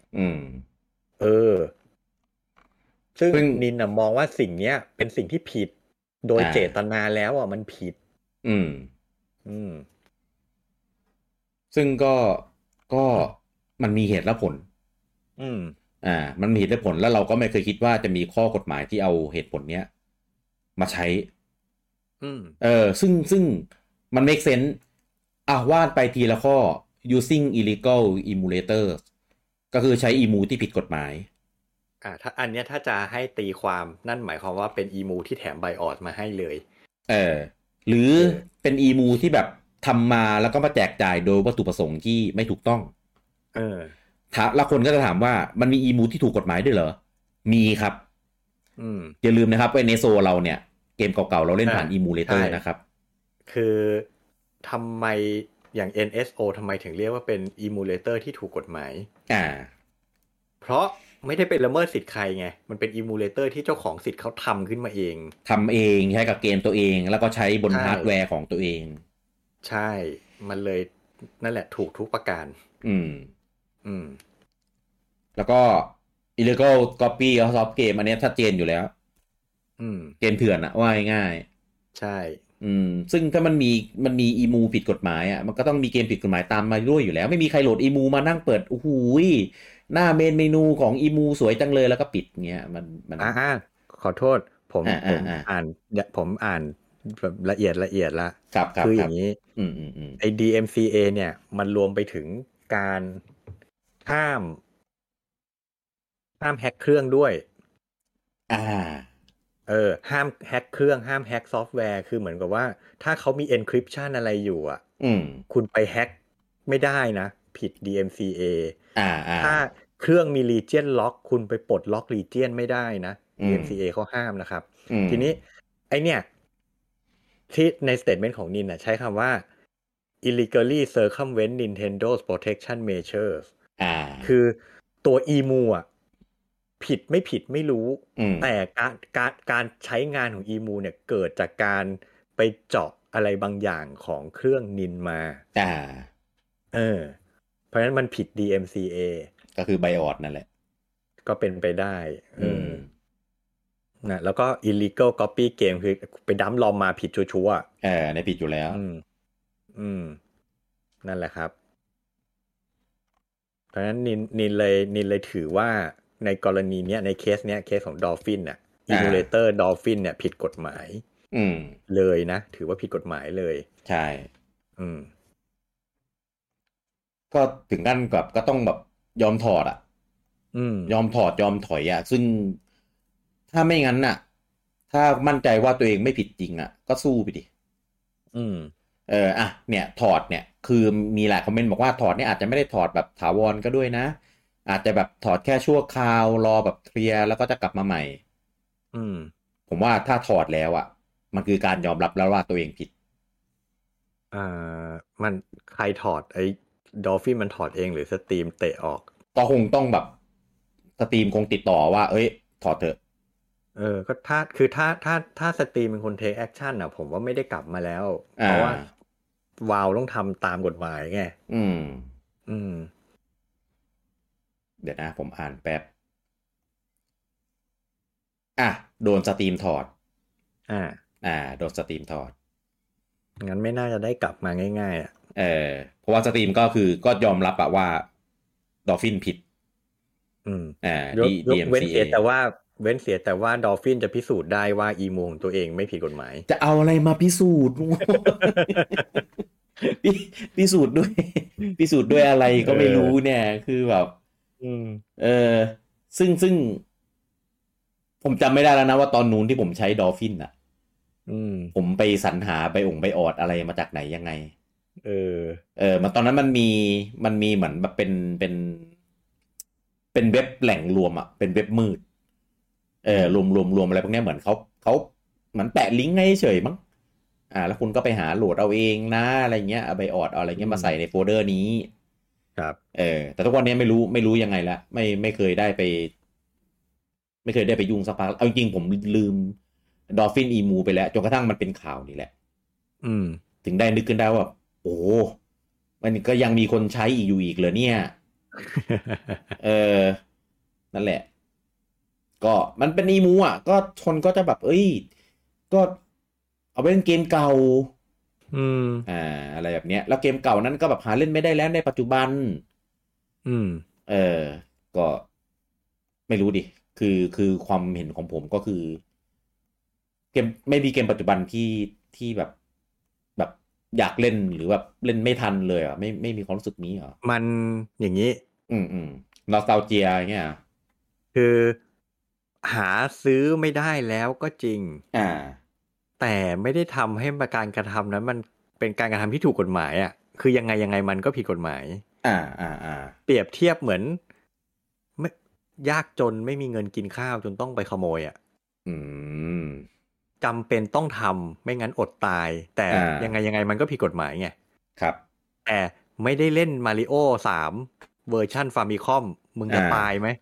ซึ่งนินมองว่าสิ่งเนี้ยเป็นสิ่งที่ผิดโดยเจตนาแล้วมันผิดซึ่งก็มันมีเหตุและผลมันมีเหตุและผลแล้วเราก็ไม่เคยคิดว่าจะมีข้อกฎหมายที่เอาเหตุผลเนี้ยมาใช้ซึ่งมัน make sense ว่าไปทีละข้อ using illegal emulator ก็คือใช้อีมูที่ผิดกฎหมายถ้าอันเนี้ยถ้าจะให้ตีความนั่นหมายความว่าเป็นอีมูที่แถมไบออดมาให้เลยหรือเป็นอีมูที่แบบทำมาแล้วก็มาแจกจ่ายโดยวัตถุประสงค์ที่ไม่ถูกต้องแล้วคนก็จะถามว่ามันมีอีมูที่ถูกกฎหมายด้วยเหรอมีครับอย่าลืมนะครับว่าในโซเราเนี่ยเกมเก่าๆเราเล่นผ่านอีมูเลเตอร์นะครับคือทำไมอย่าง NSO ทำไมถึงเรียกว่าเป็นอีมูเลเตอร์ที่ถูกกฎหมายเพราะไม่ได้เป็นละเมิดสิทธิ์ใครไงมันเป็นอีมูเลเตอร์ที่เจ้าของสิทธิ์เขาทำขึ้นมาเองใช้กับเกมตัวเองแล้วก็ใช้บนฮาร์ดแวร์ของตัวเองใช่มันเลยนั่นแหละถูกทุกประการแล้วก็ illegal copy of soft game อันนี้ชัดเจนอยู่แล้วเกมเถื่อนว่าง่ายใช่ซึ่งถ้ามันมีอีมูผิดกฎหมายมันก็ต้องมีเกมผิดกฎหมายตามมาด้วยอยู่แล้วไม่มีใครโหลดอีมูมานั่งเปิดโอ้โหหน้าเมนเมนูของอีมูสวยจังเลยแล้วก็ปิดเงี้ยมันขอโทษผมอ่านผมอ่านแบบละเอียดละคืออย่างนี้ไอ้ DMCA เนี่ยมันรวมไปถึงการห้ามแฮ็กเครื่องด้วยห้ามแฮ็กเครื่องห้ามแฮ็กซอฟต์แวร์คือเหมือนกับว่าถ้าเขามี encryption อะไรอยู่อ่ะคุณไปแฮ็กไม่ได้นะผิด DMCA ถ้าเครื่องมี region lock คุณไปปลดล็อก region ไม่ได้นะ DMCA เขาห้ามนะครับทีนี้ไอเนี่ยที่ใน statement ของนินใช้คำว่า illegally circumvent Nintendo's protection measures คือตัว EMU อ่ะผิดไม่ผิดไม่รู้แต่การใช้งานของ EMU เนี่ยเกิดจากการไปเจาะอะไรบางอย่างของเครื่องนินมาเพราะฉะนั้นมันผิด DMCA ก็คือ BIOS นั่นแหละก็เป็นไปได้นะแล้วก็ illegal copy game คือไปดั้มลอมมาผิดชัวร์ๆในผิดอยู่แล้วนั่นแหละครับเพราะฉะนั้นนินเลยถือว่าในกรณีเนี้ยในเคสเนี้ยเคสของ Dolphin น่ะ emulator Dolphin เนี่ยผิดกฎหมายเลยนะถือว่าผิดกฎหมายเลยใช่ก็ถึงขั้นกับก็ต้องแบบยอมถอดยอมถอดยอมถอยซึ่งถ้าไม่งั้นน่ะถ้ามั่นใจว่าตัวเองไม่ผิดจริงก็สู้ไปดิเนี่ยถอดเนี่ยคือมีหลายคอมเมนต์บอกว่าถอดเนี่ยอาจจะไม่ได้ถอดแบบถาวรก็ด้วยนะอาจจะแบบถอดแค่ชั่วคราวรอแบบเคลียร์แล้วก็จะกลับมาใหม่ผมว่าถ้าถอดแล้วมันคือการยอมรับแล้วว่าตัวเองผิดมันใครถอดไอ้ดอลฟินมันถอดเองหรือสตรีมเตะออกก็คงต้องแบบสตรีมคงติดต่อว่าถอดเถอะก็ถ้าสตรีมเป็นคนเทคแอคชั่นผมว่าไม่ได้กลับมาแล้วเพราะว่าวาวต้องทำตามกฎหมายไงเดี๋ยวนะผมอ่านแป๊บโดนสตรีมถอดโดนสตรีมถอดงั้นไม่น่าจะได้กลับมาง่ายๆเพราะว่าสตรีมก็คือก็ยอมรับว่าดอลฟินผิดเว้นเสียแต่ว่าดอลฟินจะพิสูจน์ได้ว่าอีโมของตัวเองไม่ผิดกฎหมายจะเอาอะไรมาพิสูจน์ พิสูจน์ด้วยอะไรก็ไม่รู้เนี่ยคือแบบซึ่งผมจำไม่ได้แล้วนะว่าตอนนู้นที่ผมใช้ดอลฟินผมไปสรรหาไปออดอะไรมาจากไหนยังไงมันตอนนั้นมันมีเหมือนแบบเป็นเว็บแหล่งรวมเป็นเว็บมืดรวมอะไรพวกนี้เหมือนเขาเหมือนแปะลิงก์ให้เฉยมั้งแล้วคุณก็ไปหาโหลดเอาเองนะอะไรเงี้ยเอาไปออดอะไรเงี้ยมาใส่ในโฟลเดอร์นี้ครับแต่ทุกวันนี้ไม่รู้ยังไงละไม่เคยได้ไปยุ่งสักพักเอาจริงผมลืมDolphin EMU ไปแล้วจนกระทั่งมันเป็นข่าวนี่แหละถึงได้นึกขึ้นได้ว่าโอ้มันก็ยังมีคนใช้อยู่อีกเหรอเนี่ยนั่นแหละก็มันเป็นEMUก็คนก็จะแบบก็เอาไปเล่นเกมเก่าอะไรแบบเนี้ยแล้วเกมเก่านั้นก็แบบหาเล่นไม่ได้แล้วในปัจจุบันก็ไม่รู้ดิคือความเห็นของผมก็คือเกมไม่มีเกมปัจจุบันที่แบบอยากเล่นหรือแบบเล่นไม่ทันเลยไม่มีความรู้สึกนี้เหรอมันอย่างนี้นอสตาลเจียอย่างเงี้ยคือหาซื้อไม่ได้แล้วก็จริงแต่ไม่ได้ทำให้การกระทำนั้นมันเป็นการกระทำที่ถูกกฎหมายคือยังไงมันก็ผิดกฎหมายเปรียบเทียบเหมือนยากจนไม่มีเงินกินข้าวจนต้องไปขโมยจำเป็นต้องทำไม่งั้นอดตายแต่ยังไงมันก็ผิดกฎหมายไงครับแต่ไม่ได้เล่นมาริโอ3เวอร์ชันฟามิคอมมึงจะตายไหม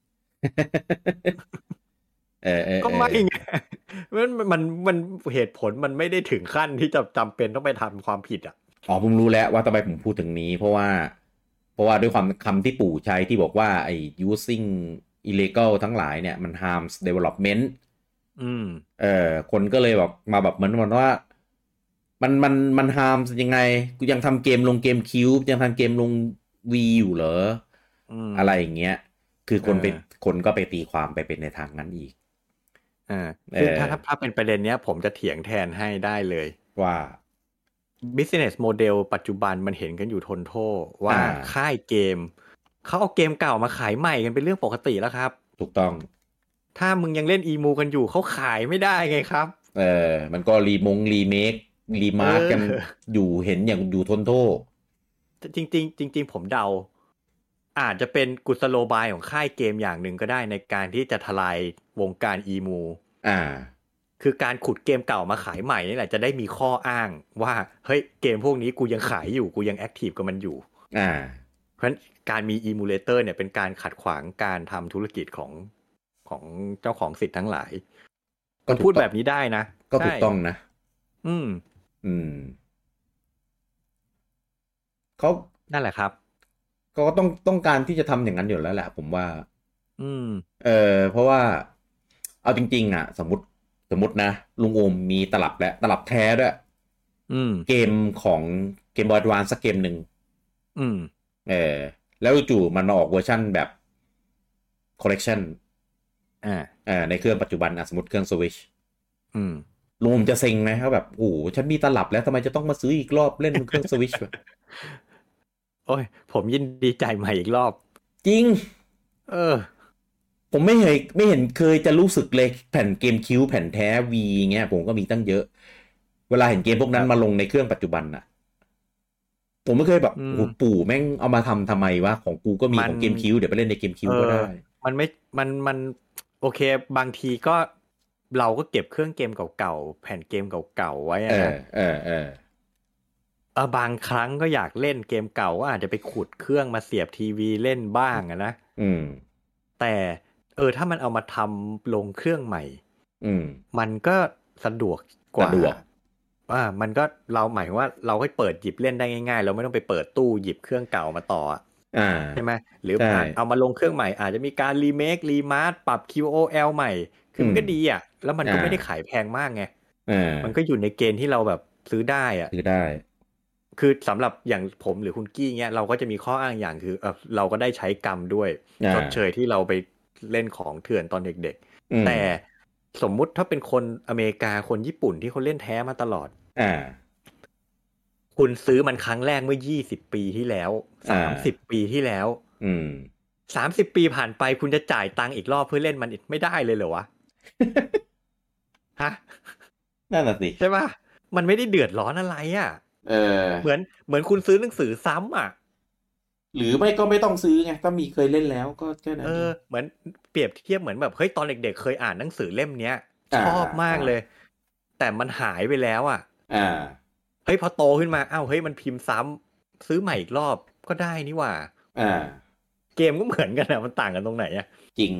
ก็ไม่ไงมันเหตุผลมันไม่ได้ถึงขั้นที่จะจำเป็นต้องไปทำความผิดผมรู้แล้วว่าทำไมผมพูดถึงนี้เพราะว่าด้วยความคำที่ปู่ใช้ที่บอกว่าไอ้ using illegal ทั้งหลายเนี่ยมัน harms development คนก็เลยแบบมาแบบเหมือนว่ามัน harms ยังไงกูยังทำเกมลงเกมคิวยังทำเกมลง V อยู่เหรออะไรอย่างเงี้ยคือคนก็ไปตีความไปเป็นในทางนั้นอีกคือถ้าเป็นประเด็นเนี้ยผมจะเถียงแทนให้ได้เลยว่า business model ปัจจุบันมันเห็นกันอยู่ทนโทษว่าค่ายเกมเขาเอาเกมเก่ามาขายใหม่กันเป็นเรื่องปกติแล้วครับถูกต้องถ้ามึงยังเล่นอีมูกันอยู่เขาขายไม่ได้ไงครับมันก็รีเมครีมาร์กันอยู่เห็นอย่างอยู่ทนโทษจริงผมเดาอาจจะเป็นกุศโลบายของค่ายเกมอย่างหนึ่งก็ได้ในการที่จะทลายวงการอีมูคือการขุดเกมเก่ามาขายใหม่นี่แหละจะได้มีข้ออ้างว่าเฮ้ยเกมพวกนี้กูยังขายอยู่กูยังแอคทีฟกับมันอยู่เพราะฉะนั้นการมีอีมูเลเตอร์เนี่ยเป็นการขัดขวางการทำธุรกิจของเจ้าของสิทธิ์ทั้งหลายก็พูดแบบนี้ได้นะก็ถูกต้องนะเขานั่นแหละครับก็ต้องการที่จะทำอย่างนั้นอยู่แล้วแหละผมว่าเพราะว่าเอาจริงๆอ่ะสมมตินะลุงโอมมีตลับและตลับแท้ด้วยเกมของเกมบอยด์วานสักเกมหนึ่งแล้วจู่มันมาออกเวอร์ชั่นแบบคอลเลกชันในเครื่องปัจจุบันสมมติเครื่องสวิชลุงโอมจะเซ็งไหมเขาแบบโอ้โหฉันมีตลับแล้วทำไมจะต้องมาซื้ออีกรอบเล่นเครื่องสวิชโอ้ยผมยินดีจ่ายใหม่อีกรอบจริงผมไม่เห็นเคยจะรู้สึกเลยแผ่นเกมคิวแผ่นแท้วีเงี้ยผมก็มีตั้งเยอะเวลาเห็นเกมพวกนั้นมาลงในเครื่องปัจจุบันน่ะผมไม่เคยแบบโอ้ปู่แม่งเอามาทำไมวะของกูก็มีของเกมคิวเดี๋ยวไปเล่นในเกมคิวก็ได้มันโอเคบางทีก็เราก็เก็บเครื่องเกมเก่าๆแผ่นเกมเก่าๆไว้นะบางครั้งก็อยากเล่นเกมเก่าก็อาจจะไปขุดเครื่องมาเสียบทีวีเล่นบ้างนะแต่ถ้ามันเอามาทำลงเครื่องใหม่มันก็สะดวกกว่ามันก็เราหมายว่าเราก็เปิดหยิบเล่นได้ง่ายๆเราไม่ต้องไปเปิดตู้หยิบเครื่องเก่ามาต่อใช่ไหมหรือเอามาลงเครื่องใหม่อาจจะมีการรีเมครีมาสปรับ QOL ใหม่คือมันก็ดีแล้วมันก็ไม่ได้ขายแพงมากไงมันก็อยู่ในเกณฑ์ที่เราแบบซื้อได้ซื้อได้คือสำหรับอย่างผมหรือคุณกี้เงี้ยเราก็จะมีข้ออ้างอย่างคือเราก็ได้ใช้กรรมด้วยชดเชยที่เราไปเล่นของเถื่อนตอนเด็กๆแต่สมมุติถ้าเป็นคนอเมริกาคนญี่ปุ่นที่เขาเล่นแท้มาตลอดคุณซื้อมันครั้งแรกเมื่อ20ปีที่แล้ว30ปีที่แล้ว30ปีผ่านไปคุณจะจ่ายตังค์อีกรอบเพื่อเล่นมันไม่ได้เลยเหรอวะ ฮะนั่นน่ะสิใช่ป่ะมันไม่ได้เดือดร้อนอะไรเหมือนคุณซื้อหนังสือซ้ำหรือไม่ก็ไม่ต้องซื้อไงก็มีเคยเล่นแล้วก็แค่นั้นเหมือนเปรียบเทียบเหมือนแบบเฮ้ยตอนเด็กๆเคยอ่านหนังสือเล่มเนี้ยชอบมากเลยแต่มันหายไปแล้วเฮ้ยพอโตขึ้นมาเฮ้ยมันพิมพ์ซ้ำซื้อใหม่อีกรอบก็ได้นี่หว่าเกมก็เหมือนกันมันต่างกันตรงไหนจริง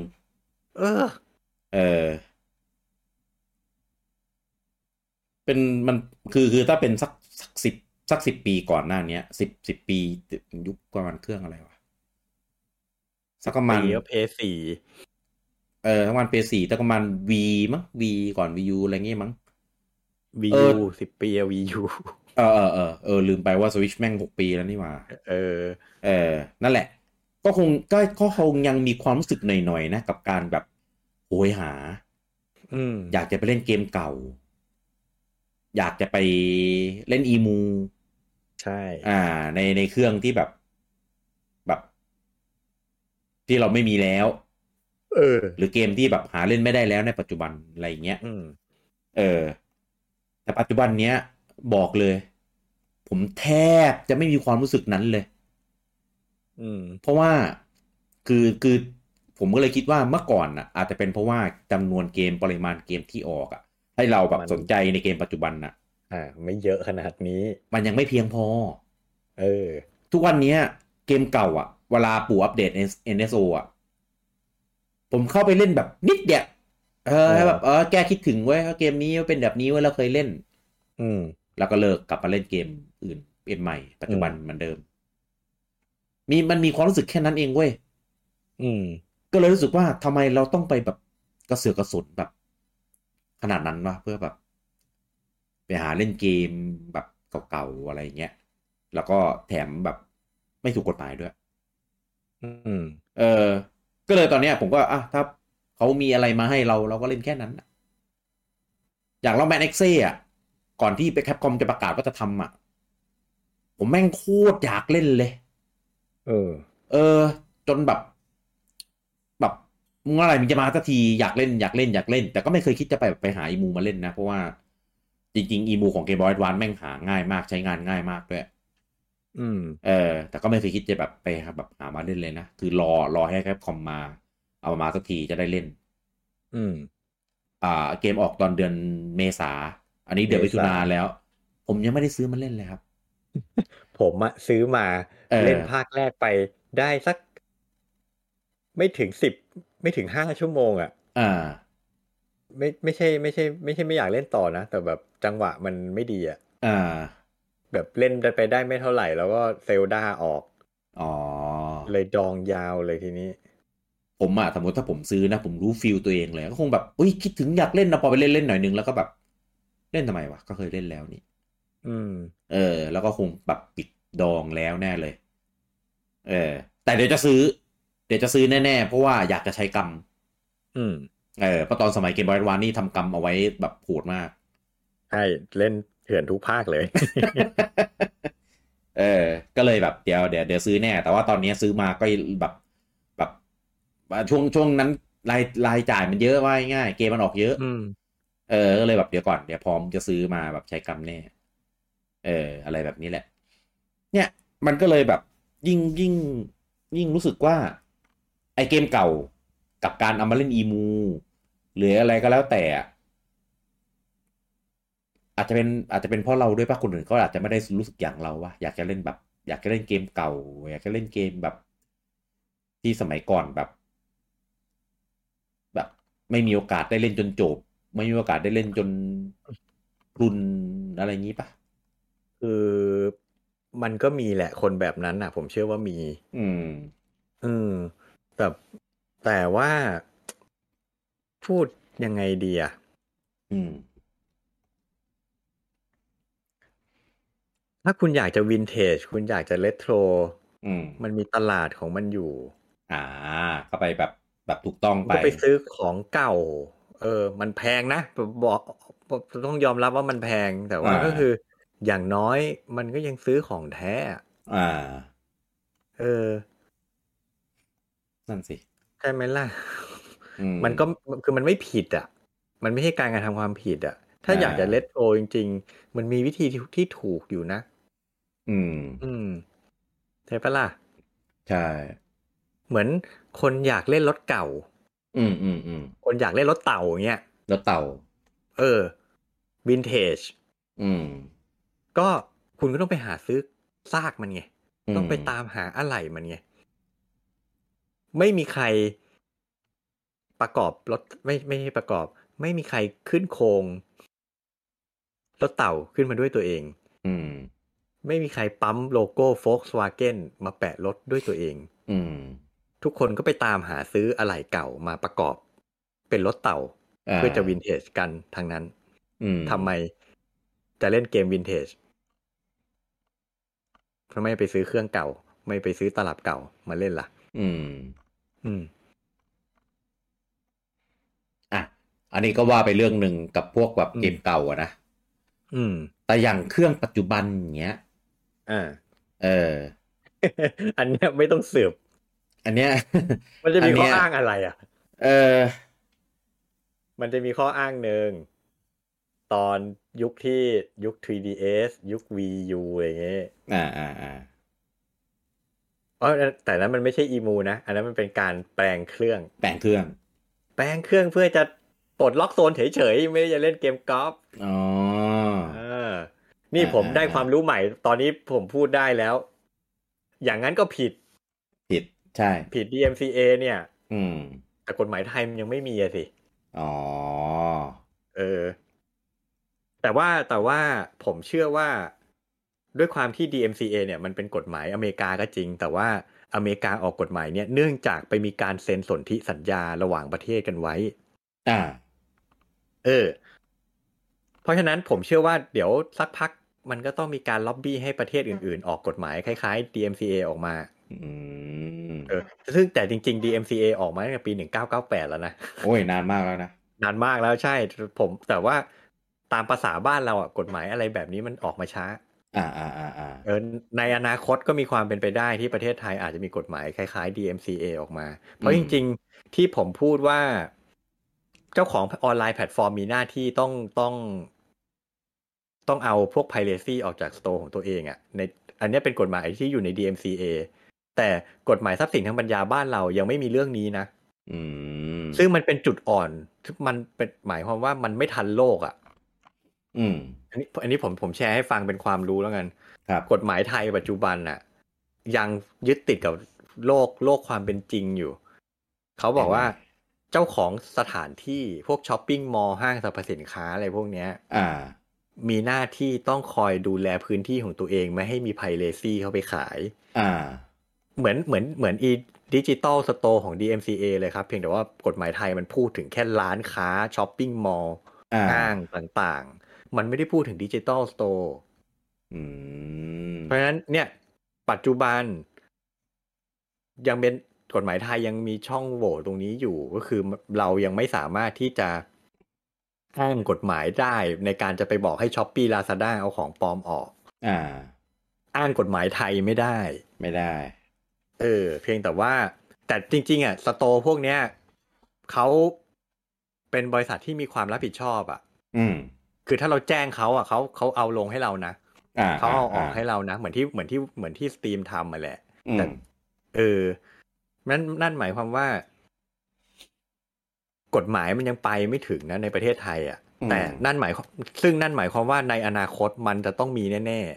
เป็นมันคือถ้าเป็นสัก10 ปีก่อนหน้านี้10 ปียุคประมาณเครื่องอะไรวะสักประมาณ PS4 ประมาณ PS4 แต่ประมาณ V มั้ง V ก่อน VU อะไรเงี้ยมั้ง VU 10 ปีVU ลืมไปว่า Switch แม่ง6 ปีแล้วนี่หว่านั่นแหละก็คงยังมีความรู้สึกหน่อยๆนะกับการแบบโหยหาอยากจะไปเล่นเกมเก่าอยากจะไปเล่นอีมูใช่ในเครื่องที่แบบที่เราไม่มีแล้วหรือเกมที่แบบหาเล่นไม่ได้แล้วในปัจจุบันอะไรอย่างเงี้ยแต่ปัจจุบันเนี้ยบอกเลยผมแทบจะไม่มีความรู้สึกนั้นเลยเพราะว่าคือผมก็เลยคิดว่าเมื่อก่อนอาจจะเป็นเพราะว่าจำนวนเกมปริมาณเกมที่ออกให้เราแบบสนใจในเกมปัจจุบันไม่เยอะขนาดนี้มันยังไม่เพียงพอทุกวันนี้เกมเก่าเวลาปู่อัปเดต NSO ผมเข้าไปเล่นแบบนิดเดียวแบบแกคิดถึงไว้เกมนี้เป็นแบบนี้ไว้เราเคยเล่นแล้วก็เลิกกลับมาเล่นเกมอื่นเกมใหม่ปัจจุบันเหมือนเดิมมันมีความรู้สึกแค่นั้นเองเว้ยก็เลยรู้สึกว่าทำไมเราต้องไปแบบกระเสือกกระสนแบบขนาดนั้นวะเพื่อแบบไปหาเล่นเกมแบบเก่าๆอะไรเงี้ยแล้วก็แถมแบบไม่ถูกกฎหมายด้วยก็เลยตอนนี้ผมก็ถ้าเขามีอะไรมาให้เราก็เล่นแค่นั้นอย่างเราแมนเอ็กเซ่ก่อนที่ไปแคปคอมจะประกาศว่าจะทำผมแม่งโคตรอยากเล่นเลยจนแบบเมื่อไหร่มันจะมาสักทีอยากเล่นอยากเล่นอยากเล่นแต่ก็ไม่เคยคิดจะไปหาอีมูมาเล่นนะเพราะว่าจริงๆอีมูของเกมบอยแอดวานซ์แม่งหาง่ายมากใช้งานง่ายมากด้วยแต่ก็ไม่เคยคิดจะแบบไปแบบหามาเล่นเลยนะคือรอให้แคปคอมมาเอามาสักทีจะได้เล่นอืมเกมออกตอนเดือนเมษาอันนี้เดือนมิถุนาแล้วผมยังไม่ได้ซื้อมาเล่นเลยครับผมอะซื้อมาเล่นภาคแรกไปได้สักไม่ถึงไม่ถึง5 ชั่วโมงอะไม่ใช่ไม่อยากเล่นต่อนะแต่แบบจังหวะมันไม่ดีอะแบบเล่นไปได้ไม่เท่าไหร่แล้วก็เซลดาออกเลยดองยาวเลยทีนี้ผมอะสมมติถ้าผมซื้อนะผมรู้ฟิลตัวเองเลยก็คงแบบอุ้ยคิดถึงอยากเล่นนะพอไปเล่นเล่นหน่อยนึงแล้วก็แบบเล่นทำไมวะก็เคยเล่นแล้วนี่แล้วก็คงแบบปิดดองแล้วแน่เลยแต่เดี๋ยวจะซื้อแน่ๆเพราะว่าอยากจะใช้กรรมเพราะตอนสมัยเกมบอยแอดวานซ์นี่ทำกรรมเอาไว้แบบโหดมากใช่เล่นเถื่อนทุกภาคเลยก็เลยแบบเดี๋ยวซื้อแน่แต่ว่าตอนนี้ซื้อมาก็แบบช่วงนั้นรายจ่ายมันเยอะว่าง่ายเกมมันออกเยอะก็เลยแบบเดี๋ยวก่อนเดี๋ยวพร้อมจะซื้อมาแบบใช้กรรมแน่อะไรแบบนี้แหละเนี่ยมันก็เลยแบบยิ่งรู้สึกว่าไอเกมเก่ากับการเอามาเล่นอีมูหรืออะไรก็แล้วแต่อาจจะเป็นเพราะเราด้วยป่ะคนอื่นก็อาจจะไม่ได้รู้สึกอย่างเราว่าอยากจะเล่นแบบอยากจะเล่นเกมเก่าอยากจะเล่นเกมแบบที่สมัยก่อนแบบไม่มีโอกาสได้เล่นจนจบไม่มีโอกาสได้เล่นจนรุนอะไรอย่างนี้ป่ะคือมันก็มีแหละคนแบบนั้นอ่ะผมเชื่อว่ามีแต่แต่ว่าพูดยังไงดีอ่ะถ้าคุณอยากจะวินเทจคุณอยากจะเรโทรมันมีตลาดของมันอยู่ก็ไปแบบถูกต้องไปก็ไปซื้อของเก่ามันแพงนะบอกต้องยอมรับว่ามันแพงแต่ว่าก็คืออย่างน้อยมันก็ยังซื้อของแท้นั่นสิใช่ไหมล่ะมันก็คือมันไม่ผิดอ่ะมันไม่ใช่การกระทำความผิดอ่ะถ้าอยากจะเลทโทรจริงๆมันมีวิธีที่ถูกอยู่นะใช่ปะล่ะใช่เหมือนคนอยากเล่นรถเก่าคนอยากเล่นรถเต่าอย่างเงี้ยรถเต่าวินเทจก็คุณก็ต้องไปหาซื้อซากมันไงต้องไปตามหาอะไหล่มันไงไม่มีใครประกอบรถไม่ใช่ประกอบไม่มีใครขึ้นโครงรถเต่าขึ้นมาด้วยตัวเองไม่มีใครปั๊มโลโก้ Volkswagen มาแปะรถด้วยตัวเองทุกคนก็ไปตามหาซื้ออะไหล่เก่ามาประกอบเป็นรถเต่าเพื่อจะวินเทจกันทั้งนั้นทำไมจะเล่นเกมวินเทจทำไมไปซื้อเครื่องเก่าไม่ไปซื้อตลับเก่ามาเล่นล่ะอันนี้ก็ว่าไปเรื่องหนึ่งกับพวกแบบเกมเก่าอะนะแต่อย่างเครื่องปัจจุบันอย่างเงี้ยอันเนี้ยไม่ต้องสืบอันเนี้ยมันจะมีข้ออ้างอะไรอ่ะมันจะมีข้ออ้างหนึ่งตอนยุค 3DS ยุค Wii U อะไรเงี้ยแต่นั้นมันไม่ใช่อีมูนะอันนั้นมันเป็นการแปลงเครื่องเพื่อจะปลดล็อกโซนเฉยๆไม่ได้จะเล่นเกมกอล์ฟนี่ผมได้ความรู้ใหม่ตอนนี้ผมพูดได้แล้วอย่างนั้นก็ผิดใช่ผิด DMCA เนี่ยแต่กฎหมายไทยมันยังไม่มีสิแต่ว่าผมเชื่อว่าด้วยความที่ DMCA เนี่ยมันเป็นกฎหมายอเมริกาก็จริงแต่ว่าอเมริกาออกกฎหมายเนี่ยเนื่องจากไปมีการเซ็นสนธิสัญญาระหว่างประเทศกันไว้เพราะฉะนั้นผมเชื่อว่าเดี๋ยวสักพักมันก็ต้องมีการล็อบบี้ให้ประเทศอื่นๆออกกฎหมายคล้ายๆ DMCA ออกมาซึ่งแต่จริงๆ DMCA ออกมาตั้งแต่ปี1998แล้วนะโอ้ยนานมากแล้วนะนานมากแล้วใช่แต่ว่าตามภาษาบ้านเราอ่ะกฎหมายอะไรแบบนี้มันออกมาช้าในอนาคตก็มีความเป็นไปได้ที่ประเทศไทยอาจจะมีกฎหมายคล้ายๆ DMCA ออกมาเพราะจริงๆที่ผมพูดว่าเจ้าของออนไลน์แพลตฟอร์มมีหน้าที่ต้องเอาพวก piracy ออกจากสโตร์ของตัวเองอ่ะในอันนี้เป็นกฎหมายที่อยู่ใน DMCA แต่กฎหมายทรัพย์สินทางปัญญาบ้านเรายังไม่มีเรื่องนี้นะซึ่งมันเป็นจุดอ่อนมันเป็นหมายความว่ามันไม่ทันโลกอ่ะอันนี้ผมแชร์ให้ฟังเป็นความรู้แล้วกันกฎหมายไทยปัจจุบันน่ะยังยึดติดกับโลกความเป็นจริงอยู่เขาบอกว่าเจ้าของสถานที่พวกช้อปปิ้งมอลล์ห้างสรรพสินค้าอะไรพวกเนี้ยมีหน้าที่ต้องคอยดูแลพื้นที่ของตัวเองไม่ให้มีไพเรซีเข้าไปขายเหมือนอีดิจิตอลสโตร์ของ DMCA เลยครับเพียงแต่ว่ากฎหมายไทยมันพูดถึงแค่ร้านค้าช้อปปิ้งมอลล์ห้างต่างๆมันไม่ได้พูดถึงดิจิตอลสโตร์เพราะฉะนั้นเนี่ยปัจจุบันยังเป็นกฎหมายไทยยังมีช่องโหว่ตรงนี้อยู่ก็คือเรายังไม่สามารถที่จะอ้างกฎหมายได้ในการจะไปบอกให้ Shopee Lazada เอาของปลอมออกอ้างกฎหมายไทยไม่ได้เพียงแต่ว่าแต่จริงๆอ่ะสโตร์พวกเนี้ยเขาเป็นบริษัทที่มีความรับผิดชอบอ่ะคือถ้าเราแจ้งเขาอ่ะเขาเอาลงให้เรานะเขาเอาออกให้เรานะเหมือนที่สตรีมทำมาแหละแต่นั่นหมายความว่ากฎหมายมันยังไปไม่ถึงนะในประเทศไทยอ่ะแต่นั่นหมายความว่าในอนาคตมันจะต้องมีแน่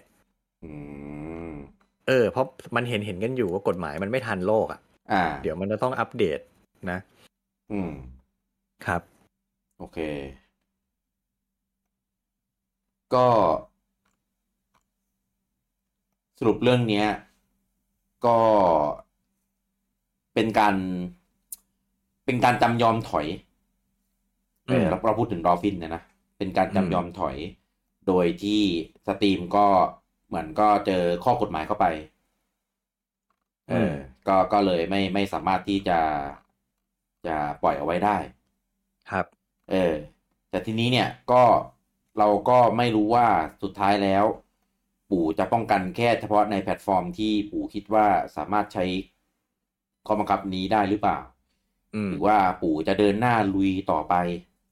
ๆเพราะมันเห็นกันอยู่ว่ากฎหมายมันไม่ทันโลกอ่ะเดี๋ยวมันจะต้องอัปเดตนะครับโอเคก็สรุปเรื่องนี้ก็เป็นการจำยอมถอยเราพูดถึงดอลฟินนะเป็นการจำยอมถอยโดยที่สตรีมก็เหมือนก็เจอข้อกฎหมายเข้าไปก็เลยไม่สามารถที่จะปล่อยเอาไว้ได้ครับแต่ทีนี้เนี่ยก็เราก็ไม่รู้ว่าสุดท้ายแล้วปู่จะป้องกันแค่เฉพาะในแพลตฟอร์มที่ปู่คิดว่าสามารถใช้ข้อบังคับนี้ได้หรือเปล่าหรือว่าปู่จะเดินหน้าลุยต่อไป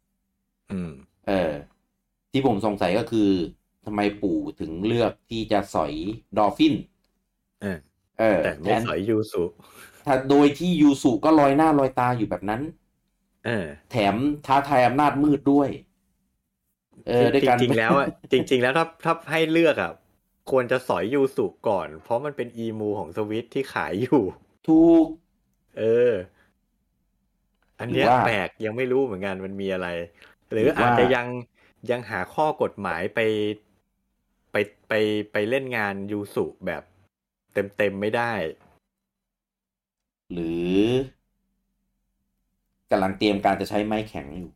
ที่ผมสงสัยก็คือทำไมปู่ถึงเลือกที่จะสอยดอลฟินแต่ไม่สอยยูสุถ้าโดยที่ยูสุก็ลอยหน้าลอยตาอยู่แบบนั้นแถมท้าทายอำนาจมืดด้วยจริงๆแล้วถ้าให้เลือกอ่ะควรจะสอยยูสุก่อนเพราะมันเป็นอีมูของสวิตที่ขายอยู่ถูกอันเนี้ยแปลกยังไม่รู้เหมือนกันมันมีอะไรหรืออาจจะยังหาข้อกฎหมายไปเล่นงานยูสุแบบเต็มไม่ได้หรือกำลังเตรียมการจะใช้ไม้แข็งอยู่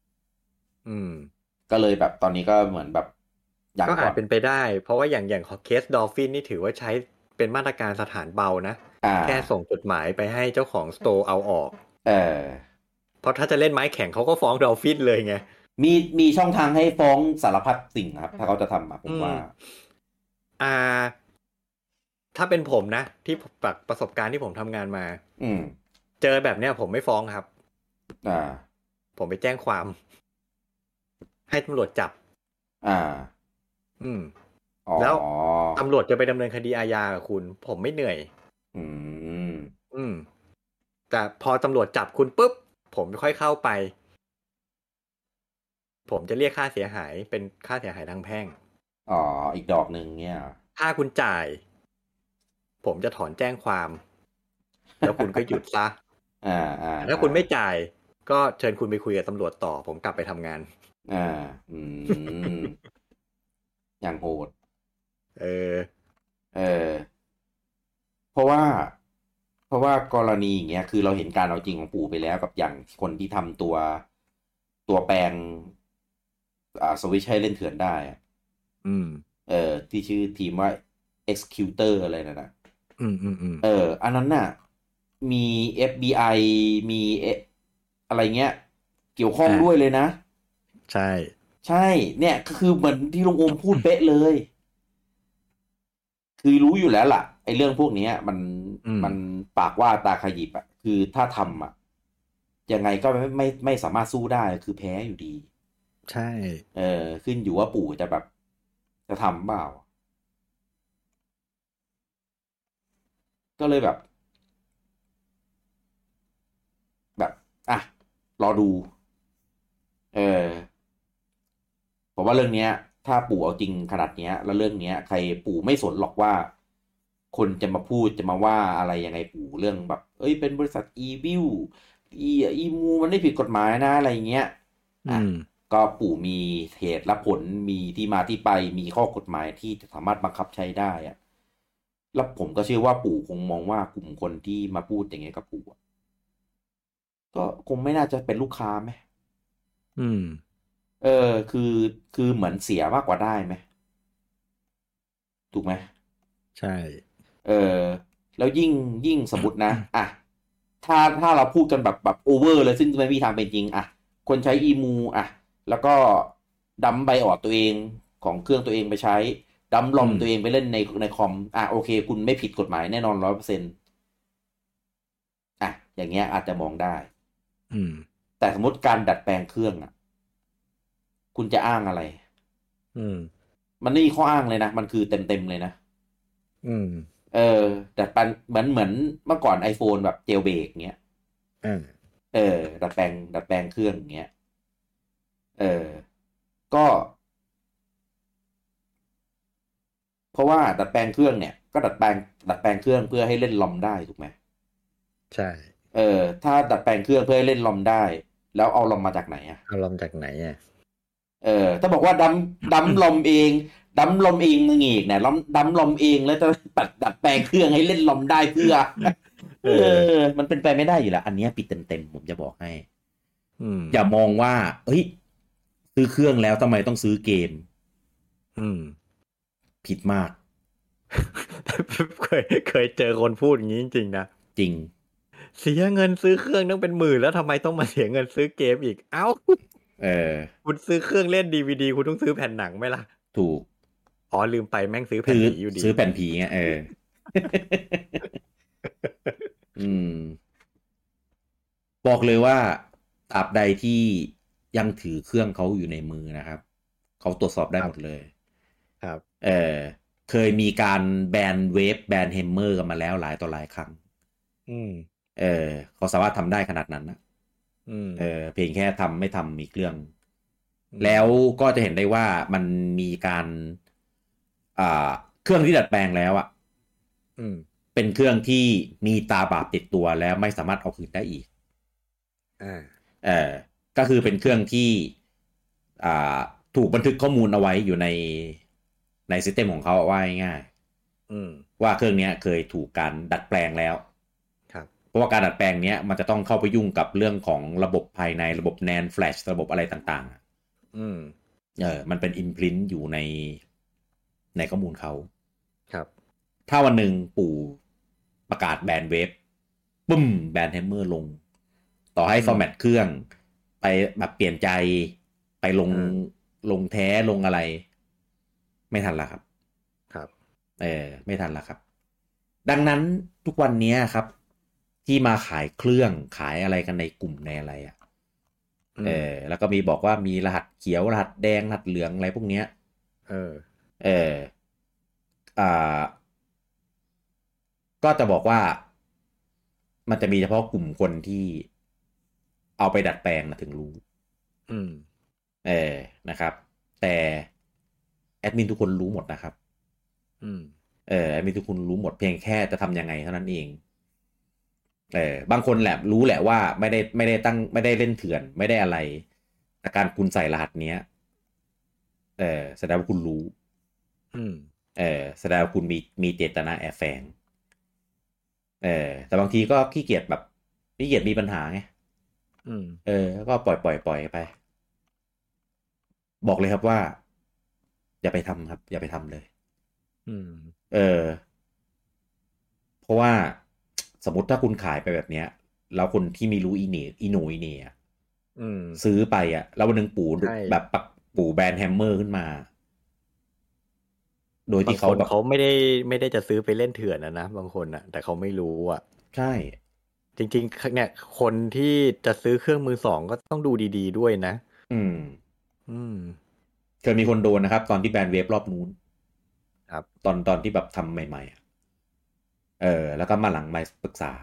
ก็เลยแบบตอนนี้ก็เหมือนแบบก็อาจเป็นไปได้เพราะว่าอย่างเคสดอลฟินนี่ถือว่าใช้เป็นมาตรการสถานเบานะแค่ส่งจดหมายไปให้เจ้าของสโตร์เอาออกเพราะถ้าจะเล่นไม้แข็งเขาก็ฟ้องดอลฟินเลยไงมีช่องทางให้ฟ้องสารพัดสิ่งครับถ้าเขาจะทำผมว่าถ้าเป็นผมนะที่ประสบการณ์ที่ผมทำงานมาเจอแบบเนี้ยผมไม่ฟ้องครับผมไปแจ้งความให้ตำรวจจับแล้วตำรวจจะไปดำเนินคดีอาญากับคุณผมไม่เหนื่อยแต่พอตำรวจจับคุณปุ๊บผมค่อยเข้าไปผมจะเรียกค่าเสียหายเป็นค่าเสียหายทางแพ่งอีกดอกหนึ่งเนี่ยถ้าคุณจ่ายผมจะถอนแจ้งความแล้วคุณก็หยุดซะถ้าคุณไม่จ่ายก็เชิญคุณไปคุยกับตำรวจต่อผมกลับไปทำงานอย่างโหดเพราะว่ากรณีอย่างเงี้ยคือเราเห็นการเอาจริงของปู่ไปแล้วกับอย่างคนที่ทำตัวแปลงสวิตช์ให้เล่นเถื่อนได้ที่ชื่อทีมว่า Executor อะไรนะอันนั้นน่ะมี FBI มีอะไรเงี้ยเกี่ยวข้องด้วยเลยนะใช่เนี่ยก็คือเหมือนที่ลุงโอมพูดเป๊ะเลยคือรู้อยู่แล้วล่ะไอ้เรื่องพวกเนี้ยอืมมันปากว่าตาขยิบอ่ะคือถ้าทำอ่ะยังไงก็ไม่สามารถสู้ได้คือแพ้อยู่ดีใช่ขึ้นอยู่ว่าปู่จะแบบจะทำเปล่าก็เลยแบบอ่ะรอดูเออผมว่าเรื่องเนี้ยถ้าปู่เอาจริงขนาดเนี้ยแล้วเรื่องเนี้ยใครปู่ไม่สนหรอกว่าคนจะมาพูดจะมาว่าอะไรยังไงปู่เรื่องแบบเอ้ยเป็นบริษัทอีวิลอีมูมันไม่ผิดกฎหมายนะอะไรเงี้ยอ่ะอืมก็ปู่มีเหตุและผลมีที่มาที่ไปมีข้อกฎหมายที่จะสามารถบังคับใช้ได้อะแล้วผมก็เชื่อว่าปู่คงมองว่ากลุ่มคนที่มาพูดอย่างเงี้ยกับปู่อะก็คงไม่น่าจะเป็นลูกค้าไหมอืมเออคือคือเหมือนเสียมากกว่าได้ไหมถูกไหมใช่เออแล้วยิ่งสมมตินะอ่ะถ้าเราพูดกันแบบโอเวอร์เลยซึ่งไม่มีทางเป็นจริงอ่ะคนใช้อีมูอ่ะแล้วก็ดัมไบออดตัวเองของเครื่องตัวเองไปใช้ดัมลอมอืมตัวเองไปเล่นในคอมอ่ะโอเคคุณไม่ผิดกฎหมายแน่นอน100%อ่ะอย่างเงี้ยอาจจะมองได้อืมแต่สมมติการดัดแปลงเครื่องอ่ะคุณจะอ้างอะไรอืมมันไม่มีข้ออ้างเลยนะมันคือเต็มเลยนะอืมเออดัดแปลงเหมือนเมื่อก่อน iPhone แบบเจลเบรกเงี้ยอ่าเออดัดแปลงเครื่องเงี้ยเออก็เพราะว่าดัดแปลงเครื่องเนี่ยก็ดัดแปลงเครื่องเพื่อให้เล่นลอมได้ถูกไหมใช่ถ้าดัดแปลงเครื่องเพื่อให้เล่นลอมได้แล้วเอาลอมมาจากไหนอ่ะอารมณ์จากไหนอ่ะถ้าบอกว่าดัมลอมเองดัมลอมเองนึงอีกเนี่ยดัมลอมเองแล้วจะดัดแปลงเครื่องให้เล่นลอมได้เพื่อเอเออมันเป็นไปไม่ได้อยู่แล้วอันเนี้ยผิดเต็มผมจะบอกให้อืมอย่ามองว่าเอ้ยซื้อเครื่องแล้วทำไมต้องซื้อเกมอืมผิดมากเคยเจอคนพูดอย่างนี้จริงๆนะจริงเสียเงินซื้อเครื่องต้องเป็นหมื่นแล้วทำไมต้องมาเสียเงินซื้อเกมอีกเอ้าเออคุณซื้อเครื่องเล่นดีวีดีคุณต้องซื้อแผ่นหนังไหมล่ะถูกอ๋อลืมไปแม่งซื้อแผ่นซื้อผีอยู่ดีซื้อแผ่นผีไงอืมบอกเลยว่าตราบใดที่ยังถือเครื่องเขาอยู่ในมือนะครับเขาตรวจสอบครับได้หมดเลยครับเออเคยมีการแบนเวฟแบนเฮมเมอร์กันมาแล้วหลายต่อหลายครั้งอืมเออเขาสามารถทำได้ขนาดนั้นนะอืมเพียงแค่ทำไม่ทำมีเครื่องอืมแล้วก็จะเห็นได้ว่ามันมีการอ่าเครื่องที่ดัดแปลงแล้วอ่ะอืมเป็นเครื่องที่มีตาบาปติดตัวแล้วไม่สามารถเอาคืนได้อีกอ่าเออก็คือเป็นเครื่องที่อ่าถูกบันทึกข้อมูลเอาไว้อยู่ในซิสเต็มของเขาว่าง่ายอืมๆว่าเครื่องนี้เคยถูกการดัดแปลงแล้วครับเพราะว่าการดัดแปลงเนี้ยมันจะต้องเข้าไปยุ่งกับเรื่องของระบบภายในระบบ NAND Flash ระบบอะไรต่างๆอืมมันเป็นอิมพรินต์อยู่ในข้อมูลเขาครับถ้าวันหนึ่งปู่ประกาศแบนเวฟปุ้มแบนแฮมเมอร์ลง ต่อให้อืมฟอร์แมตเครื่องไปแบบเปลี่ยนใจไปอ่าลงแท้ลงอะไร ไม่ทันละครับครับไม่ทันละครับ ดังนั้นทุกวันนี้ครับ ที่มาขายเครื่องขายอะไรกันในกลุ่มในอะไรอ่ะอืมแล้วก็มีบอกว่ามีรหัสเขียวรหัสแดงรหัสเหลืองอะไรพวกเนี้ยเออเอออ่าก็จะบอกว่ามันจะมีเฉพาะกลุ่มคนที่เอาไปดัดแปลงนะถึงรู้อืมเออนะครับแต่แอดมินทุกคนรู้หมดนะครับอืมแอดมินทุกคนรู้หมดเพียงแค่จะทำยังไงเท่านั้นเองบางคนแหละรู้แหละว่าไม่ได้เล่นเถื่อนไม่ได้อะไรแต่การคุณใส่รหัสเนี้ยแสดงว่าคุณรู้อืมแสดงว่าคุณมีเจตนาแอบแฝงแต่บางทีก็ขี้เกียจมีปัญหาไงอืมก็ปล่อยไปบอกเลยครับว่าอย่าไปทำครับอย่าไปทำเลยอืมเออเพราะว่าสมมติถ้าคุณขายไปแบบเนี้ยแล้วคนที่ไม่รู้อีโหนอีเหน่อะอืมซื้อไปอ่ะแล้ววันหนึ่งปู่ใช่แบบปักปู่แบรนด์แฮมเมอร์ขึ้นมาโดยที่เขาแบบเขาไม่ได้จะซื้อไปเล่นเถื่อนนะบางคนอ่ะแต่เขาไม่รู้อ่ะใช่จริงๆเนี่ยคนที่จะซื้อเครื่องมือสองก็ต้องดูดีๆด้วยนะอืมอืมเคยมีคนโดนนะครับตอนที่แบนเวฟรอบนู้นครับตอนที่แบบทำใหม่ๆอะแล้วก็มาหลังมาปรึกษา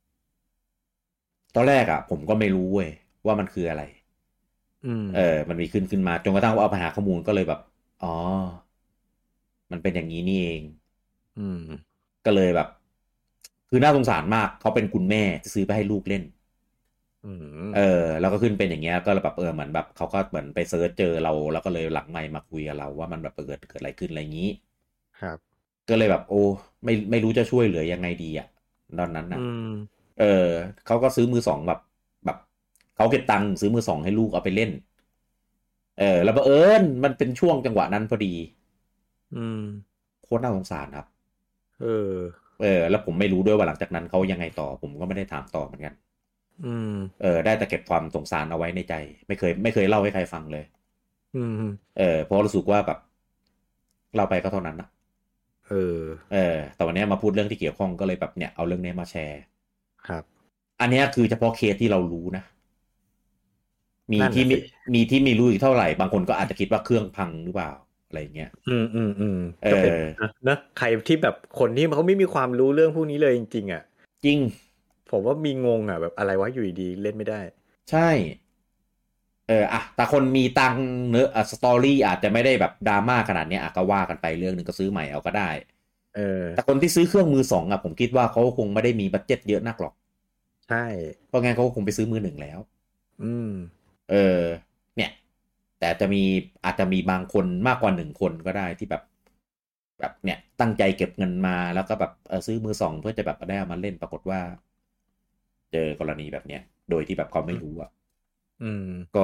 ตอนแรกอ่ะผมก็ไม่รู้เว้ยว่ามันคืออะไรอืมมันมีขึ้นมาจนกระทั่งว่าเอาไปหาข้อมูลก็เลยแบบอ๋อมันเป็นอย่างนี้นี่เองอืมก็เลยแบบคือน่าสงสารมากเขาเป็นคุณแม่จะซื้อไปให้ลูกเล่นอืมแล้วก็ขึ้นเป็นอย่างเงี้ยก็แบบเหมือนแบบเขาก็เหมือนไปเซิร์ชเจอเราแล้วก็เลยหลังไมค์มาคุยกับเราว่ามันแบบเกิดอะไรขึ้นอะไรอย่างนี้ครับก็เลยแบบโอ้ไม่รู้จะช่วยเหลือยังไงดีอ่ะตอนนั้นอืน่ะมเออเขาก็ซื้อมือสองแบบเขาเก็บตังค์ซื้อมือสองให้ลูกเอาไปเล่นแล้วบังเอิญมันเป็นช่วงจังหวะนั้นพอดีอืมโคตรน่าสงสารครับเออแล้วผมไม่รู้ด้วยว่าหลังจากนั้นเขายังไงต่อผมก็ไม่ได้ถามต่อเหมือนกันอืมได้แต่เก็บความสงสารเอาไว้ในใจไม่เคยเล่าให้ใครฟังเลยอืมเพราะรู้สึกว่าแบบเล่าไปก็เท่านั้นนะเออแต่วันนี้มาพูดเรื่องที่เกี่ยวข้องก็เลยแบบเนี่ยเอาเรื่องนี้มาแชร์ครับอันนี้คือเฉพาะเคสที่เรารู้นะมีที่มีนั่นน่ะสิมีที่ไม่รู้อีกเท่าไหร่บางคนก็อาจจะคิดว่าเครื่องพังหรือเปล่าอะไรอย่างเงี้ยเอก็เป็นอนะใครที่แบบคนที่เขาไม่มีความรู้เรื่องพวกนี้เลยจริงๆอ่ะจริงผมว่ามีงงอ่ะแบบอะไรวะอยู่ดีๆเล่นไม่ได้ใช่แต่คนมีตังค์เนอะสตอรี่อาจจะไม่ได้แบบดราม่าขนาดเนี้ยก็ว่ากันไปเรื่องหนึ่งก็ซื้อใหม่เอาก็ได้เออแต่คนที่ซื้อเครื่องมือสองผมคิดว่าเขาคงไม่ได้มีบัดเจ็ตเยอะนักหรอกใช่เพราะงั้นเขาคงไปซื้อมือหนึ่งแล้วอืมเออเนี่ยแต่อาจจะมีบางคนมากกว่าหนึ่งคนก็ได้ที่แบบเนี่ยตั้งใจเก็บเงินมาแล้วก็แบบซื้อมือสองเพื่อจะแบบได้เอามาเล่นปรากฏว่าเจอกรณีแบบเนี้ยโดยที่แบบเขาไม่รู้อืมก็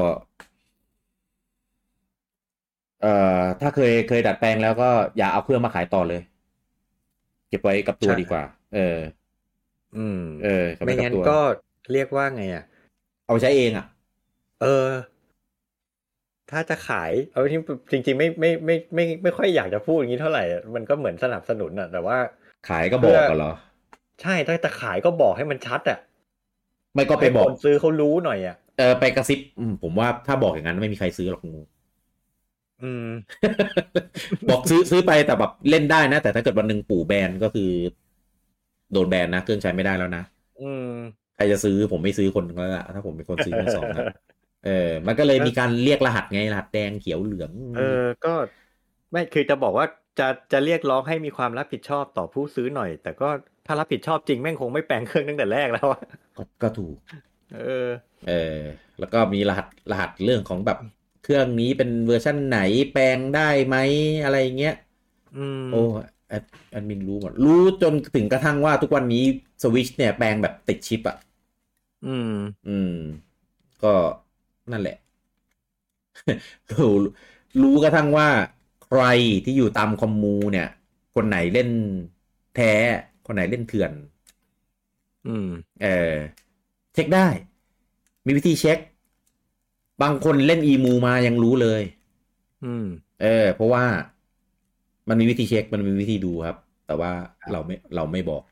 ถ้าเคยดัดแปลงแล้วก็อย่าเอาเครื่องมาขายต่อเลยเก็บไว้กับตัวใช่ดีกว่าอืมเก็บไม่ไว้กับตัวงั้นก็เรียกว่าไงอ่ะเอาไปใช้เองเออถ้าจะขายเอาที่จริงๆไม่ค่อยอยากจะพูดอย่างนี้เท่าไหร่อะมันก็เหมือนสนับสนุนอ่ะแต่ว่าขายก็บเพื่ออกกันเหรอใช่ถ้าจะขายก็บอกให้มันชัดอ่ะไม่ก็ไปบอกให้คนซื้อเขารู้หน่อยอ่ะไปกระซิบผมว่าถ้าบอกอย่างนั้นไม่มีใครซื้อหรอกงูอืมบอกซื้อไปแต่แบบเล่นได้นะแต่ถ้าเกิดวันหนึ่งปู่แบนก็คือโดนแบนนะเครื่องใช้ไม่ได้แล้วนะอืมใครจะซื้อผมไม่ซื้อคนก็ละถ้าผมเป็นคนซื้อมือสองมันก็เลยก็มีการเรียกรหัสไงรหัสแดงเขียวเหลืองเออก็ไม่คือจะบอกว่าจะเรียกร้องให้มีความรับผิดชอบต่อผู้ซื้อหน่อยแต่ก็ถ้ารับผิดชอบจริงแม่งคงไม่แปลงเครื่องตั้งแต่แรกแล้วอะก็ถูกเออเออแล้วก็มีรหัสเรื่องของแบบเครื่องนี้เป็นเวอร์ชั่นไหนแปลงได้ไหมอะไรเงี้ยอืมโอ้แอดแอดมินรู้หมดรู้จนถึงกระทั่งว่าทุกวันนี้สวิชเนี่ยแปลงแบบติดชิปอืมอืมก็นั่นแหละ รู้รู้กระทั่งว่าใครที่อยู่ตามคอมมูเนี่ยคนไหนเล่นแท้คนไหนเล่นเถื่อนอืมเออเช็คได้มีวิธีเช็คบางคนเล่นอีมูมายังรู้เลยอืมเพราะว่ามันมีวิธีเช็คมันมีวิธีดูครับแต่ว่าครับเราไม่บอก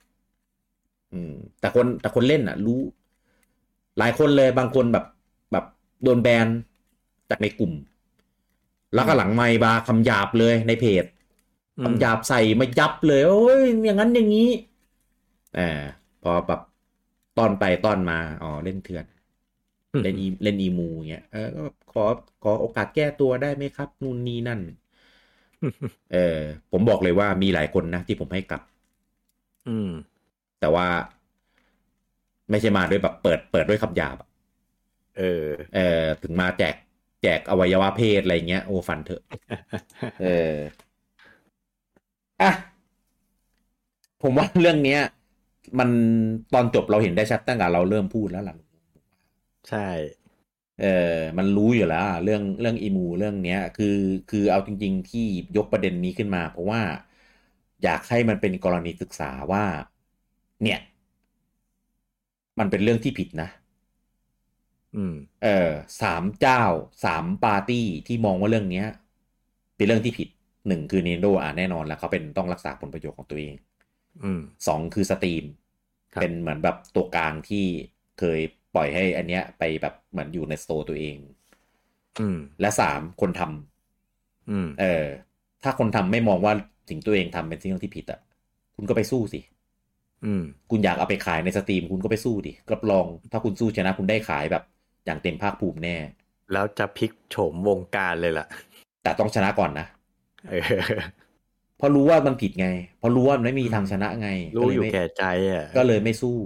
แต่คนเล่นรู้หลายคนเลยบางคนแบบโดนแบนจากในกลุ่มแล้วก็อืมหลังไมค์บาคำหยาบเลยในเพจอืมคำหยาบใส่มายับเลยโอ้ยอย่างนั้นอย่างนี้อ่าพอแบบตอนไปตอนมาอ๋อเล่นเถื่อนเล่นอีมูเงี้ยก็ขอโอกาสแก้ตัวได้ไหมครับนู่นนี่นั่นเออผมบอกเลยว่ามีหลายคนนะที่ผมให้กลับอืมแต่ว่าไม่ใช่มาด้วยแบบเปิดด้วยคำหยาบเออถึงมาแจกอวัยวะเพศอะไรเงี้ยโอ้ฟันเถอะเอออ่ะ ผมว่าเรื่องเนี้ยมันตอนจบเราเห็นได้ชัดตั้งแต่เราเริ่มพูดแล้วล่ะใช่มันรู้อยู่แล้วเรื่องอีมูเรื่องเนี้ยคือเอาจริงๆที่ยกประเด็นนี้ขึ้นมาเพราะว่าอยากให้มันเป็นกรณีศึกษาว่าเนี่ยมันเป็นเรื่องที่ผิดนะอืมเออ3 เจ้า3 ปาร์ตี้ที่มองว่าเรื่องเนี้ยเป็นเรื่องที่ผิด 1คือ Nintendo แน่นอนแล้วเขาเป็นต้องรักษาผลประโยชน์ของตัวเอง2คือ Steam เป็นเหมือนแบบตัวกลางที่เคยปล่อยให้อันเนี้ยไปแบบเหมือนอยู่ในสโตร์ตัวเองและ3คนทำถ้าคนทำไม่มองว่าสิ่งตัวเองทำเป็นสิ่งที่ผิดอ่ะคุณก็ไปสู้สิคุณอยากเอาไปขายในสตรีมคุณก็ไปสู้ดิรับรองถ้าคุณสู้ชนะคุณได้ขายแบบอย่างเต็มภาคภูมิแน่แล้วจะพลิกโฉมวงการเลยล่ะแต่ต้องชนะก่อนนะเพราะรู้ว่ามันผิดไงเพราะรู้ว่ามันไม่มีทางชนะไงรู้อยู่แก่ใจอ่ะก็เลยไม่สู้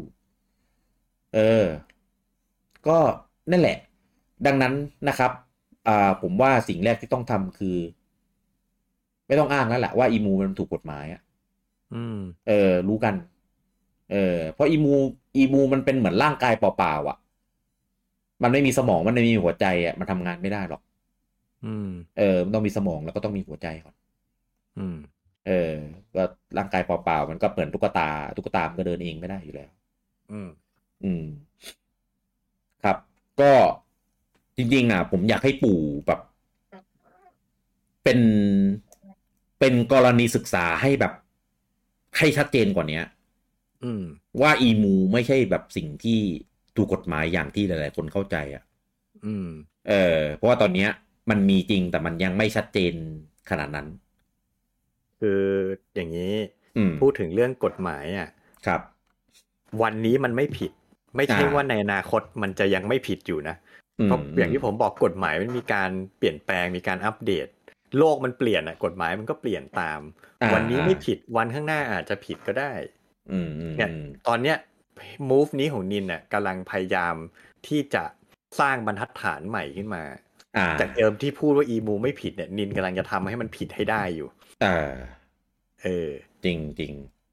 ก็นั่นแหละดังนั้นนะครับผมว่าสิ่งแรกที่ต้องทำคือไม่ต้องอ้างแล้วแหละว่าอีมูมันถูกกฎหมายอ่ะรู้กันเพราะอีมูมันเป็นเหมือนร่างกายเปล่าๆอ่ะมันไม่มีสมองมันไม่มีหัวใจอ่ะมันทำงานไม่ได้หรอกมันต้องมีสมองแล้วก็ต้องมีหัวใจก่อนก็ร่างกายเปล่าๆมันก็เหมือนตุ๊กตามันก็เดินเองไม่ได้อยู่แล้วครับก็จริงๆอ่ะผมอยากให้ปู่แบบเป็นกรณีศึกษาให้แบบให้ชัดเจนกว่านี้ว่าอีมูไม่ใช่แบบสิ่งที่ถูกกฎหมายอย่างที่หลายๆคนเข้าใจอ่ะเพราะว่าตอนนี้มันมีจริงแต่มันยังไม่ชัดเจนขนาดนั้นคืออย่างนี้พูดถึงเรื่องกฎหมายอ่ะครับวันนี้มันไม่ผิดไม่ใช่ว่าในอนาคตมันจะยังไม่ผิดอยู่นะเพราะอย่างที่ผมบอกกฎหมายมันมีการเปลี่ยนแปลงมีการอัปเดตโลกมันเปลี่ยนอ่ะกฎหมายมันก็เปลี่ยนตามวันนี้ไม่ผิดวันข้างหน้าอาจจะผิดก็ได้เนี่ยตอนเนี้ย move นี้ของนินน่ะกำลังพยายามที่จะสร้างบรรทัดฐานใหม่ขึ้นมาจากเดิมที่พูดว่าอีมูไม่ผิดเนี่ยนินกำลังจะทำให้มันผิดให้ได้อยู่จริงจริง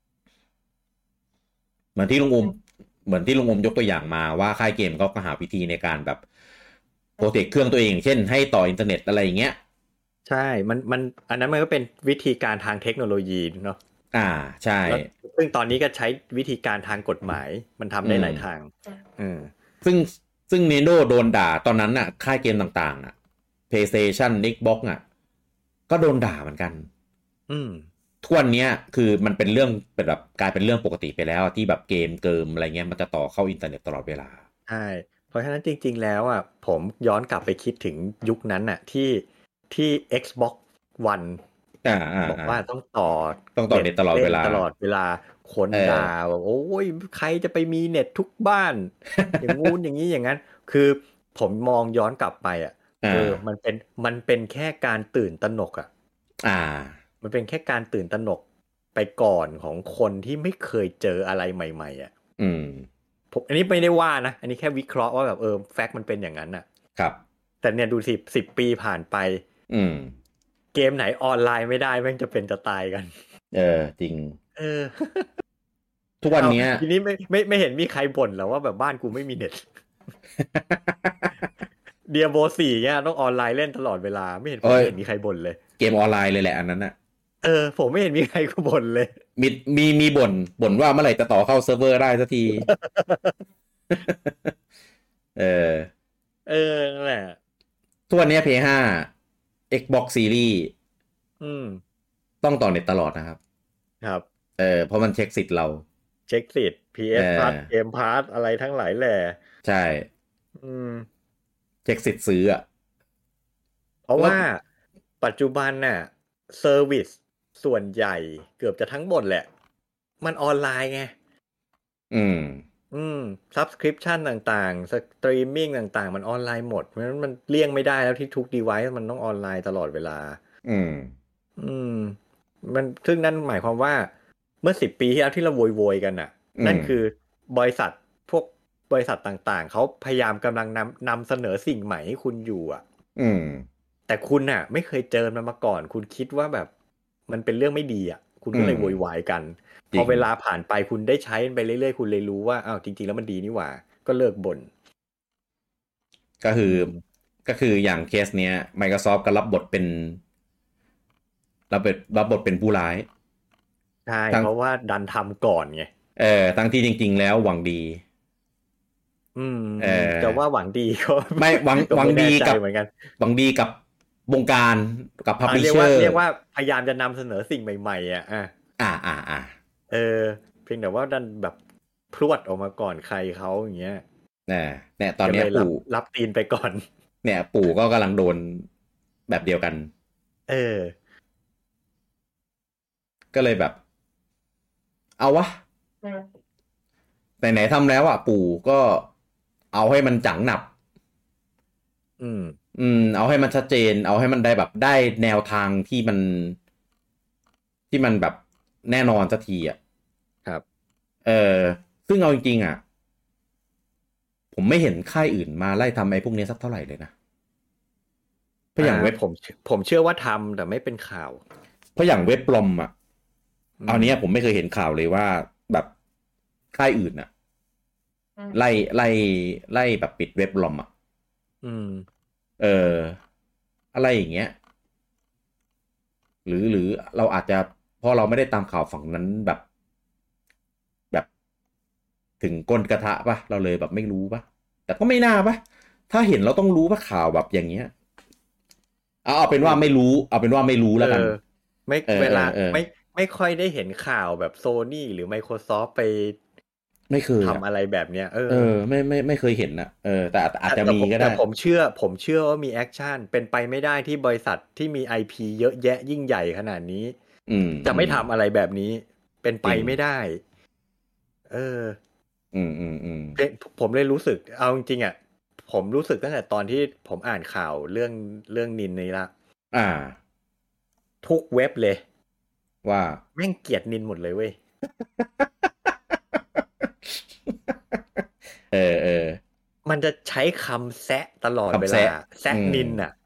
เหมือนที่ลุงอมยกตัวอย่างมาว่าค่ายเกมก็หาวิธีในการแบบโปรเทคเครื่องตัวเองเช่นให้ต่ออินเทอร์เน็ตอะไรอย่างเงี้ยใช่มันอันนั้นมันก็เป็นวิธีการทางเทคโนโลยีเนาะใช่ซึ่งตอนนี้ก็ใช้วิธีการทางกฎหมายมันทำได้หลายทางซึ่ง Nintendo โดนด่าตอนนั้นน่ะค่ายเกมต่างๆอ่ะ PlayStation Xbox อ่ะก็โดนด่าเหมือนกันทุกวันนี้คือมันเป็นเรื่องเป็นแบบกลายเป็นเรื่องปกติไปแล้วที่แบบเกมอะไรเงี้ยมันจะต่อเข้าอินเทอร์เน็ตตลอดเวลาใช่เพราะฉะนั้นจริงๆแล้วอ่ะผมย้อนกลับไปคิดถึงยุคนั้นน่ะที่ Xbox One บอกว่าต้องต่อเน็ตตลอดเวลาคนด่าแบบโอ้ยใครจะไปมีเน็ตทุกบ้าน อย่างงู้นอย่างนี้อย่างนั้นคือผมมองย้อนกลับไปอ่ะมันเป็นแค่การตื่นตระหนกอ่ะมันเป็นแค่การตื่นตระหนกไปก่อนของคนที่ไม่เคยเจออะไรใหม่ๆอ่ะผมอันนี้ไม่ได้ว่านะอันนี้แค่วิเคราะห์ว่าแบบแฟกต์มันเป็นอย่างนั้นน่ะครับแต่เนี่ยดู10 ปีผ่านไปเกมไหนออนไลน์ไม่ได้แม่งจะเป็นจะตายกันจริงทุกวันนี้ทีนี้ไม่เห็นมีใครบ่นแล้วว่าแบบบ้านกูไม่มีเน็ตเดียโบ4เนี่ยต้องออนไลน์เล่นตลอดเวลาไม่เห็นมีใครบ่นเลยเกมออนไลน์เลยแหละอันนั้นน่ะผมไม่เห็นมีใครก็บ่นเลยมีบ่นว่าเมื่อไหร่จะต่อเข้าเซิร์ฟเวอร์ได้สักทีนั่นแหละทุกวันนี้ PS5 Xbox Series ต้องต่อเน็ตตลอดนะครับครับเพราะมันเช็คสิทธิ์เราเช็คสิทธิ์ PS Plus Game Pass อะไรทั้งหลายแหละใช่เช็คสิทธิ์ซื้ออ่ะเพราะว่าปัจจุบันน่ะเซอร์วิสส่วนใหญ่เกือบจะทั้งหมดแหละมันออนไลน์ไงsubscription ต่างๆสตรีมมิ่งต่างๆมันออนไลน์หมดเพราะฉะนั้นมันเลี่ยงไม่ได้แล้วที่ทุก device มันต้องออนไลน์ตลอดเวลามันซึ่งนั่นหมายความว่าเมื่อ10 ปีที่แล้วที่เราโวยกันน่ะนั่นคือบริษัทพวกบริษัทต่างๆเขาพยายามกำลังนำเสนอสิ่งใหม่ให้คุณอยู่อ่ะแต่คุณน่ะไม่เคยเจอมันมาก่อนคุณคิดว่าแบบมันเป็นเรื่องไม่ดีอ่ะคุณก็เลยโวยวายกันพอเวลาผ่านไปคุณได้ใช้ไปเรื่อยๆคุณเลยรู้ว่าอ้าวจริงๆแล้วมันดีนี่หว่าก็เลิกบ่นก็คืออย่างเคสเนี้ย Microsoft ก็รับบทเป็นผู้ร้ายใช่เพราะว่าดันทำก่อนไงทั้งที่จริงๆแล้วหวังดีแต่ว่าหวังดีก็ไม่หวังดีกับเหมือนกันหวังดีกับวงการกับพับลิเรียเชอร์กว่าพยายามจะนำเสนอสิ่งใหม่ๆเออเพียงแต่ว่าดันแบบพรวดออกมาก่อนใครเขาอย่างเงี้ยเนี่ยตอนนี้ปู่รับตีนไปก่อนเนี่ยปู่ก็กำลังโดนแบบเดียวกัน ก็เลยแบบ เอาวะไหนๆทำแล้วอ่ะปู่ก็เอาให้มันจังหนับเอาให้มันชัดเจน เอาให้มันได้แบบได้แนวทางที่มันแบบแน่นอนสักทีอ่ะครับซึ่งเอาจริงๆอ่ะผมไม่เห็นค่ายอื่นมาไล่ทำไอ้พวกนี้สักเท่าไหร่เลยนะเพราะอย่างเว็บผมเชื่อว่าทำแต่ไม่เป็นข่าวเพราะอย่างเว็บปลอมอ่ะเอาเนี้ยผมไม่เคยเห็นข่าวเลยว่าแบบค่ายอื่นอ่ะไล่แบบปิดเว็บปลอมอ่ะอะไรอย่างเงี้ยหรือเราอาจจะเพราะเราไม่ได้ตามข่าวฝั่งนั้นแบบถึงก้นกระทะป่ะเราเลยแบบไม่รู้ป่ะแต่ก็ไม่น่าป่ะถ้าเห็นเราต้องรู้ป่ะข่าวแบบอย่างเงี้ยเอาเป็นว่าไม่รู้แล้วกันไม่เวลาไม่ค่อยได้เห็นข่าวแบบโซนี่หรือ Microsoft ไปไม่เคยทำอะไรแบบเนี้ยไม่เคยเห็นนะแต่อาจจะมีก็ได้แต่ผมเชื่อว่ามีแอคชั่นเป็นไปไม่ได้ที่บริษัทที่มี IP เยอะแยะยิ่งใหญ่ขนาดนี้จะไม่ทำอะไรแบบนี้เป็นไปไม่ได้ผมเลยรู้สึกเอาจริงๆอ่ะผมรู้สึกตั้งแต่ตอนที่ผมอ่านข่าวเรื่องนินนี่ละทุกเว็บเลยว่าแม่งเกลียดนินหมดเลยเว้ยมันจะใช้คำแซะตลอดเวลาแซะนินอ่ะ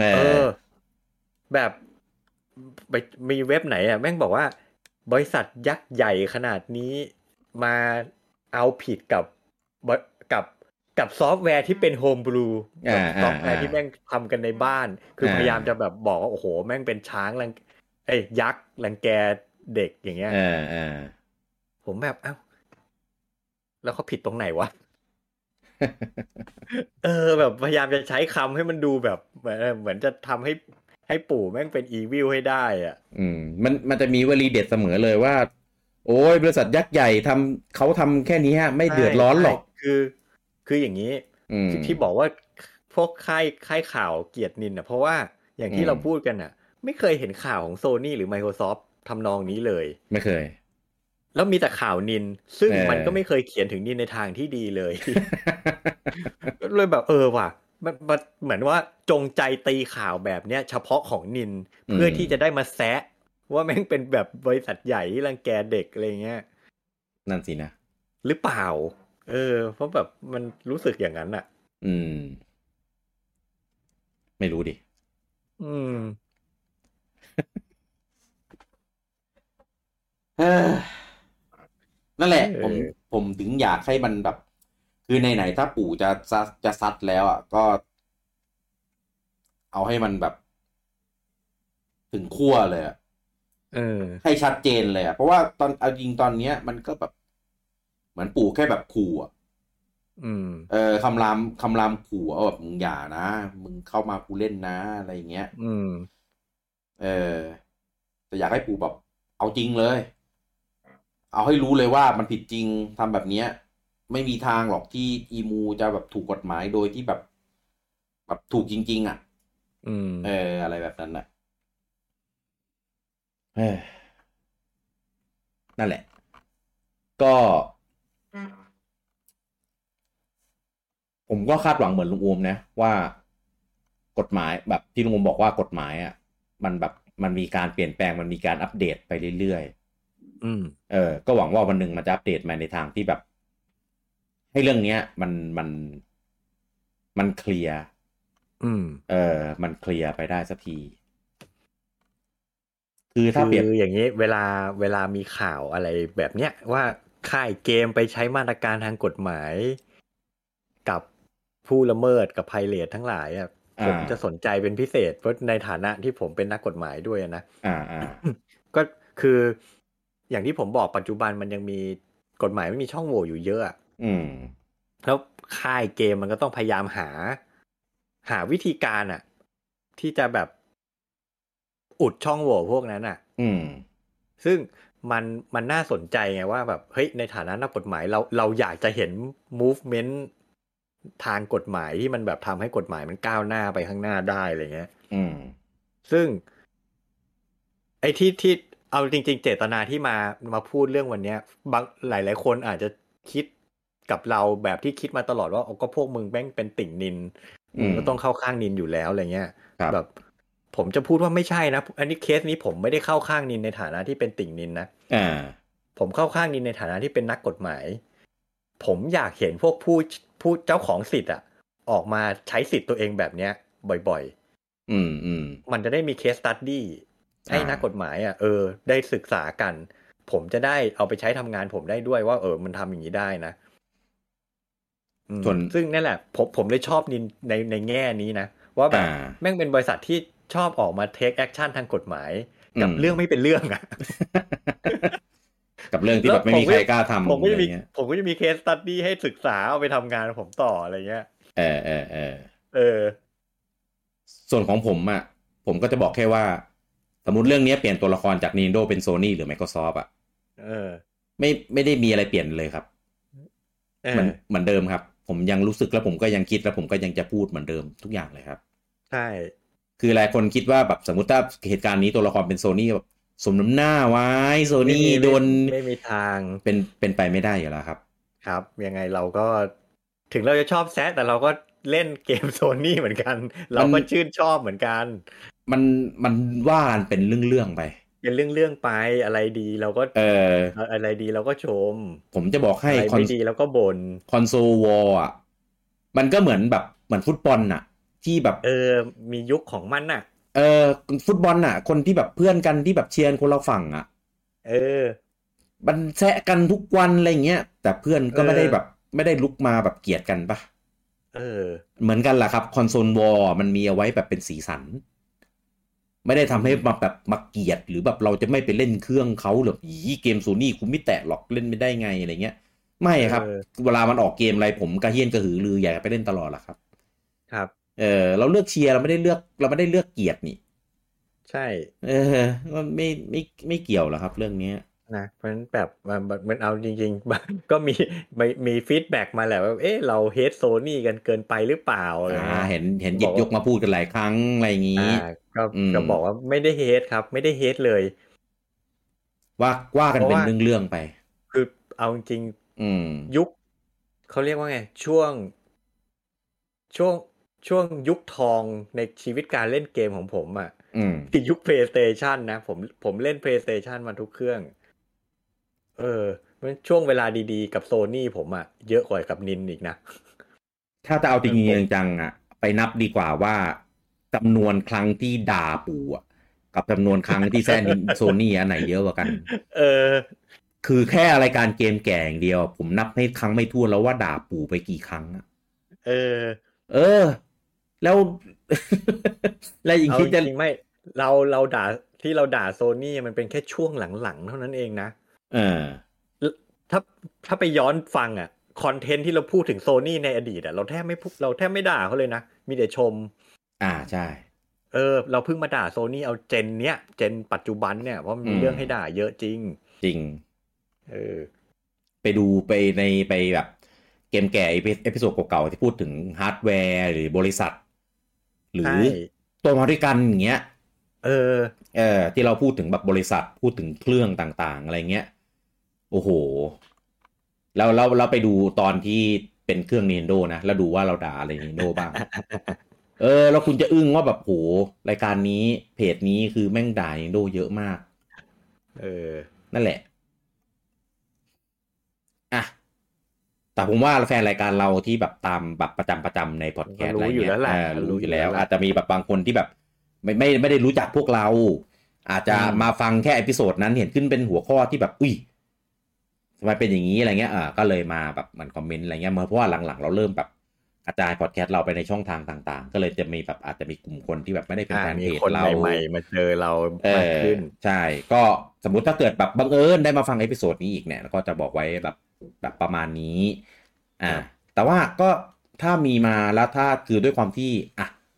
แบบมีเว็บไหนอ่ะแม่งบอกว่าบริษัทยักษ์ใหญ่ขนาดนี้มาเอาผิดกับซอฟต์แวร์ที่เป็นโฮมบลูซอฟต์แวร์ที่แม่งทำกันในบ้านคือพยายามจะแบบบอกว่าโอ้โหแม่งเป็นช้างยักษ์รังแกเด็กอย่างเงี้ยผมแบบอ้าวแล้วเขาผิดตรงไหนวะ แบบพยายามจะใช้คำให้มันดูแบบเหมือนจะทำให้ปู่แม่งเป็นอีวิลให้ได้อ่ะมันจะมีวลีเด็ดเสมอเลยว่าโอ้ยบริษัทยักษ์ใหญ่เขาทำแค่นี้ฮะไม่เดือดร้อนหรอกคืออย่างนี้ที่บอกว่าพวกค่ายข่าวเกลียดนินอ่ะเพราะว่าอย่างที่เราพูดกันอ่ะไม่เคยเห็นข่าวของโซนี่หรือ Microsoft ทำนองนี้เลยไม่เคยแล้วมีแต่ข่าวนินซึ่งมันก็ไม่เคยเขียนถึงนินในทางที่ดีเลยเลยแบบว่ะมันเหมือนว่าจงใจตีข่าวแบบเนี้ยเฉพาะของนินเพื่อที่จะได้มาแซะว่าแม่งเป็นแบบบริษัทใหญ่ที่รังแกเด็กอะไรเงี้ยนั่นสินะหรือเปล่าเพราะแบบมันรู้สึกอย่างนั้นอ่ะไม่รู้ดินั่นแหละผมถึงอยากให้มันแบบคือไหนๆถ้าปู่จะซัดแล้วอ่ะก็เอาให้มันแบบถึงขั้วเลยอ่ะให้ชัดเจนเลยอ่ะเพราะว่าเอาจริงตอนเนี้ยมันก็แบบเหมือนปู่แค่แบบขู่อ่ะคำรามขู่แบบมึงอย่านะมึงเข้ามากูเล่นนะอะไรเงี้ยแต่อยากให้ปู่แบบเอาจริงเลยเอาให้รู้เลยว่ามันผิดจริงทำแบบเนี้ยไม่มีทางหรอกที่อีมูจะแบบถูกกฎหมายโดยที่แบบถูกจริงๆอ่ะอะไรแบบนั้นน่ะนั่นแหละก็ผมก็คาดหวังเหมือนลุงอูมนะว่ากฎหมายแบบที่ลุงอูมบอกว่ากฎหมายอ่ะมันแบบมันมีการเปลี่ยนแปลงมันมีการอัปเดตไปเรื่อยๆก็หวังว่าวันหนึ่งมันจะอัปเดตมาในทางที่แบบให้เรื่องเนี้ยมันเคลียร์มันเคลียร์ไปได้สักทีคือถ้าเปรียบอย่างนี้เวลามีข่าวอะไรแบบเนี้ยว่าค่ายเกมไปใช้มาตรการทางกฎหมายกับผู้ละเมิดกับไพเรททั้งหลายอ่ะผมจะสนใจเป็นพิเศษเพราะในฐานะที่ผมเป็นนักกฎหมายด้วยนะก็คืออย่างที่ผมบอกปัจจุบันมันยังมีกฎหมายไม่มีช่องโหว่อยู่เยอะแล้วค่ายเกมมันก็ต้องพยายามหาวิธีการที่จะแบบอุดช่องโหว่พวกนั้นอ่ะซึ่งมันน่าสนใจไงว่าแบบเฮ้ยในฐานะนักกฎหมายเราอยากจะเห็น movement ทางกฎหมายที่มันแบบทำให้กฎหมายมันก้าวหน้าไปข้างหน้าได้อะไรเงี้ยซึ่งไอ้ที่เอาจริงๆเจตนาที่มาพูดเรื่องวันเนี้ยบางหลายๆคนอาจจะคิดกับเราแบบที่คิดมาตลอดว่าก็พวกมึงแม่งเป็นติ่งนินมึงก็ต้องเข้าข้างนินอยู่แล้วอะไรเงี้ยแบบผมจะพูดว่าไม่ใช่นะอันนี้เคสนี้ผมไม่ได้เข้าข้างนินในฐานะที่เป็นติ่งนินนะผมเข้าข้างนินในฐานะที่เป็นนักกฎหมายผมอยากเห็นพวกผู้เจ้าของสิทธิ์อ่ะออกมาใช้สิทธิ์ตัวเองแบบเนี้ยบ่อยๆมันจะได้มีเคสสตั๊ดดี้ให้นักกฎหมายอ่ะได้ศึกษากันผมจะได้เอาไปใช้ทำงานผมได้ด้วยว่ามันทำอย่างนี้ได้นะซึ่งนั่นแหละผมเลยชอบนินในแง่นี้นะว่าแบบแม่งเป็นบริษัทที่ชอบออกมาเทคแอคชั่นทางกฎหมายกับเรื่องไม่เป็นเรื่องอ่ะกับเรื่องที่แบบไม่มีใครกล้าทำผมก็จะมีเคสสตั๊ดดี้ให้ศึกษาเอาไปทำงานผมต่ออะไรเงี้ยส่วนของผมอ่ะผมก็จะบอกแค่ว่าสมมติเรื่องนี้เปลี่ยนตัวละครจาก Nintendo เป็น Sony หรือ Microsoft อ่ะไม่ได้มีอะไรเปลี่ยนเลยครับเหมือนเดิมครับผมยังรู้สึกแล้วผมก็ยังคิดแล้วผมก็ยังจะพูดเหมือนเดิมทุกอย่างเลยครับใช่คือหลายคนคิดว่าแบบสมมติถ้าเหตุการณ์นี้ตัวละครเป็น Sony แบบสมน้ำหน้าไว้ Sony โดนไม่มีทางเป็นไปไม่ได้อยู่แล้วครับครับยังไงเราก็ถึงเราจะชอบแซะแต่เราก็เล่นเกม Sony เหมือนกันเราก็ชื่นชอบเหมือนกันมันว่ากันเป็นเรื่องไปเป็นเรื่องไปอะไรดีเราก็อะไรดีเราก็ชมผมจะบอกให้อะไรไม่ดีเราก็บ่นคอนโซลวอลอ่ะมันก็เหมือนฟุตบอลน่ะที่แบบมียุคของมันน่ะฟุตบอลน่ะคนที่แบบเพื่อนกันที่แบบเชียร์คนละฝั่งอ่ะมันแซะกันทุกวันอะไรเงี้ยแต่เพื่อนก็ไม่ได้ลุกมาแบบเกลียดกันปะเหมือนกันแหละครับคอนโซลวอลมันมีเอาไว้แบบเป็นสีสันไม่ได้ทำให้มาเกลียดหรือแบบเราจะไม่ไปเล่นเครื่องเขาหรือเกมโซนี่คุณไม่แตะหรอกเล่นไม่ได้ไงอะไรเงี้ยไม่ครับเวลามันออกเกมอะไรผมกระเฮี้ยนกระหือรืออยากไปเล่นตลอดล่ะครับครับเราเลือกเชียร์เราไม่ได้เลือกเกลียดนี่ใช่ก็ไม่เกี่ยวหรอกครับเรื่องนี้นะเพราะฉะนั้นแบบมันเอาจริงๆก็มีฟีดแบ็กมาแหละว่าเราเฮทโซนี่กันเกินไปหรือเปล่าเห็นหยิบยกมาพูดกันหลายครั้งอะไรอย่างนี้ก็บอกว่าไม่ได้เฮทครับไม่ได้เฮทเลยว่ากันเป็นเรื่องไปคือเอาจริงยุคเขาเรียกว่าไงช่วงยุคทองในชีวิตการเล่นเกมของผมอ่ะที่ยุค PlayStation นะผมเล่น PlayStation มาทุกเครื่องช่วงเวลาดีๆกับ Sony ผมอ่ะเยอะกว่ากับนินอีกนะถ้าจะเอาจริงจังอ่ะไปนับดีกว่าว่าจำนวนครั้งที่ด่าปู่กับจำนวนครั้งที่แซนโซนี่อันไหนเยอะกว่ากันคือแค่รายการเกมแก่อย่างเดียวผมนับให้ครั้งไม่ถ้วนแล้วว่าด่าปู่ไปกี่ครั้งแล้วแล้วอย่างที่จะไม่เราด่าที่เราด่าโซนี่มันเป็นแค่ช่วงหลังๆเท่านั้นเองนะถ้าไปย้อนฟังอ่ะคอนเทนต์ที่เราพูดถึงโซนี่ในอดีตอ่ะเราแทบไม่ด่าเขาเลยนะมีแต่ชมใช่เราเพิ่งมาด่าโซนี่เอาเจนปัจจุบันเนี่ยเพราะมีเรื่องให้ด่าเยอะจริงไปดูไปแบบเกมแก่เอพิโซดเก่าๆที่พูดถึงฮาร์ดแวร์หรือบริษัทหรือตัวมาด้วยกันอย่างเงี้ยที่เราพูดถึงแบบบริษัทพูดถึงเครื่องต่างๆอะไรเงี้ยโอ้โหแล้วเราไปดูตอนที่เป็นเครื่อง Nintendo นะแล้วดูว่าเราด่าอะไร Nintendo บ้างแล้วคุณจะอึ้งว่าแบบโหรายการนี้เพจนี้คือแม่งด่า Nintendo เยอะมากนั่นแหละแต่ผมว่าแฟนรายการเราที่แบบตามแบบประจำในพอดแคสต์อะไรเงี้ยรู้อยู่แล้วอาจจะมีแบบบางคนที่แบบไม่ได้รู้จักพวกเราอาจจะมาฟังแค่เอพิโซดนั้นเห็นขึ้นเป็นหัวข้อที่แบบอุ้ยทำไมเป็นอย่างนี้อะไรเงี้ยก็เลยมาแบบมันคอมเมนต์อะไรเงี้ยเพราะว่าหลังๆเราเริ่มแบบกระจายพอดแคสต์เราไปในช่องทางต่างๆก็เลยจะมีแบบอาจจะมีกลุ่มคนที่แบบไม่ได้เป็นแฟนเพจเราใหม่ๆมาเจอเรามากขึ้นใช่ก็สมมุติถ้าเกิดแบบบังเอิญได้มาฟังเอพิโซดนี้อีกเนี่ยก็จะบอกไว้แบบประมาณนี้แต่ว่าก็ถ้ามีมาแล้วถ้าคือด้วยความที่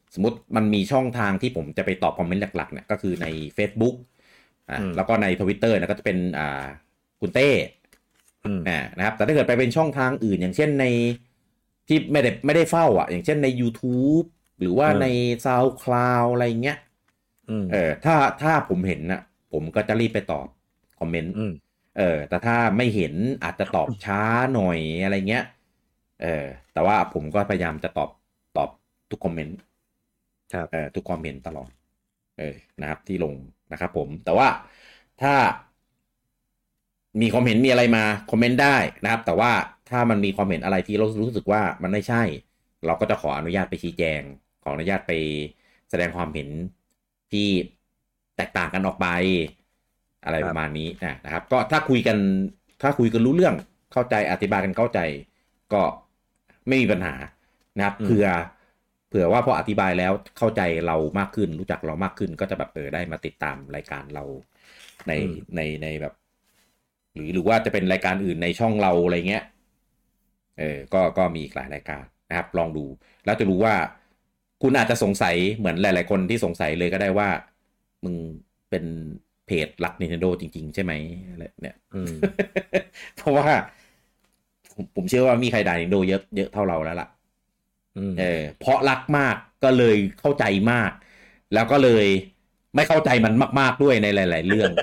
สมมติมันมีช่องทางที่ผมจะไปตอบคอมเมนต์หลักๆเนี่ยก็คือใน Facebook แล้วก็ใน Twitter นะก็จะเป็นคุณเต้นะครับแต่ถ้าเกิดไปเป็นช่องทางอื่นอย่างเช่นในที่ไม่ได้เฝ้าอย่างเช่นใน YouTube หรือว่าใน SoundCloud อะไรเงี้ยถ้าผมเห็นนะผมก็จะรีบไปตอบคอมเมนต์แต่ถ้าไม่เห็นอาจจะตอบช้าหน่อยอะไรเงี้ยแต่ว่าผมก็พยายามจะตอบทุกคอมเมนต์ทุกคอมเมนต์ตลอดนะครับที่ลงนะครับผมแต่ว่าถ้ามีคอมเมนต์มีอะไรมาคอมเมนต์ได้นะครับแต่ว่าถ้ามันมีคอมเมนต์อะไรที่เรารู้สึกว่ามันไม่ใช่เราก็จะขออนุญาตไปชี้แจงขออนุญาตไปแสดงความเห็นที่แตกต่างกันออกไปอะไรประมาณนี้นะครับก็ถ้าคุยกันรู้เรื่องเข้าใจอธิบายกันเข้าใจก็ไม่มีปัญหานะครับเผื่อว่าพออธิบายแล้วเข้าใจเรามากขึ้นรู้จักเรามากขึ้นก็จะแบบได้มาติดตามรายการเราในแบบหรือว่าจะเป็นรายการอื่นในช่องเราอะไรเงี้ยก็มีอีกหลายรายการนะครับลองดูแล้วจะรู้ว่าคุณอาจจะสงสัยเหมือนหลายๆคนที่สงสัยเลยก็ได้ว่ามึงเป็นเพจรัก Nintendo จริงๆใช่ไหมอะไรเนี่ยเพราะว่าผมเชื่อว่ามีใครด่า Nintendo เยอะเท่าเราแล้วล่ะเพราะรักมากก็เลยเข้าใจมากแล้วก็เลยไม่เข้าใจมันมากๆด้วยในหลายๆเรื่อง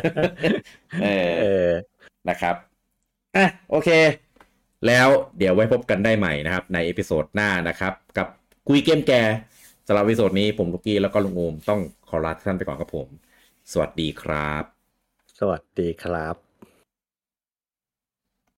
นะครับโอเคแล้วเดี๋ยวไว้พบกันได้ใหม่นะครับในเอพิโซดหน้านะครับกับคุยเกมแกสำหรับเอพิโซดนี้ผมลูกกี้แล้วก็ลุงโอมต้องขอลาท่านไปก่อนครับผมสวัสดีครับสวัสดีครับ